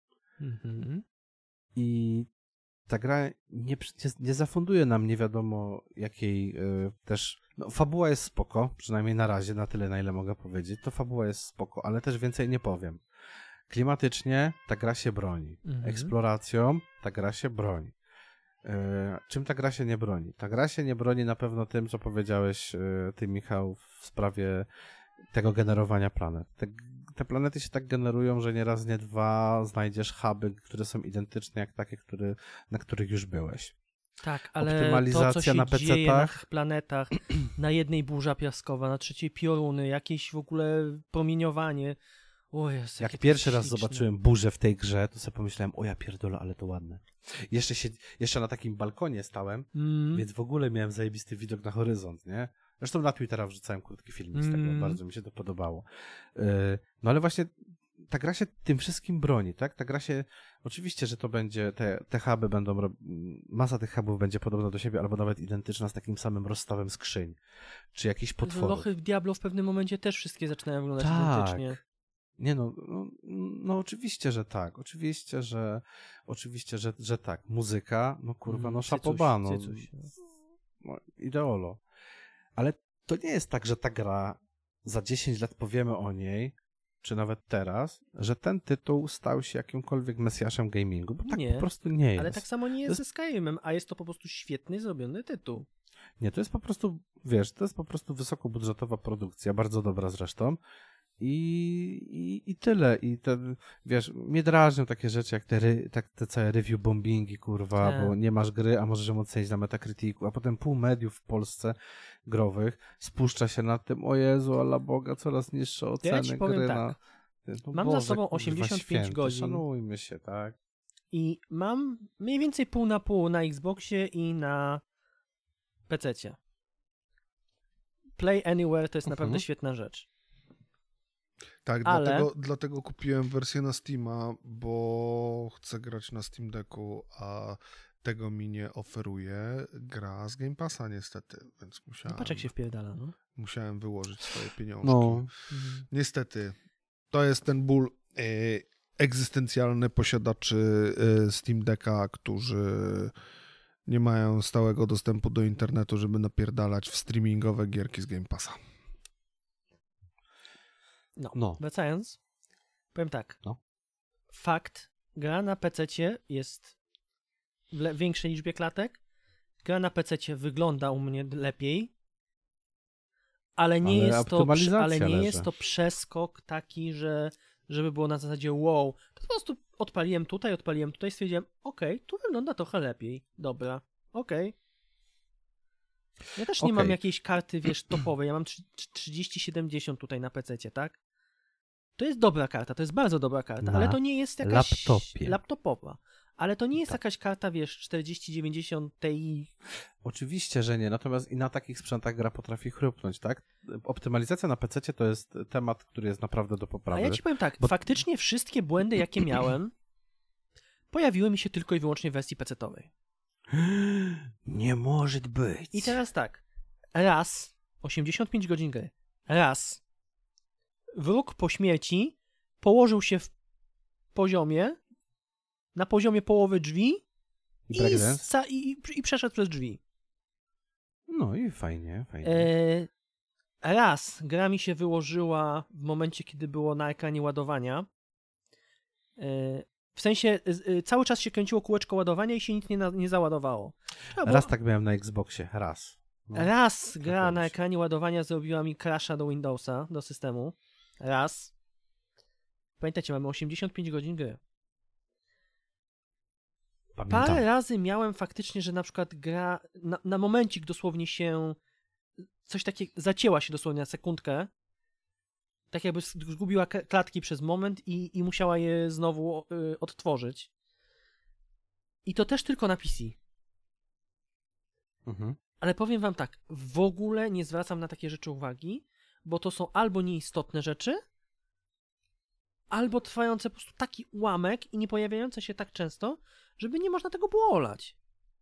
i ta gra nie zafunduje nam nie wiadomo jakiej też... No, fabuła jest spoko, przynajmniej na razie, na tyle na ile mogę powiedzieć. To fabuła jest spoko, ale też więcej nie powiem. Klimatycznie ta gra się broni. Eksploracją ta gra się broni. Czym ta gra się nie broni? Ta gra się nie broni na pewno tym, co powiedziałeś ty, Michał, w sprawie tego generowania planet. Te planety się tak generują, że nie raz, nie dwa znajdziesz huby, które są identyczne jak takie, na których już byłeś. Tak, ale optymalizacja to, co się na PC-tach, dzieje na tych planetach, na jednej burza piaskowa, na trzeciej pioruny, jakieś w ogóle promieniowanie. O Jezu, jak pierwszy raz zobaczyłem burzę w tej grze, to sobie pomyślałem, o ja pierdolę, ale to ładne. Jeszcze na takim balkonie stałem, więc w ogóle miałem zajebisty widok na horyzont, nie? Zresztą na Twittera wrzucałem krótki filmik z tego, bardzo mi się to podobało. No ale właśnie ta gra się tym wszystkim broni, tak? Ta gra się, oczywiście, że to będzie, te huby będą, masa tych hubów będzie podobna do siebie, albo nawet identyczna z takim samym rozstawem skrzyń, czy jakichś potworów. Lochy w Diablo w pewnym momencie też wszystkie zaczynają wyglądać identycznie. Nie no oczywiście, że tak. Oczywiście, że tak. Muzyka, no kurwa, no szapoba, no ideolo. Ale to nie jest tak, że ta gra za 10 lat powiemy o niej, czy nawet teraz, że ten tytuł stał się jakimkolwiek mesjaszem gamingu, bo tak po prostu nie jest. Ale tak samo nie jest ze Skyrimem, a jest to po prostu świetny zrobiony tytuł. Nie, to jest po prostu, wiesz, to jest po prostu wysokobudżetowa produkcja, bardzo dobra zresztą. I tyle. I wiesz, mnie drażnią takie rzeczy jak te całe review bombingi, kurwa, bo nie masz gry, a możesz ją ocenić na Metacriticu, a potem pół mediów w Polsce growych spuszcza się nad tym, o Jezu, ala Boga, coraz niższe oceny ja ci powiem gry tak. No mam za sobą 85 godzin. Szanujmy się, tak? I mam mniej więcej pół na pół na Xboxie i na PC-cie. Play Anywhere to jest naprawdę świetna rzecz. Tak, dlatego kupiłem wersję na Steama, bo chcę grać na Steam Decku, a tego mi nie oferuje gra z Game Passa niestety, więc musiałem... No patrz jak się wpierdala, no. Musiałem wyłożyć swoje pieniążki. Niestety, to jest ten ból egzystencjalny posiadaczy Steam Decka, którzy nie mają stałego dostępu do internetu, żeby napierdalać w streamingowe gierki z Game Passa. No. Wracając, powiem tak. Fakt, gra na PC-cie jest w większej liczbie klatek, gra na PC-cie wygląda u mnie lepiej, ale nie jest to przeskok taki, żeby było na zasadzie wow. To po prostu odpaliłem tutaj, stwierdziłem, tu wygląda trochę lepiej, dobra, Ja też nie mam jakiejś karty, wiesz, topowej. Ja mam 3070 tutaj na PC-cie, tak? To jest dobra karta, to jest bardzo dobra karta, ale to nie jest jakaś laptopowa. Ale to nie jest jakaś karta, wiesz, 4090 Ti. Oczywiście, że nie. Natomiast i na takich sprzętach gra potrafi chrupnąć, tak? Optymalizacja na PC-cie to jest temat, który jest naprawdę do poprawy. A ja ci powiem tak, faktycznie wszystkie błędy, jakie miałem, pojawiły mi się tylko i wyłącznie w wersji PC-towej. Nie może być. I teraz tak, raz, 85 godzin gry, raz, wróg po śmierci położył się na poziomie połowy drzwi i przeszedł przez drzwi. No i fajnie. Raz gra mi się wyłożyła w momencie, kiedy było na ekranie ładowania. W sensie cały czas się kręciło kółeczko ładowania i się nic nie załadowało. Raz tak miałem na Xboxie, raz. Raz gra na ekranie ładowania zrobiła mi crasha do Windowsa, do systemu. Raz. Pamiętajcie, mamy 85 godzin gry. Pamiętam. Parę razy miałem faktycznie, że na przykład gra na momencik dosłownie się coś takiego, zacięła się dosłownie na sekundkę. Tak jakby zgubiła klatki przez moment i musiała je znowu odtworzyć. I to też tylko na PC. Mhm. Ale powiem wam tak, w ogóle nie zwracam na takie rzeczy uwagi, bo to są albo nieistotne rzeczy, albo trwające po prostu taki ułamek i nie pojawiające się tak często, żeby nie można tego było olać.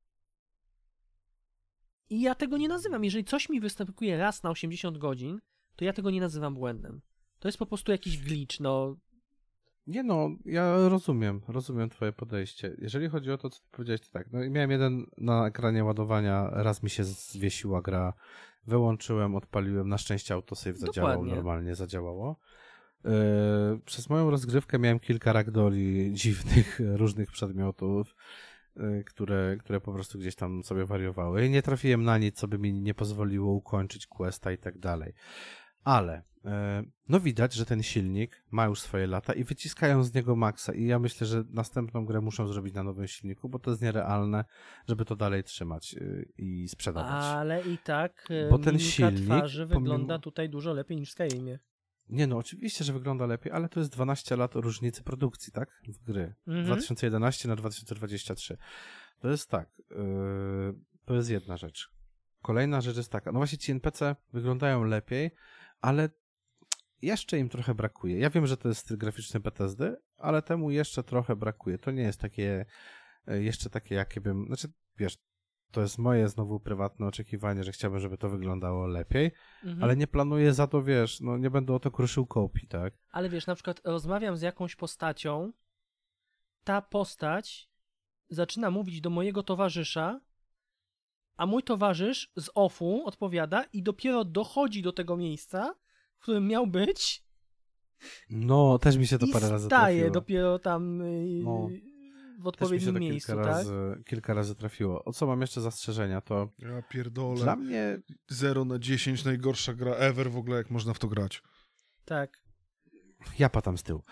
I ja tego nie nazywam. Jeżeli coś mi występuje raz na 80 godzin, to ja tego nie nazywam błędem. To jest po prostu jakiś glitch, no. Nie no, ja rozumiem twoje podejście. Jeżeli chodzi o to, co ty powiedziałeś, to tak, no miałem jeden na ekranie ładowania, raz mi się zwiesiła gra, wyłączyłem, odpaliłem, na szczęście autosave zadziałał, Dokładnie. Normalnie zadziałało. Przez moją rozgrywkę miałem kilka ragdoli dziwnych, różnych przedmiotów, które po prostu gdzieś tam sobie wariowały. I nie trafiłem na nic, co by mi nie pozwoliło ukończyć questa i tak dalej. Ale no widać, że ten silnik ma już swoje lata i wyciskają z niego maksa i ja myślę, że następną grę muszą zrobić na nowym silniku, bo to jest nierealne, żeby to dalej trzymać i sprzedawać. Ale i tak bo ten silnik twarzy wygląda tutaj dużo lepiej niż w Skyrimie. Nie no, oczywiście, że wygląda lepiej, ale to jest 12 lat różnicy produkcji, tak? W gry. 2011 na 2023. To jest tak. To jest jedna rzecz. Kolejna rzecz jest taka. No właśnie ci NPC wyglądają lepiej, ale jeszcze im trochę brakuje. Ja wiem, że to jest styl graficzny Bethesdy, ale temu jeszcze trochę brakuje. To nie jest takie jeszcze takie, jakie bym... Znaczy, wiesz, to jest moje znowu prywatne oczekiwanie, że chciałbym, żeby to wyglądało lepiej, ale nie planuję za to, wiesz, no nie będę o to kruszył kopii, tak? Ale wiesz, na przykład rozmawiam z jakąś postacią, ta postać zaczyna mówić do mojego towarzysza, a mój towarzysz z offu odpowiada i dopiero dochodzi do tego miejsca, w którym miał być. No, też mi się to parę razy trafiło. I staje dopiero tam w odpowiednim miejscu, tak? Kilka razy trafiło. O co mam jeszcze zastrzeżenia, to... Ja pierdolę. Dla mnie... 0 na 10, najgorsza gra ever w ogóle, jak można w to grać. Tak. Japa tam z tyłu.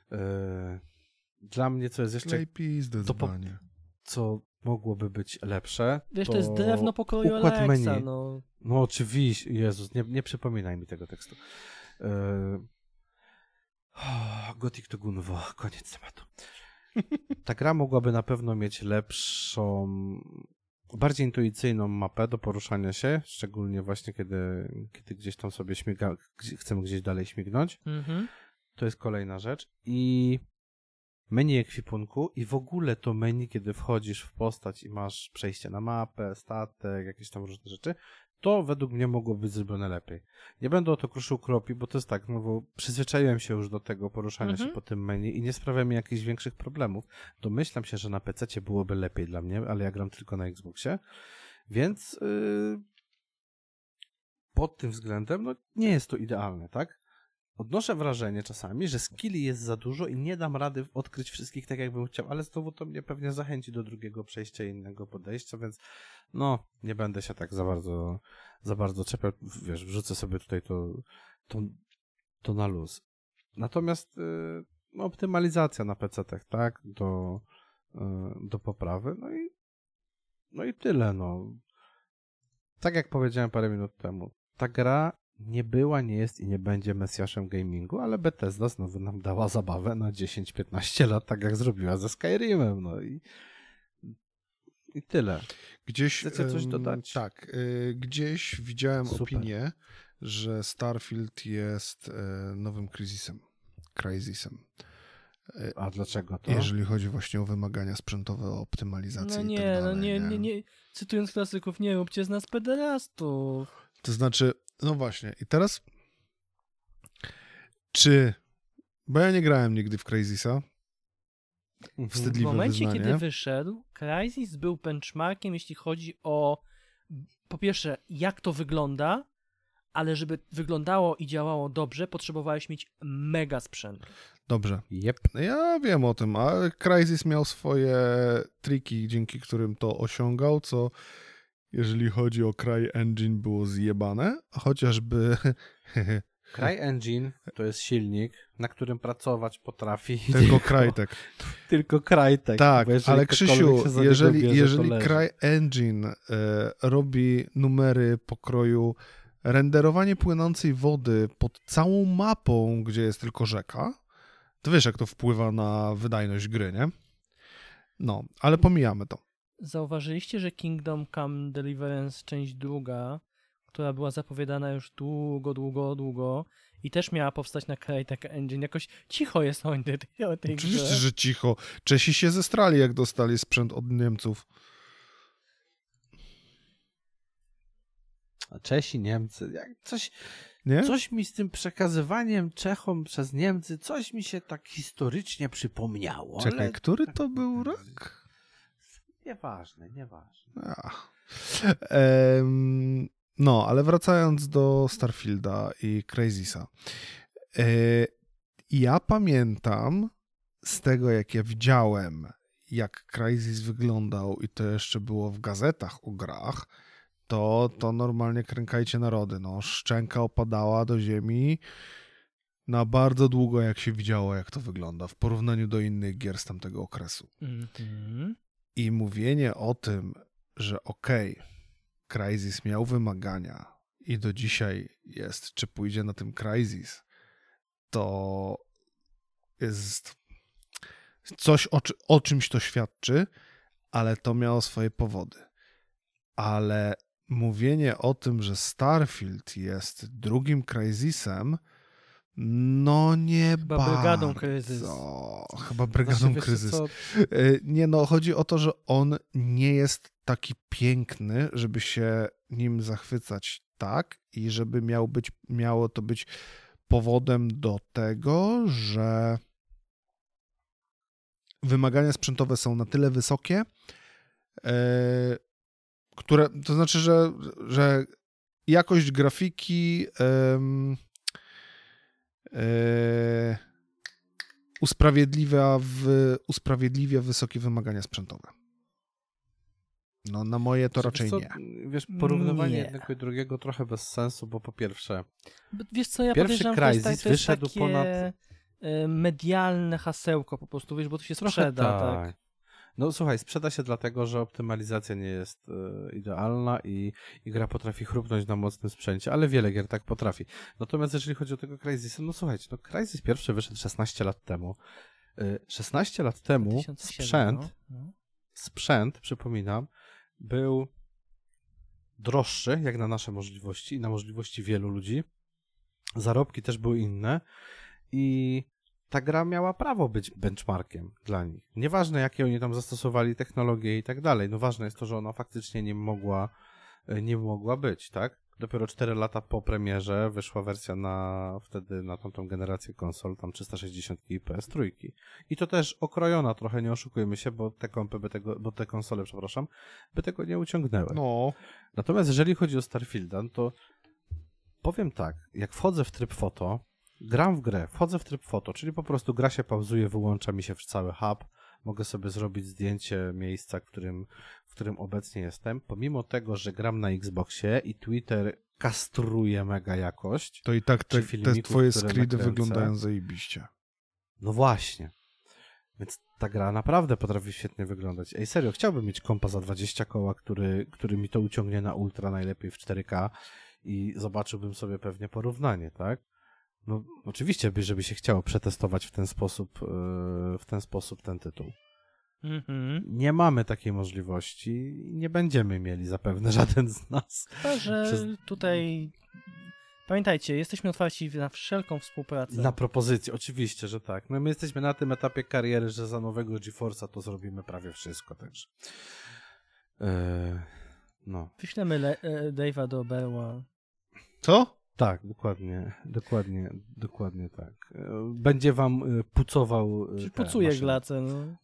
Dla mnie, co jest jeszcze... Lepiej zdecydowanie. Co mogłoby być lepsze, wiesz, to jest drewno pokoju Alexa, no. No oczywiście, Jezus, nie przypominaj mi tego tekstu. Gothic to Gunwo, koniec tematu. Ta gra mogłaby na pewno mieć lepszą, bardziej intuicyjną mapę do poruszania się, szczególnie właśnie kiedy gdzieś tam sobie chcemy gdzieś dalej śmignąć. To jest kolejna rzecz. I menu ekwipunku i w ogóle to menu, kiedy wchodzisz w postać i masz przejście na mapę, statek, jakieś tam różne rzeczy, to według mnie mogło być zrobione lepiej. Nie będę o to kruszył kropi, bo to jest tak, no bo przyzwyczaiłem się już do tego poruszania się po tym menu i nie sprawia mi jakichś większych problemów. Domyślam się, że na PC-cie byłoby lepiej dla mnie, ale ja gram tylko na Xboxie, więc pod tym względem no nie jest to idealne, tak? Odnoszę wrażenie czasami, że skilli jest za dużo i nie dam rady odkryć wszystkich tak, jakbym chciał, ale znowu to mnie pewnie zachęci do drugiego przejścia i innego podejścia, więc no, nie będę się tak za bardzo czepiał, wiesz, wrzucę sobie tutaj to na luz. Natomiast no, optymalizacja na PC-tach, tak, do poprawy, no i tyle, no. Tak jak powiedziałem parę minut temu, ta gra nie była, nie jest i nie będzie mesjaszem gamingu, ale Bethesda znowu nam dała zabawę na 10-15 lat, tak jak zrobiła ze Skyrimem, no i tyle. Gdzieś, chcecie coś dodać? Tak, gdzieś widziałem opinię, że Starfield jest nowym Crysisem. A dlaczego to? Jeżeli chodzi właśnie o wymagania sprzętowe, o optymalizację i tak dalej. Nie. Cytując klasyków, nie róbcie z nas pederastów. To znaczy, no właśnie, i teraz bo ja nie grałem nigdy w Crysisa, wstydliwe w momencie, wyznanie. kiedy wyszedł, Crysis był benchmarkiem, jeśli chodzi o po pierwsze, jak to wygląda, ale żeby wyglądało i działało dobrze, potrzebowałeś mieć mega sprzęt. Dobrze. Yep. Ja wiem o tym, ale Crysis miał swoje triki, dzięki którym to osiągał, co jeżeli chodzi o CryEngine, było zjebane, a chociażby... CryEngine to jest silnik, na którym pracować potrafi... Tylko Crytek. Tylko Crytek. Tak, ale Krzysiu, jeżeli CryEngine robi numery pokroju renderowanie płynącej wody pod całą mapą, gdzie jest tylko rzeka, to wiesz, jak to wpływa na wydajność gry, nie? No, ale pomijamy to. Zauważyliście, że Kingdom Come Deliverance część druga, która była zapowiadana już długo i też miała powstać na Crytek Engine. Jakoś cicho jest o tej Oczywiście, grze. że cicho. Czesi się zestrali, jak dostali sprzęt od Niemców. A Czesi, Niemcy, Nie? Coś mi z tym przekazywaniem Czechom przez Niemcy, coś mi się tak historycznie przypomniało. Czekaj, ale... który to był rok? Nieważne. No, ale wracając do Starfielda i Crysisa. Ja pamiętam z tego, jak ja widziałem, jak Crysis wyglądał i to jeszcze było w gazetach o grach, to normalnie krękajcie narody. No, szczęka opadała do ziemi na bardzo długo, jak się widziało, jak to wygląda w porównaniu do innych gier z tamtego okresu. I mówienie o tym, że Crysis miał wymagania i do dzisiaj jest, czy pójdzie na tym Crysis, to jest coś, o czymś to świadczy, ale to miało swoje powody. Ale mówienie o tym, że Starfield jest drugim Crysisem, no nie Chyba bardzo. Brygadą Kryzys. Chyba Brygadą Kryzys. Nie, no chodzi o to, że on nie jest taki piękny, żeby się nim zachwycać tak i żeby miało to być powodem do tego, że wymagania sprzętowe są na tyle wysokie, które, to znaczy, że jakość grafiki usprawiedliwia wysokie wymagania sprzętowe. No na moje to raczej nie. Wiesz, porównywanie jednego i drugiego trochę bez sensu, bo po pierwsze... Wiesz co, ja pierwszy podejrzewam, Crysis to jest wyszedł takie ponad... medialne hasełko po prostu, wiesz, bo to się sprzeda. Tak. No słuchaj, sprzeda się dlatego, że optymalizacja nie jest idealna i gra potrafi chrupnąć na mocnym sprzęcie, ale wiele gier tak potrafi. Natomiast jeżeli chodzi o tego Crysisa, no słuchajcie, no Crysis pierwszy wyszedł 16 lat temu. 16 lat temu 2007, sprzęt, przypominam, był droższy jak na nasze możliwości i na możliwości wielu ludzi. Zarobki też były inne i ta gra miała prawo być benchmarkiem dla nich. Nieważne, jakie oni tam zastosowali technologie i tak dalej. No ważne jest to, że ona faktycznie nie mogła być, tak? Dopiero 4 lata po premierze wyszła wersja wtedy na tamtą generację konsol, tam 360 i PS3. I to też okrojona trochę, nie oszukujmy się, bo te konsole, by tego nie uciągnęły. No. Natomiast jeżeli chodzi o Starfielda, no to powiem tak, jak wchodzę w tryb foto, gram w grę, wchodzę w tryb foto, czyli po prostu gra się pauzuje, wyłącza mi się cały hub, mogę sobie zrobić zdjęcie miejsca, w którym obecnie jestem, pomimo tego, że gram na Xboxie i Twitter kastruje mega jakość. To i tak te twoje screeny wyglądają zajebiście. No właśnie. Więc ta gra naprawdę potrafi świetnie wyglądać. Ej, serio, chciałbym mieć kompa za 20 koła, który mi to uciągnie na ultra, najlepiej w 4K i zobaczyłbym sobie pewnie porównanie, tak? No oczywiście, żeby się chciało przetestować w ten sposób ten tytuł. Nie mamy takiej możliwości i nie będziemy mieli zapewne żaden z nas. Chyba, że tutaj pamiętajcie, jesteśmy otwarci na wszelką współpracę. Na propozycję, oczywiście, że tak. No my jesteśmy na tym etapie kariery, że za nowego GeForce'a to zrobimy prawie wszystko, także. No. Wyślemy Dave'a do Berła. Co? Tak, dokładnie tak. Będzie wam pucował... Pucuje glacę, no.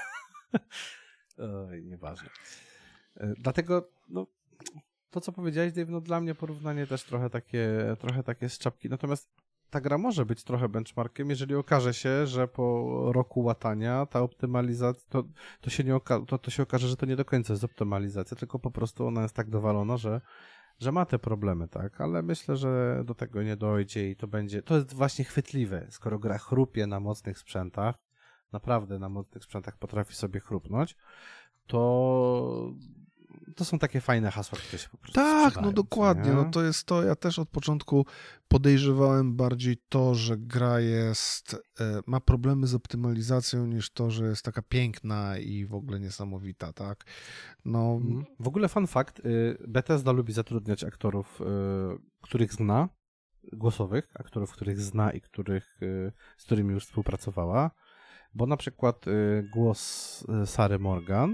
Oj, nieważne. Dlatego, no, to co powiedziałeś, Dave, no dla mnie porównanie też trochę takie z czapki. Natomiast ta gra może być trochę benchmarkiem, jeżeli okaże się, że po roku łatania ta optymalizacja, to się okaże, że to nie do końca jest optymalizacja, tylko po prostu ona jest tak dowalona, że ma te problemy, tak, ale myślę, że do tego nie dojdzie i to jest właśnie chwytliwe, skoro gra chrupie na mocnych sprzętach, naprawdę na mocnych sprzętach potrafi sobie chrupnąć, to są takie fajne hasła, które się po prostu Tak, no dokładnie, nie? no to jest to, ja też od początku podejrzewałem bardziej to, że gra ma problemy z optymalizacją, niż to, że jest taka piękna i w ogóle niesamowita, tak? No. W ogóle fun fact, Bethesda lubi zatrudniać aktorów, których zna, głosowych, aktorów, których zna i z którymi już współpracowała, bo na przykład głos Sary Morgan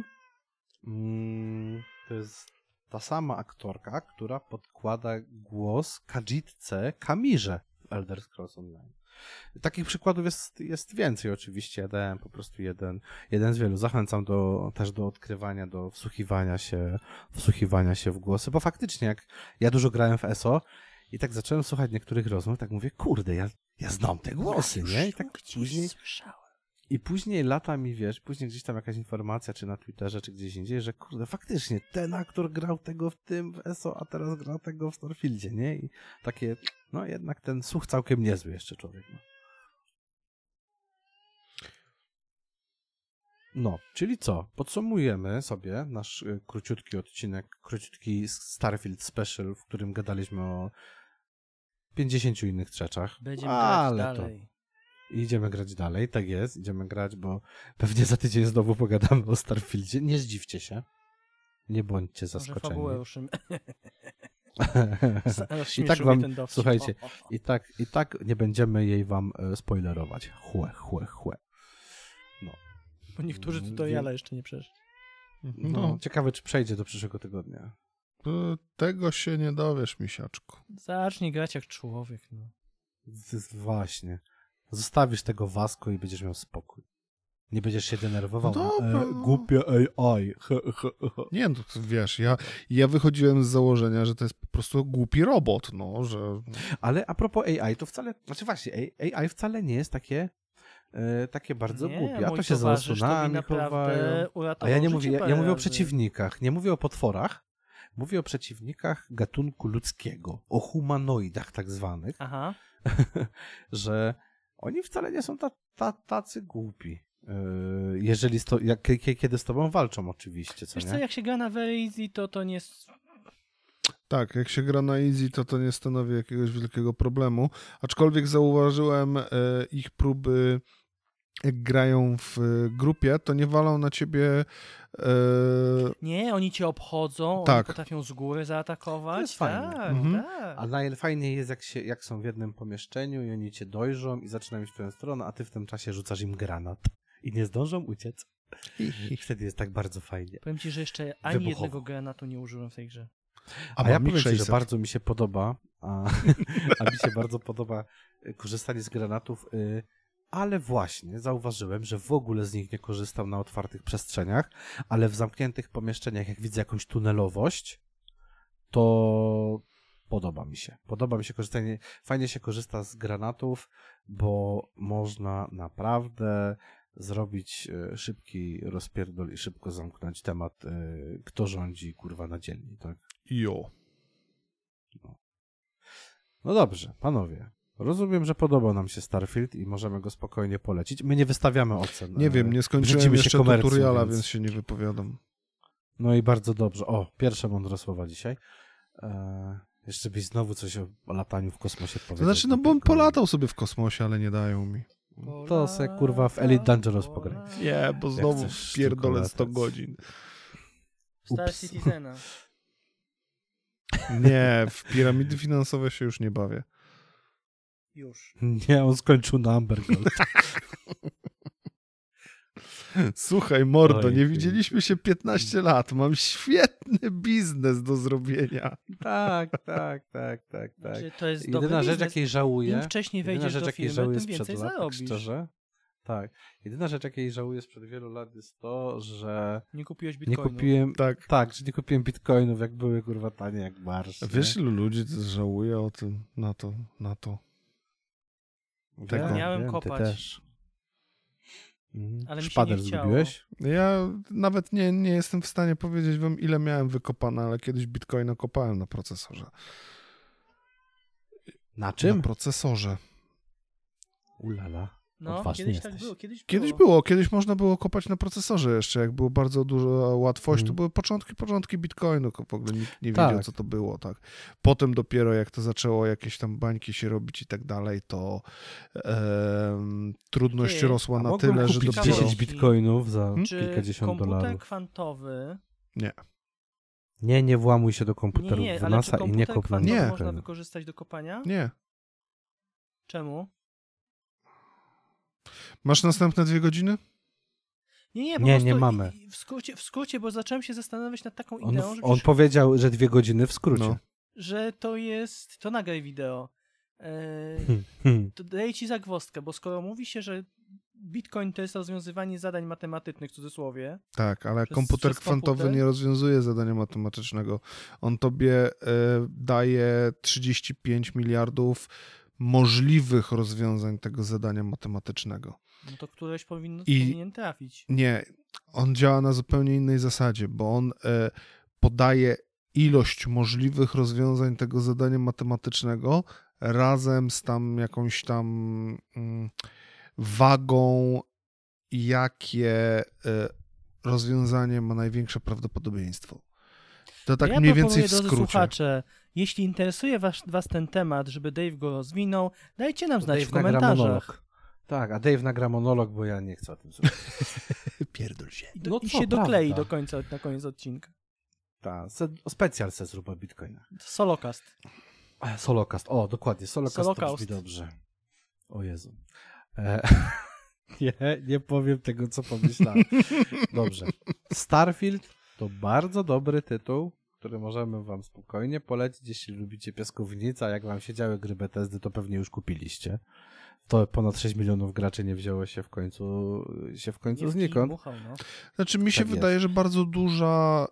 to jest ta sama aktorka, która podkłada głos Khajiitce Kamirze w Elder Scrolls Online. Takich przykładów jest więcej oczywiście, ja dałem po prostu jeden z wielu. Zachęcam też do odkrywania, do wsłuchiwania się w głosy, bo faktycznie jak ja dużo grałem w ESO i tak zacząłem słuchać niektórych rozmów, tak mówię, kurde, ja znam te głosy, nie? I tak później słyszałem. I później lata mi, później gdzieś tam jakaś informacja, czy na Twitterze, czy gdzieś indziej, że kurde, faktycznie ten aktor grał tego w ESO, a teraz gra tego w Starfieldzie, nie? I takie, no jednak ten słuch całkiem niezły jeszcze człowiek. No, czyli co? Podsumujemy sobie nasz króciutki odcinek, króciutki Starfield Special, w którym gadaliśmy o 50 innych rzeczach. Będziemy grać dalej. Idziemy grać dalej, tak jest, idziemy grać, bo pewnie za tydzień znowu pogadamy o Starfieldzie. Nie zdziwcie się, nie bądźcie zaskoczeni. Może fabułę I tak wam, słuchajcie, i tak nie będziemy jej wam spoilerować. Chłe. No. Bo niektórzy tutoriale jeszcze nie przeszli. No, ciekawe, czy przejdzie do przyszłego tygodnia. Tego się nie dowiesz, misiaczku. Zacznij grać jak człowiek, no. Właśnie. Zostawisz tego Wasko i będziesz miał spokój. Nie będziesz się denerwował. Głupie AI. Nie, no wiesz, ja wychodziłem z założenia, że to jest po prostu głupi robot, no, że... Ale a propos AI, to wcale, znaczy właśnie, AI wcale nie jest takie bardzo głupie. A to się za osłonami chowają. A ja nie mówię, ja mówię o przeciwnikach, nie mówię o potworach, mówię o przeciwnikach gatunku ludzkiego, o humanoidach tak zwanych, aha. że oni wcale nie są tacy głupi. Jeżeli kiedy z tobą walczą oczywiście, co wiesz nie? co, jak się gra na very easy, to nie jest... Tak, jak się gra na easy, to nie stanowi jakiegoś wielkiego problemu, aczkolwiek zauważyłem ich próby, jak grają w grupie, to nie walą na ciebie... Nie, oni cię obchodzą, tak. Oni potrafią z góry zaatakować. To jest fajne. Tak. A najfajniej jest, jak są w jednym pomieszczeniu i oni cię dojrzą i zaczynają iść w twoją stronę, a ty w tym czasie rzucasz im granat i nie zdążą uciec. I wtedy jest tak bardzo fajnie. Powiem ci, że jeszcze ani jednego granatu nie użyłem w tej grze. A ja powiem ci, że bardzo mi się podoba, a mi się bardzo podoba korzystanie z granatów, ale właśnie zauważyłem, że w ogóle z nich nie korzystam na otwartych przestrzeniach, ale w zamkniętych pomieszczeniach, jak widzę jakąś tunelowość, to podoba mi się. Podoba mi się korzystanie, fajnie się korzysta z granatów, bo można naprawdę zrobić szybki rozpierdol i szybko zamknąć temat, kto rządzi, kurwa, na dzielni, tak? Jo. No dobrze, panowie. Rozumiem, że podobał nam się Starfield i możemy go spokojnie polecić. My nie wystawiamy ocen. Nie wiem, nie skończyłem jeszcze tutoriala, więc się nie wypowiadam. No i bardzo dobrze. O, pierwsze mądre słowa dzisiaj. Jeszcze byś znowu coś o lataniu w kosmosie powiedział. To znaczy, no bo on polatał sobie w kosmosie, ale nie dają mi. To se kurwa w Elite Dangerous pograj. Nie, bo znowu pierdolę 100 godzin. Star Citizena. Nie, w piramidy finansowe się już nie bawię. Już. Nie, on skończył na Amber Gold. Słuchaj, mordo, nie widzieliśmy się 15 lat. Mam świetny biznes do zrobienia. Tak. Znaczy, to jest jedyna rzecz, jakiej żałuję... Im wcześniej wejdziesz do firmy, tym więcej zarobisz. Szczerze. Tak. Jedyna rzecz, jakiej żałuję sprzed wielu lat jest to, że... Nie kupiłeś bitcoinów. Że nie kupiłem bitcoinów, jak były kurwa tanie jak marsz. Wiesz, ilu ludzi żałuje o tym, na to. tego. Miałem kopać. Też. Ale mi się Szpader nie chciało. zgubiłeś? Ja nawet nie jestem w stanie powiedzieć wam, ile miałem wykopane, ale kiedyś bitcoina kopałem na procesorze. Na czym? Na procesorze. Ulala. No, Odważny kiedyś jesteś. tak było. Kiedyś można było kopać na procesorze jeszcze, jak było bardzo duża łatwość, to były początki bitcoinu, w ogóle nikt nie wiedział, co to było, tak. Potem dopiero jak to zaczęło jakieś tam bańki się robić i tak dalej, to trudność rosła na tyle, że dopiero 10 bitcoinów za kilkadziesiąt dolarów. Komputer kwantowy... Nie włamuj się do komputerów w NASA i nie kop na nie można wykorzystać do kopania? Nie. Czemu? Masz następne 2 godziny? Nie, mamy. W skrócie, bo zacząłem się zastanawiać nad taką ideą, że... On powiedział, że 2 godziny w skrócie. No. Że to nagraj wideo. To daję ci zagwozdkę, bo skoro mówi się, że Bitcoin to jest rozwiązywanie zadań matematycznych, w cudzysłowie. Tak, ale komputer kwantowy nie rozwiązuje zadania matematycznego. On tobie daje 35 miliardów możliwych rozwiązań tego zadania matematycznego. No to któreś powinien trafić. Nie, on działa na zupełnie innej zasadzie, bo on podaje ilość możliwych rozwiązań tego zadania matematycznego razem z tam jakąś tam wagą, jakie rozwiązanie ma największe prawdopodobieństwo. To tak mniej więcej w skrócie. Słuchacze, jeśli interesuje was ten temat, żeby Dave go rozwinął, dajcie nam znać w komentarzach. Tak, a Dave nagra monolog, bo ja nie chcę o tym słuchać. Pierdol się. I się doklei na koniec odcinka. Tak, specjal se zrób o Bitcoina. Solocast. Solocast, dokładnie, Solocast to brzmi dobrze. O Jezu. Nie powiem tego, co pomyślałem. Dobrze. Starfield to bardzo dobry tytuł, który możemy wam spokojnie polecić, jeśli lubicie piaskownica. Jak wam się działy gry Bethesdy, to pewnie już kupiliście. To ponad 6 milionów graczy nie wzięło się w końcu znikąd. Znaczy mi się wydaje, że bardzo duża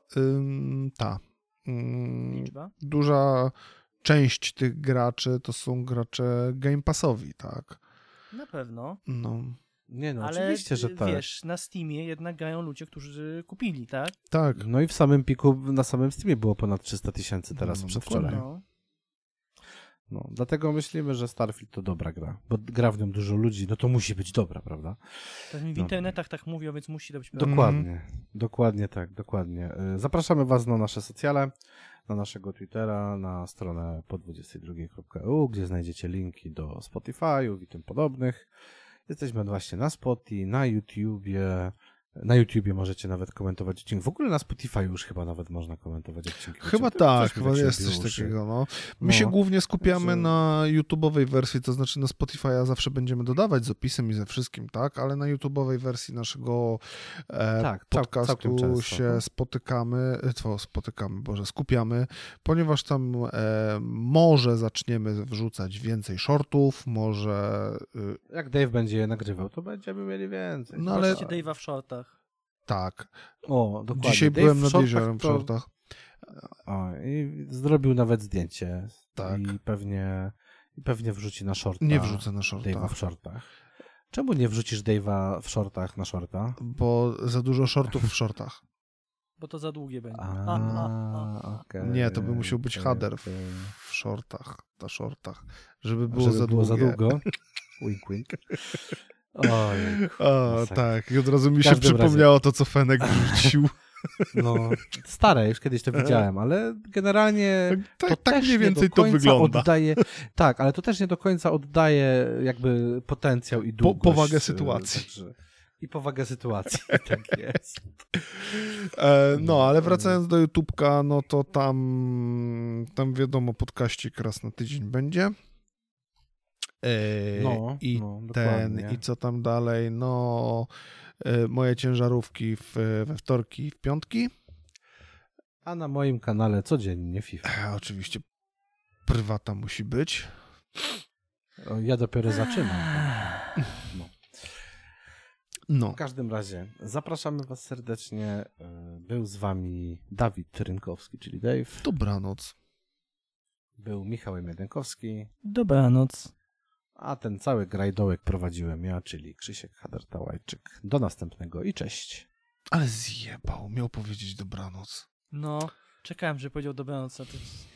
duża część tych graczy to są gracze Game Passowi, tak? Na pewno. No. Ale oczywiście, że tak. Wiesz, na Steamie jednak grają ludzie, którzy kupili, tak? Tak. No i w samym piku, na samym Steamie było ponad 300 000 teraz przedwczoraj. No, dlatego myślimy, że Starfield to dobra gra, bo gra w nią dużo ludzi, no to musi być dobra, prawda? To w internetach tak mówią, więc musi to być prawda. Dokładnie tak, dokładnie. Zapraszamy was na nasze socjale, na naszego Twittera, na stronę po22.eu, gdzie znajdziecie linki do Spotify'ów i tym podobnych. Jesteśmy właśnie na Spotify, na YouTubie. Na YouTubie możecie nawet komentować odcinki. W ogóle na Spotify już chyba nawet można komentować odcinki. Chyba tak, chyba jest coś takiego. No. My się głównie skupiamy na YouTube'owej wersji, to znaczy na Spotify'a zawsze będziemy dodawać z opisem i ze wszystkim, tak? Ale na YouTube'owej wersji naszego podcastu się skupiamy, ponieważ tam może zaczniemy wrzucać więcej shortów, może... Jak Dave będzie je nagrywał, to będziemy mieli więcej. No ale... Dave'a w shortach. Tak. Dokładnie. Dzisiaj Dave byłem nad jeziorem w shortach. I zrobił nawet zdjęcie. Tak. I pewnie wrzuci na shorta. Nie wrzucę na shorta. Dave'a w shortach. Czemu nie wrzucisz Dave'a w shortach na shorta? Bo za dużo shortów w shortach. Bo to za długie będzie. Okay, nie, to by musiał być header w shortach, na shortach, żeby było za długo. Wink, wink. Tak, i od razu mi się przypomniało to, co Fenek wrzucił. No, stare, już kiedyś to widziałem, ale generalnie to tak też mniej więcej to wygląda. Tak, ale to też nie do końca oddaje jakby potencjał i długość. Powagę sytuacji. I powagę sytuacji, tak jest. Ale wracając do YouTubka, no to tam wiadomo, podkaścik raz na tydzień będzie. I co tam dalej? Moje ciężarówki we wtorki i w piątki. A na moim kanale codziennie FIFA. Oczywiście prywata musi być. Ja dopiero zaczynam. No. W każdym razie zapraszamy was serdecznie. Był z wami Dawid Rynkowski, czyli Dave. Dobranoc. Był Michał Miedenkowski. Dobranoc. A ten cały grajdołek prowadziłem ja, czyli Krzysiek Hadarta-Łajczyk. Do następnego i cześć. Ale zjebał, miał powiedzieć dobranoc. No, czekałem, że powiedział dobranoc, a ty...